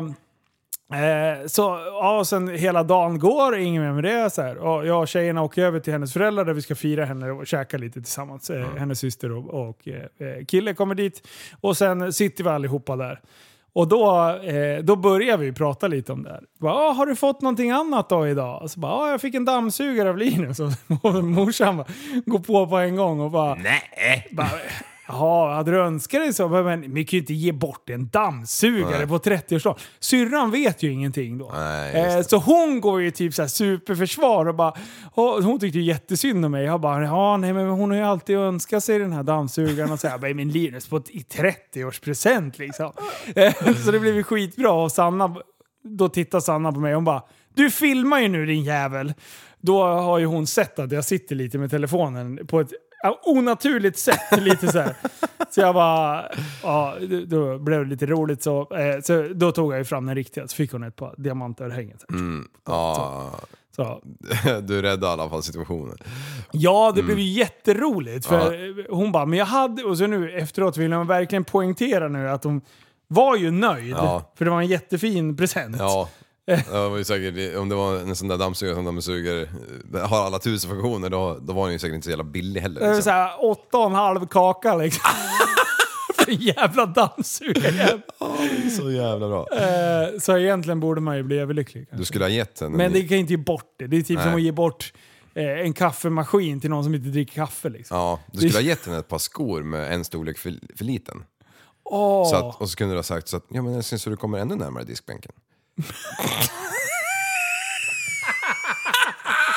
eh, så, ja, och sen hela dagen går, ingen mer med det. Så här. Och jag och tjejerna åker över till hennes föräldrar där vi ska fira henne och käka lite tillsammans. Eh, mm. Hennes syster och, och eh, kille kommer dit. Och sen sitter vi allihopa där. Och då, eh, då börjar vi prata lite om det här. Bara, har du fått någonting annat då idag? Och så bara, jag fick en dammsugare av Linus. Och morsan bara, går på på en gång och bara... Nej! Bara, jaha, hade du önskat dig så? Men vi kan ju inte ge bort en dammsugare Nej. på trettioårsdagen. Syrran vet ju ingenting då. Nej, eh, så hon går ju typ så här superförsvar och bara... Och hon tyckte ju jättesynd om mig. Jag bara, ja nej men hon har ju alltid önskat sig den här dammsugaren. Och så här, men Linus på i trettioårspresent liksom. Eh, så det blev ju skitbra. Och Sanna, då tittar Sanna på mig och hon bara, du filmar ju nu din jävel. Då har ju hon sett att jag sitter lite med telefonen på ett onaturligt sätt lite så här. Så jag bara, ja, då blev det lite roligt så, eh, så då tog jag ju fram den riktiga så fick hon ett par diamantörhänget. Mm, ja. Så. Så. Du räddade i alla fall situationen. Ja, det mm. blev ju jätteroligt för ja. hon bara, men jag hade, och så nu efteråt vill jag verkligen poängtera nu att hon var ju nöjd ja. för det var en jättefin present. Ja. Ja, var ju säkert, om det var en sån där dammsugare som dammsuger har alla tusen funktioner, då, då var den ju säkert inte så jävla billig heller. Liksom. Det är såhär åtta och en halv kaka liksom. För en jävla dammsugare. Oh, så jävla bra. Uh, så egentligen borde man ju bli överlycklig. Du skulle ha gett henne. Men det kan inte ge bort det. Det är typ Nej. som att ge bort eh, en kaffemaskin till någon som inte dricker kaffe liksom. Ja, du skulle ha gett henne ett par skor med en storlek för, för liten. Oh. Så att, och så kunde du ha sagt så att, ja men jag syns att du kommer ännu närmare diskbänken.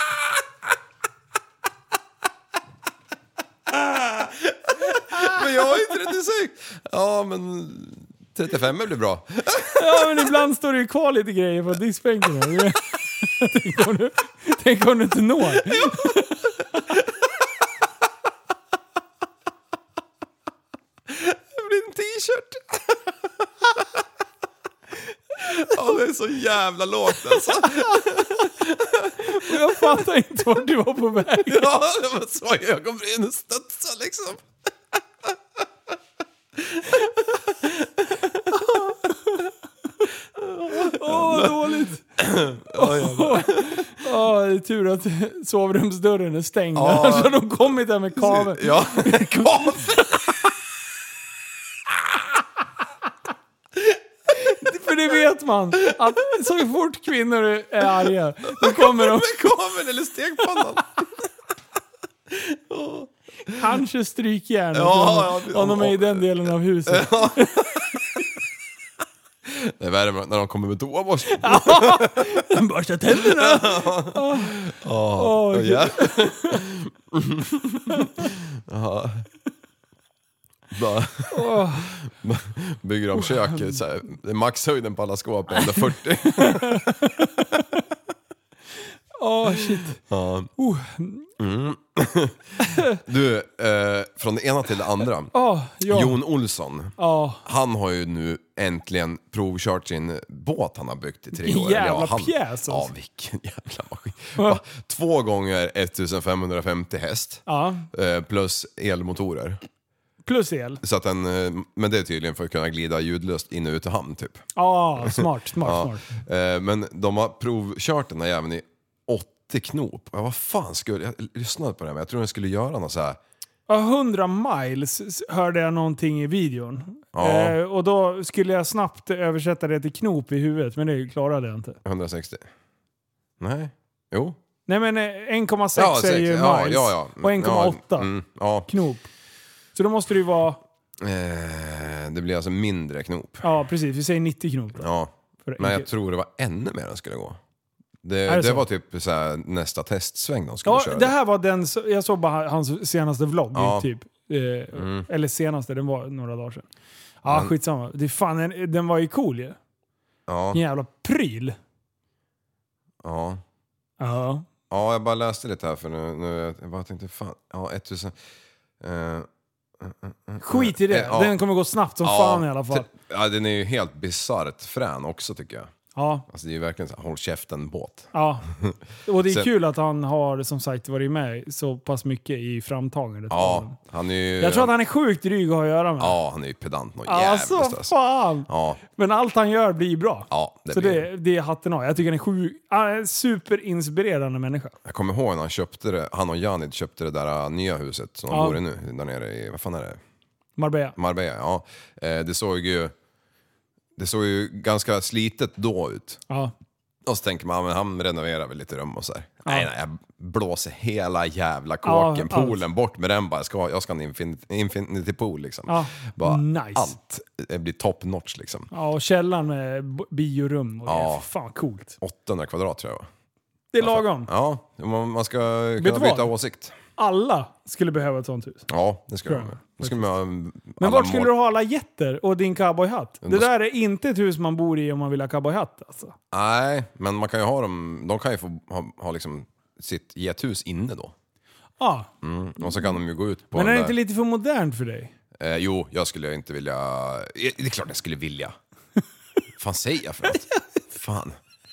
Men jag var ju trettiosex. Ja, men trettiofem blir bra. Ja, men ibland står det ju kvar lite grejer på diskbänken. Tänk om du, tänk om du inte når. Det blir en t-shirt. Ja, det är så jävla lågt alltså. Jag fattar inte vart du var på väg. Ja, det var så jag kom in och studsade liksom. Åh, oh, dåligt. Åh, oh, oh, det är tur att sovrumsdörren är stängd. Ja. Så de kommit där med kaven. Ja, kaven. För det vet man. Att så fort kvinnor är arga, då kommer de... Med kaven eller stekpannan. Oh. Kanske strykjärn. Ja, ja, om de är i den delen av huset. Ja. Det är värre när de kommer med toaborsten. Ja, de borstar tänderna. Ja, ja. Ja. Oh. Bygger de köket så här, det är maxhöjden på alla skåp under fyrtio. Åh, oh, shit. Ja. Uh. Mm. Du, eh, från det ena till det andra. Oh, ja. Jon Olsson. Oh. Han har ju nu äntligen provkört sin båt han har byggt i tre år. Jävla ja, han, pjäs alltså. Ja, vilken jävla maskin. Va? Två gånger femtonhundrafemtio häst. Ja. Eh, plus elmotorer. Plus el. Så att den, men det är tydligen för att kunna glida ljudlöst in och ut i hamn typ. Ja, smart, smart, ja. smart. Eh, men de har provkört den här jäveln i åttio knop. Ja, vad fan skulle jag lyssnade på det, men jag tror den skulle göra något så här. Ja, hundra miles hörde jag någonting i videon. Ja. Eh, och då skulle jag snabbt översätta det till knop i huvudet, men det klarade jag inte. hundrasextio. Nej. Jo. Nej, men en komma sex ja, är ju miles. Ja, ja, ja. Och en komma åtta ja, mm, ja. knop. Så då måste det ju vara... Eh, det blir alltså mindre knop. Ja, precis. Vi säger nittio knop. Då. Ja. Men jag tror det var ännu mer den skulle gå. Det, det, det var typ så här, nästa testsväng de skulle ja, köra. Det här var den... Jag såg bara hans senaste vlogg. Ja. Typ. Eh, mm. Eller senaste, den var några dagar sedan. Ja, men, skitsamma. Det fan, den, den var ju cool ju. Ja. En jävla pryl. Ja. Ja. Ja, jag bara läste lite här för nu. nu jag bara tänkte, fan. Ja, etttusen... Eh, Skit i det. Ja. Den kommer gå snabbt som ja, fan i alla fall. Ja, den är ju helt bizarrt frän också tycker jag. Ja. Alltså det är ju verkligen så här, håll käften båt. Ja. Och det är Sen, kul att han har som sagt varit med så pass mycket i framtagandet. Ja, han är ju, jag tror att han är sjukt dryg att göra med. Ja, han är ju pedant något alltså, jävligt. Alltså fan. Ja. Men allt han gör blir bra. Ja, det så blir. Det, det är hatten av. Jag tycker han är sjuk, en superinspirerande människa. Jag kommer ihåg när han köpte det, han och Janid köpte det där nya huset som de ja. bor i nu, där nere i, vad fan är det? Marbella. Marbella, ja. Eh, det såg ju det såg ju ganska slitet då ut. Ja. Och så tänker man, men han renoverar väl lite rum och så här. Ja. Nej, nej, jag blåser hela jävla kåken, ja, poolen, allt. Bort med den bara. Jag ska, jag ska ha en infinity, infinity pool liksom. Ja. Bara nice. Allt det blir top notch liksom. Ja, och källan med biorum. Och ja. Det. Fan, coolt. åttahundra kvadrat tror jag. Det är lagom. Ja, man, man ska kunna byta åsikt. Alla skulle behöva ett sånt hus. Ja, det skulle man. Det skulle man men vart skulle mål... du ha alla jätter och din cowboyhatt? Det där är inte ett hus man bor i om man vill ha cowboyhatt alltså. Nej, men man kan ju ha dem, de kan ju få ha, ha liksom sitt gethus inne då. Ja. Mm, och så kan de ju gå ut på. Men är det där... inte lite för modernt för dig? Eh, jo, jag skulle inte vilja. Det är klart jag skulle vilja. Fan säger jag för något? Fan.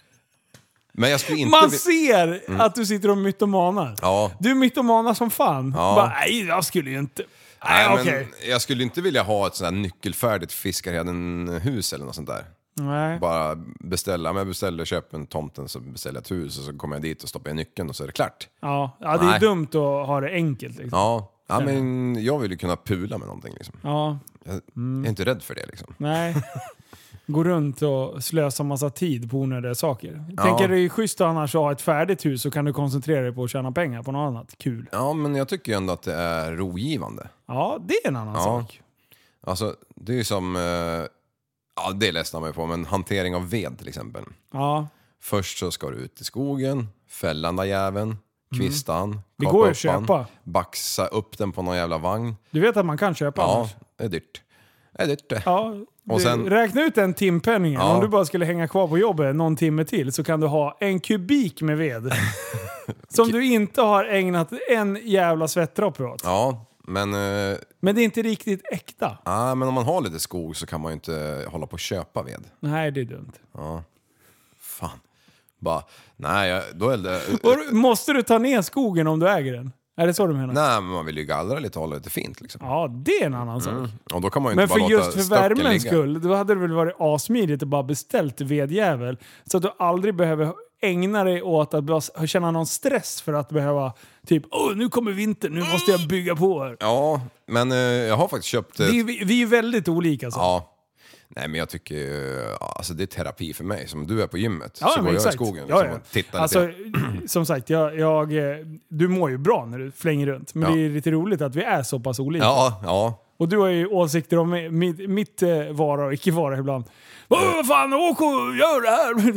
Men jag skulle inte man ser mm. att du sitter och mytomanar. Ja. Du mytomanar som fan. Ja. Bara, nej, jag skulle ju inte. Nej, nej, men okay. Jag skulle inte vilja ha ett sånt här nyckelfärdigt Fiskarheden-hus eller något sånt där. Nej. Bara beställa, men jag beställer, köper en tomten så beställer jag ett hus och så kommer jag dit och stoppar i nyckeln och så är det klart. Ja, ja det är nej. dumt att ha det enkelt liksom. Ja, ja men jag vill ju kunna pula med någonting liksom. Ja. Jag är inte rädd för det liksom. Nej. Gå runt och slösa massa tid på onödiga saker. Jag tänker ja. Det är schysst annars att ha ett färdigt hus så kan du koncentrera dig på att tjäna pengar på något annat. Kul. Ja, men jag tycker ändå att det är rogivande. Ja, det är en annan ja. sak. Alltså, det är ju som... Eh, ja, det läste man ju på, men hantering av ved till exempel. Ja. Först så ska du ut i skogen, fälla den där jäveln, kvista han, det går ju att köpa. Baxa upp den på någon jävla vagn. Du vet att man kan köpa ja. annars. det är dyrt. Det är dyrt. Ja, och sen, räkna ut den timpenningen. Ja. Om du bara skulle hänga kvar på jobbet någon timme till så kan du ha en kubik med ved. Som du inte har ägnat en jävla svettdropp åt. Ja, men... Uh, men det är inte riktigt äkta. Ja, men om man har lite skog så kan man ju inte hålla på att köpa ved. Nej, det är dumt. Ja, fan. Bara, nej, jag, då är det... Och måste du ta ner skogen om du äger den? Är det så du menar? Nej, men man vill ju gallra lite och hålla lite fint liksom. Ja, det är en annan sak. Mm. Och då kan man ju men inte för bara just låta för värmens skull, då hade det väl varit asmidigt att bara beställt vedjävel. Så att du aldrig behöver ägna dig åt att bara känna någon stress för att behöva typ, åh nu kommer vintern, nu måste jag bygga på här. Ja, men eh, jag har faktiskt köpt... Eh, vi, vi, vi är väldigt olika så. Ja. Nej, men jag tycker alltså det är terapi för mig. Som du är på gymmet ja, så går jag i skogen liksom, ja, ja. och tittar alltså, lite. Som sagt, jag, jag, du mår ju bra när du flänger runt. Men ja. Det är lite roligt att vi är så pass olika. Ja, ja. Och du har ju åsikter om mitt, mitt vara och icke vara ibland. Vad fan, åk och gör det här!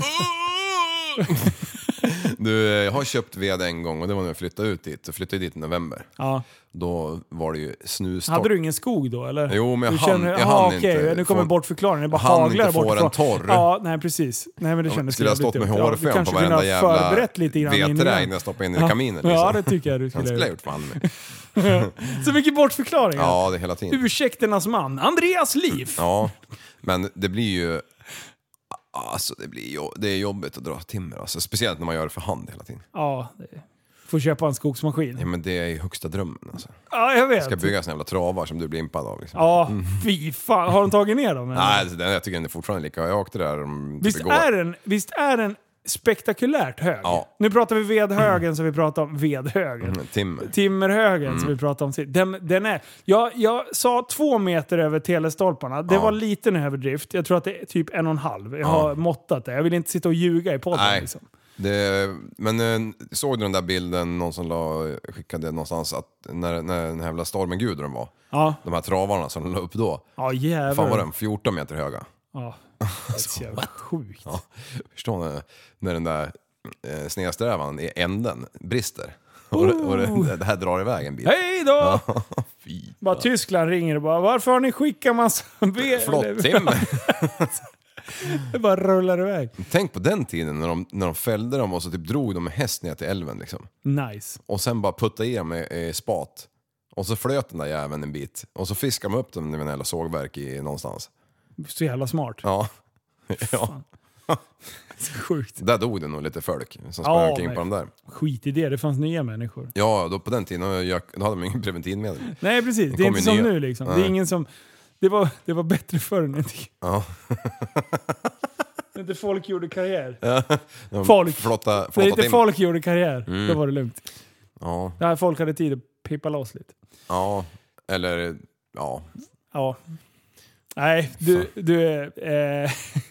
Du, jag har köpt ved en gång och det var när jag flyttade ut dit. Jag flyttade dit i november. Ja. Då var det ju snustorrt. Hade du ingen skog då eller? Jo, men jag hann, känner, jag aha, hann okay. inte. Nu kommer få, bort förklaringen. Det bara haglar bort ifrån. Inte få den torr. Ja, nej precis. Nej, men det kändes skulle ha stått med hårfön ja, på varenda jävla veteräg när jag stoppade in i kaminen. Liksom. Ja, det tycker jag du skulle, skulle ha gjort fan Så mycket bortförklaringar. Ja, det är hela tiden. Ursäkternas man. Andreas liv. Ja, men det blir ju... Alltså det blir jo- det är jobbigt att dra timmer alltså. Speciellt när man gör det för hand hela tiden. Ja, det får köpa en skogsmaskin. Ja, men det är ju högsta drömmen alltså. Ja, jag vet. Jag ska bygga såna jävla travar som du blir impad av liksom. Ja, fy fan. Har de tagit ner dem? Nej, alltså, jag tycker den är fortfarande lika. Jag åkte där om visst typ igår. är den, visst är den spektakulärt hög. Ja. Nu pratar vi vedhögen mm. som vi pratar om vedhögen. Mm, timmer. Timmerhögen mm. som vi pratar om. Den, den är, jag, jag sa två meter över telestolparna. Det ja. var liten överdrift. Jag tror att det är typ en och en halv. Jag ja. har måttat det. Jag vill inte sitta och ljuga i podden. Nej. Liksom. Det, men såg du den där bilden någon som la, skickade någonstans att när, när den här jävla stormen Gudrun var. Ja. De här travarna som de la upp då. Ja, jävlar. Fan var den? fjorton meter höga. Ja. Det är så jävla sjukt. Ja. Förstår ni när den där eh, snedsträvan i änden brister. Oh. Och, det, och det, det här drar iväg en bit. Hej då! Ja. Bara Tyskland ringer och bara, varför har ni skickat massa ved? Flottimmer. Det bara rullar iväg. Tänk på den tiden när de, när de fällde dem och så typ drog de med häst ner till älven liksom. Nice. Och sen bara putta i dem i, i spat. Och så flöt den där jäveln en bit. Och så fiskade de upp dem med en jävla sågverk i någonstans. Så jävla smart. Ja. Ja. Sjukt. Där dog det nog lite folk som sprang omkring ja, på dem där. Skit i det, det fanns nya människor. Ja, då på den tiden då hade de ingen preventivmedel. Nej, precis. Det är inte som nya. Nu liksom. Nej. Det är ingen som... Det var, det var bättre förr än ja. Inte folk gjorde karriär. Ja. Folk. Flotta, flotta det är inte folk gjorde karriär. Mm. Då var det lugnt. Ja. Där folk hade tid att pippa loss lite. Ja, eller... Ja. Ja. Nej, du, du är... Eh,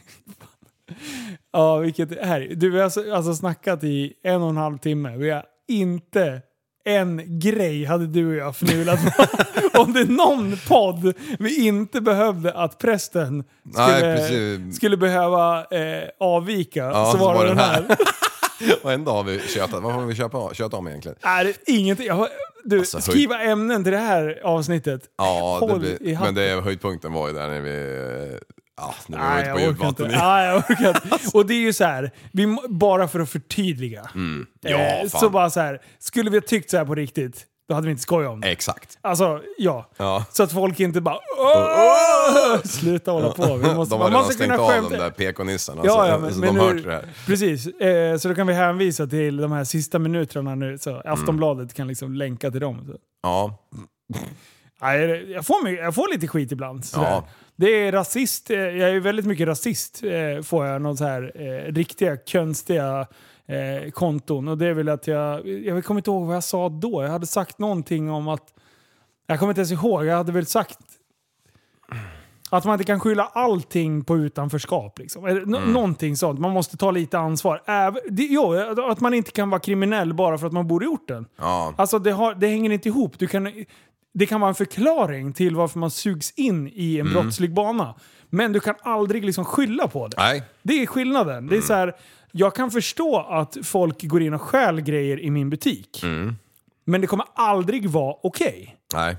ja, vilket här. Du har alltså, alltså snackat i en och en halv timme. Vi har inte en grej hade du och jag förnulat. Om det är någon podd vi inte behövde att prästen skulle, Nej, skulle behöva eh, avvika ja, så, var så var det den här. här. Och ändå har vi tjötat. Vad har vi köpa, köta om egentligen? Nej, det är ingenting. Jag har, du, alltså, skriva höjd... ämnen till det här avsnittet. Ja, det blir, men det höjdpunkten var ju där när vi... Ja, när vi Nej, var ute på djupvatten. Ja, jag orkar inte. Och det är ju så här, vi, bara för att förtydliga. Mm. Ja, eh, så bara så här, skulle vi ha tyckt så här på riktigt, då hade vi inte skojat om det. Exakt. Alltså, ja. ja. Så att folk inte bara Åh! Sluta hålla på. Vi måste, de har man måste stängt kunna av skämta. de där P K-nissarna. Ja, ja, men, så men de nu, hört det här. Precis. Eh, så då kan vi hänvisa till de här sista minuterna nu. Så Aftonbladet mm. kan liksom länka till dem. Så. Ja. Nej, jag, får, jag får lite skit ibland. Ja. Det är rasist. Jag är väldigt mycket rasist. Får jag någon så här eh, riktiga, konstiga eh, konton. Och det är väl att jag... Jag kommer inte ihåg vad jag sa då. Jag hade sagt någonting om att... Jag kommer inte ens ihåg. Jag hade väl sagt... Att man inte kan skylla allting på utanförskap. Liksom. N- mm. Någonting sånt. Man måste ta lite ansvar. Äv- det, jo, att man inte kan vara kriminell bara för att man bor i orten. Ja. Alltså det, har, det hänger inte ihop. Du kan... Det kan vara en förklaring till varför man sugs in i en mm. brottslig bana. Men du kan aldrig liksom skylla på det. Nej. Det är skillnaden. Mm. Det är så här, jag kan förstå att folk går in och stjäl grejer i min butik. Mm. Men det kommer aldrig vara okej. Okay. Nej.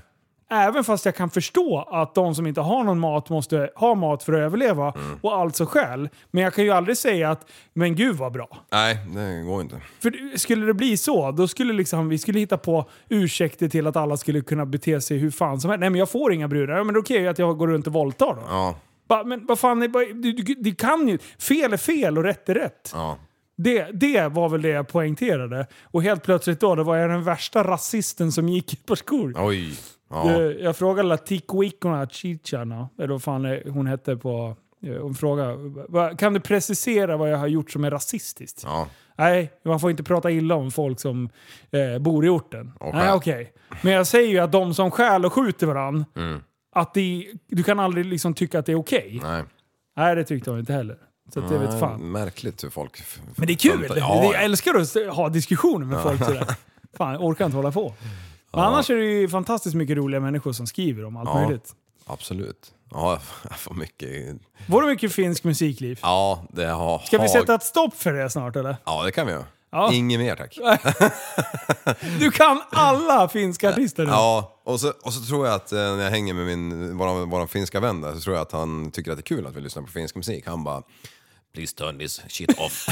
Även fast jag kan förstå att de som inte har någon mat måste ha mat för att överleva mm. och alltså skäl. Men jag kan ju aldrig säga att men gud vad bra. Nej, det går inte. För skulle det bli så, då skulle liksom, vi skulle hitta på ursäkter till att alla skulle kunna bete sig hur fan som helst. Nej men jag får inga brudar. Ja, men okej okay, att jag går runt och våldtar då. Ja. Ba, men vad fan, du, du, du kan ju, fel är fel och rätt är rätt. Ja. Det, det var väl det jag poängterade. Och helt plötsligt då, det var jag den värsta rasisten som gick på skor. Oj. Ja. Det, jag frågade Latikuikona Chichana, eller vad fan hon hette på... Hon frågade, kan du precisera vad jag har gjort som är rasistiskt? Ja. Nej, man får inte prata illa om folk som eh, bor i orten. Okay. Nej, okej. Okay. Men jag säger ju att de som stjäl och skjuter varandra, mm. att det, du kan aldrig liksom tycka att det är okej. Okay. Nej. Nej, det tyckte jag inte heller. Så att jag vet fan. Märkligt hur folk... F- Men det är kul. Ja. Jag älskar att ha diskussioner med folk sådär. Fan, jag orkar inte hålla på. Men ja. Annars är det ju fantastiskt mycket roliga människor som skriver om allt ja, möjligt. Absolut. Ja, jag får mycket... Var det mycket finsk musikliv? Ja, det har... Ska vi sätta ett stopp för det snart, eller? Ja, det kan vi göra. Ja. Inget mer, tack. Du kan alla finska artister nu. Ja, och så, och så tror jag att eh, när jag hänger med min, våran, våran finska vän där, så tror jag att han tycker att det är kul att vi lyssnar på finsk musik. Han bara... Please turn this shit off.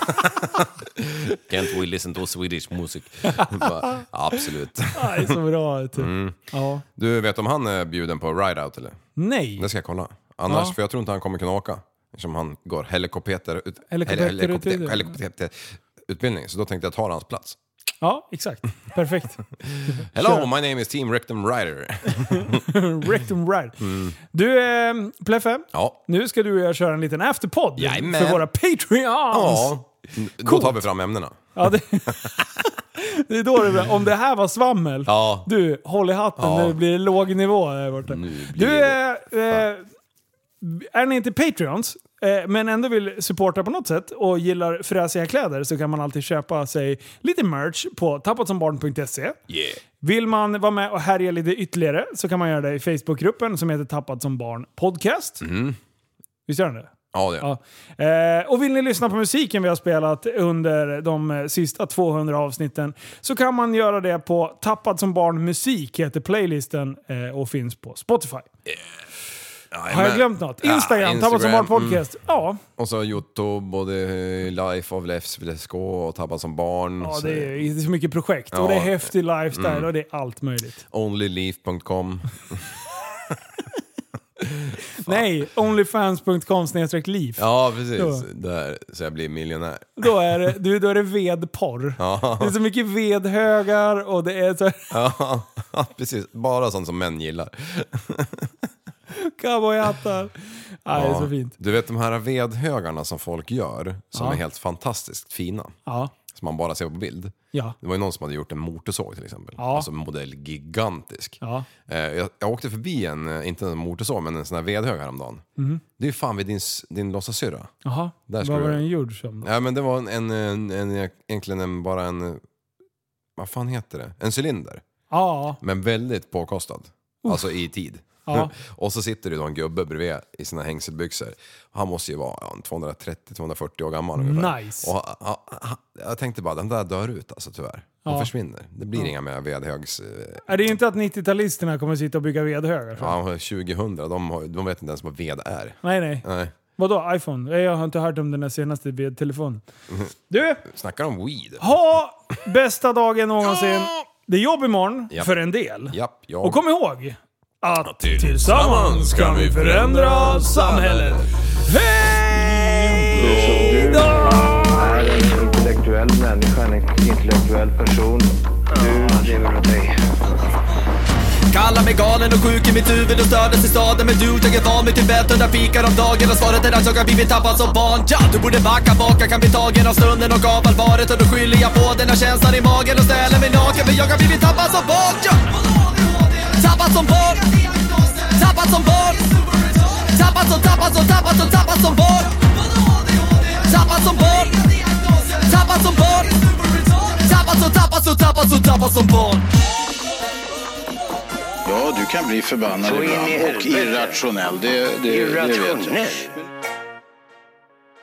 Can't we listen to Swedish music? Bara, absolut. Det är så bra. Typ. Mm. Ja. Du vet om han är bjuden på ride out eller? Nej. Det ska jag kolla. Annars, ja. för jag tror inte han kommer kunna åka. Eftersom han går helikopter ut, helikopter, helikopter, helikopter, helikopter utbildning. Så då tänkte jag ta hans plats. Ja, exakt. Perfekt. Hello, my name is Team Rectum Rider. Rectum Rider. Mm. Du, eh, Pleffe. Ja. Nu ska du och jag köra en liten afterpod Jajamän. för våra Patreons. Ja, då Coolt. tar vi fram ämnena. Ja, det, det är då det blir. Om det här var svammel, ja. Du, håll i hatten, ja. nu blir det låg nivå där borta. Du, eh, eh, är ni inte Patreons, eh, men ändå vill supporta på något sätt och gillar fräsiga kläder, så kan man alltid köpa sig lite merch på tappatsombarn punkt se. Yeah. Vill man vara med och härja lite ytterligare, så kan man göra det i Facebookgruppen som heter Tappad som barn podcast. Mm. Visst gör den det? Ja, det är. Ja. Eh, och vill ni lyssna på musiken vi har spelat under de sista tvåhundra avsnitten, så kan man göra det på Tappad som barn musik, heter playlisten, eh, och finns på Spotify. Yeah. Ja, har jag glömt något? Instagram, ja, Instagram Tappad som barn podcast. Mm. Ja. Och så YouTube, både Life of Lefs Vilesko och Tappad som barn. Ja, det är, det är så mycket projekt. Ja. Och det är häftig lifestyle mm. och det är allt möjligt. Onlyleaf punkt com Nej, onlyfans punkt com snedstreck liv. Ja, precis. Där, så jag blir miljonär. Då är det, du, då är det vedporr. Ja. Det är så mycket vedhögar och det är så... Ja, precis. Bara sånt som män gillar. Cowboyhattar. Ja, det är så fint. Du vet de här vedhögarna som folk gör, som ja. är helt fantastiskt fina. Ja. Som man bara ser på bild. Ja. Det var ju någon som hade gjort en motorsåg till exempel. Ja. Alltså modell gigantisk. Ja. Jag, jag åkte förbi en, inte en motorsåg, men en sån här vedhög häromdagen. Mm. Det är fan vid din, din låtsasyrra. Jaha, vad var den gjord som då? Ja, men det var en, en, en, en egentligen en, bara en, vad fan heter det? En cylinder. Ja. Men väldigt påkostad. Uh. Alltså i tid. Ja. Och så sitter det då en gubbe bredvid i sina hängselbyxor. Han måste ju vara ja, tvåhundratrettio till tvåhundrafyrtio år gammal ungefär. Nice. Och ha, ha, ha, jag tänkte bara, den där dör ut alltså tyvärr. De ja. försvinner. Det blir ja. inga mer vedhögs... Är det inte att nittio-talisterna kommer sitta och bygga vedhögar? Ja, tjugohundra. De, de vet inte ens vad ved är. Nej, nej. nej. Vadå, iPhone? Jag har inte hört om den där senaste vedtelefonen. Du! Snackar om weed. Ha bästa dagen någonsin. Det är jobb imorgon Japp. för en del. Japp, ja. Och kom ihåg att tillsammans kan vi förändra samhället. Hej då! Är en intellektuell människa, en intellektuell person. Du lever åt dig. Kallar mig galen och sjuk i mitt huvud och stördes i staden. Men du, jag är van vid Tibet under fikar om dagen. Och svaret är att jag har blivit tappad som barn. Ja, du borde backa bak, jag kan bli tagen av stunden och av allvaret. Och då skyller jag på den här känslan i magen och ställer mig naken. För jag har blivit tappad som barn. Ja. Tappad som barn. Tappad som barn. Tappad som, tappad som, tappad som, tappad som barn. Tappad som barn. Tappad som barn. Tappad som, tappad som, tappad som, tappad som barn. Ja, du kan bli förbannad ibland och irrationell. Det, det, det vet jag.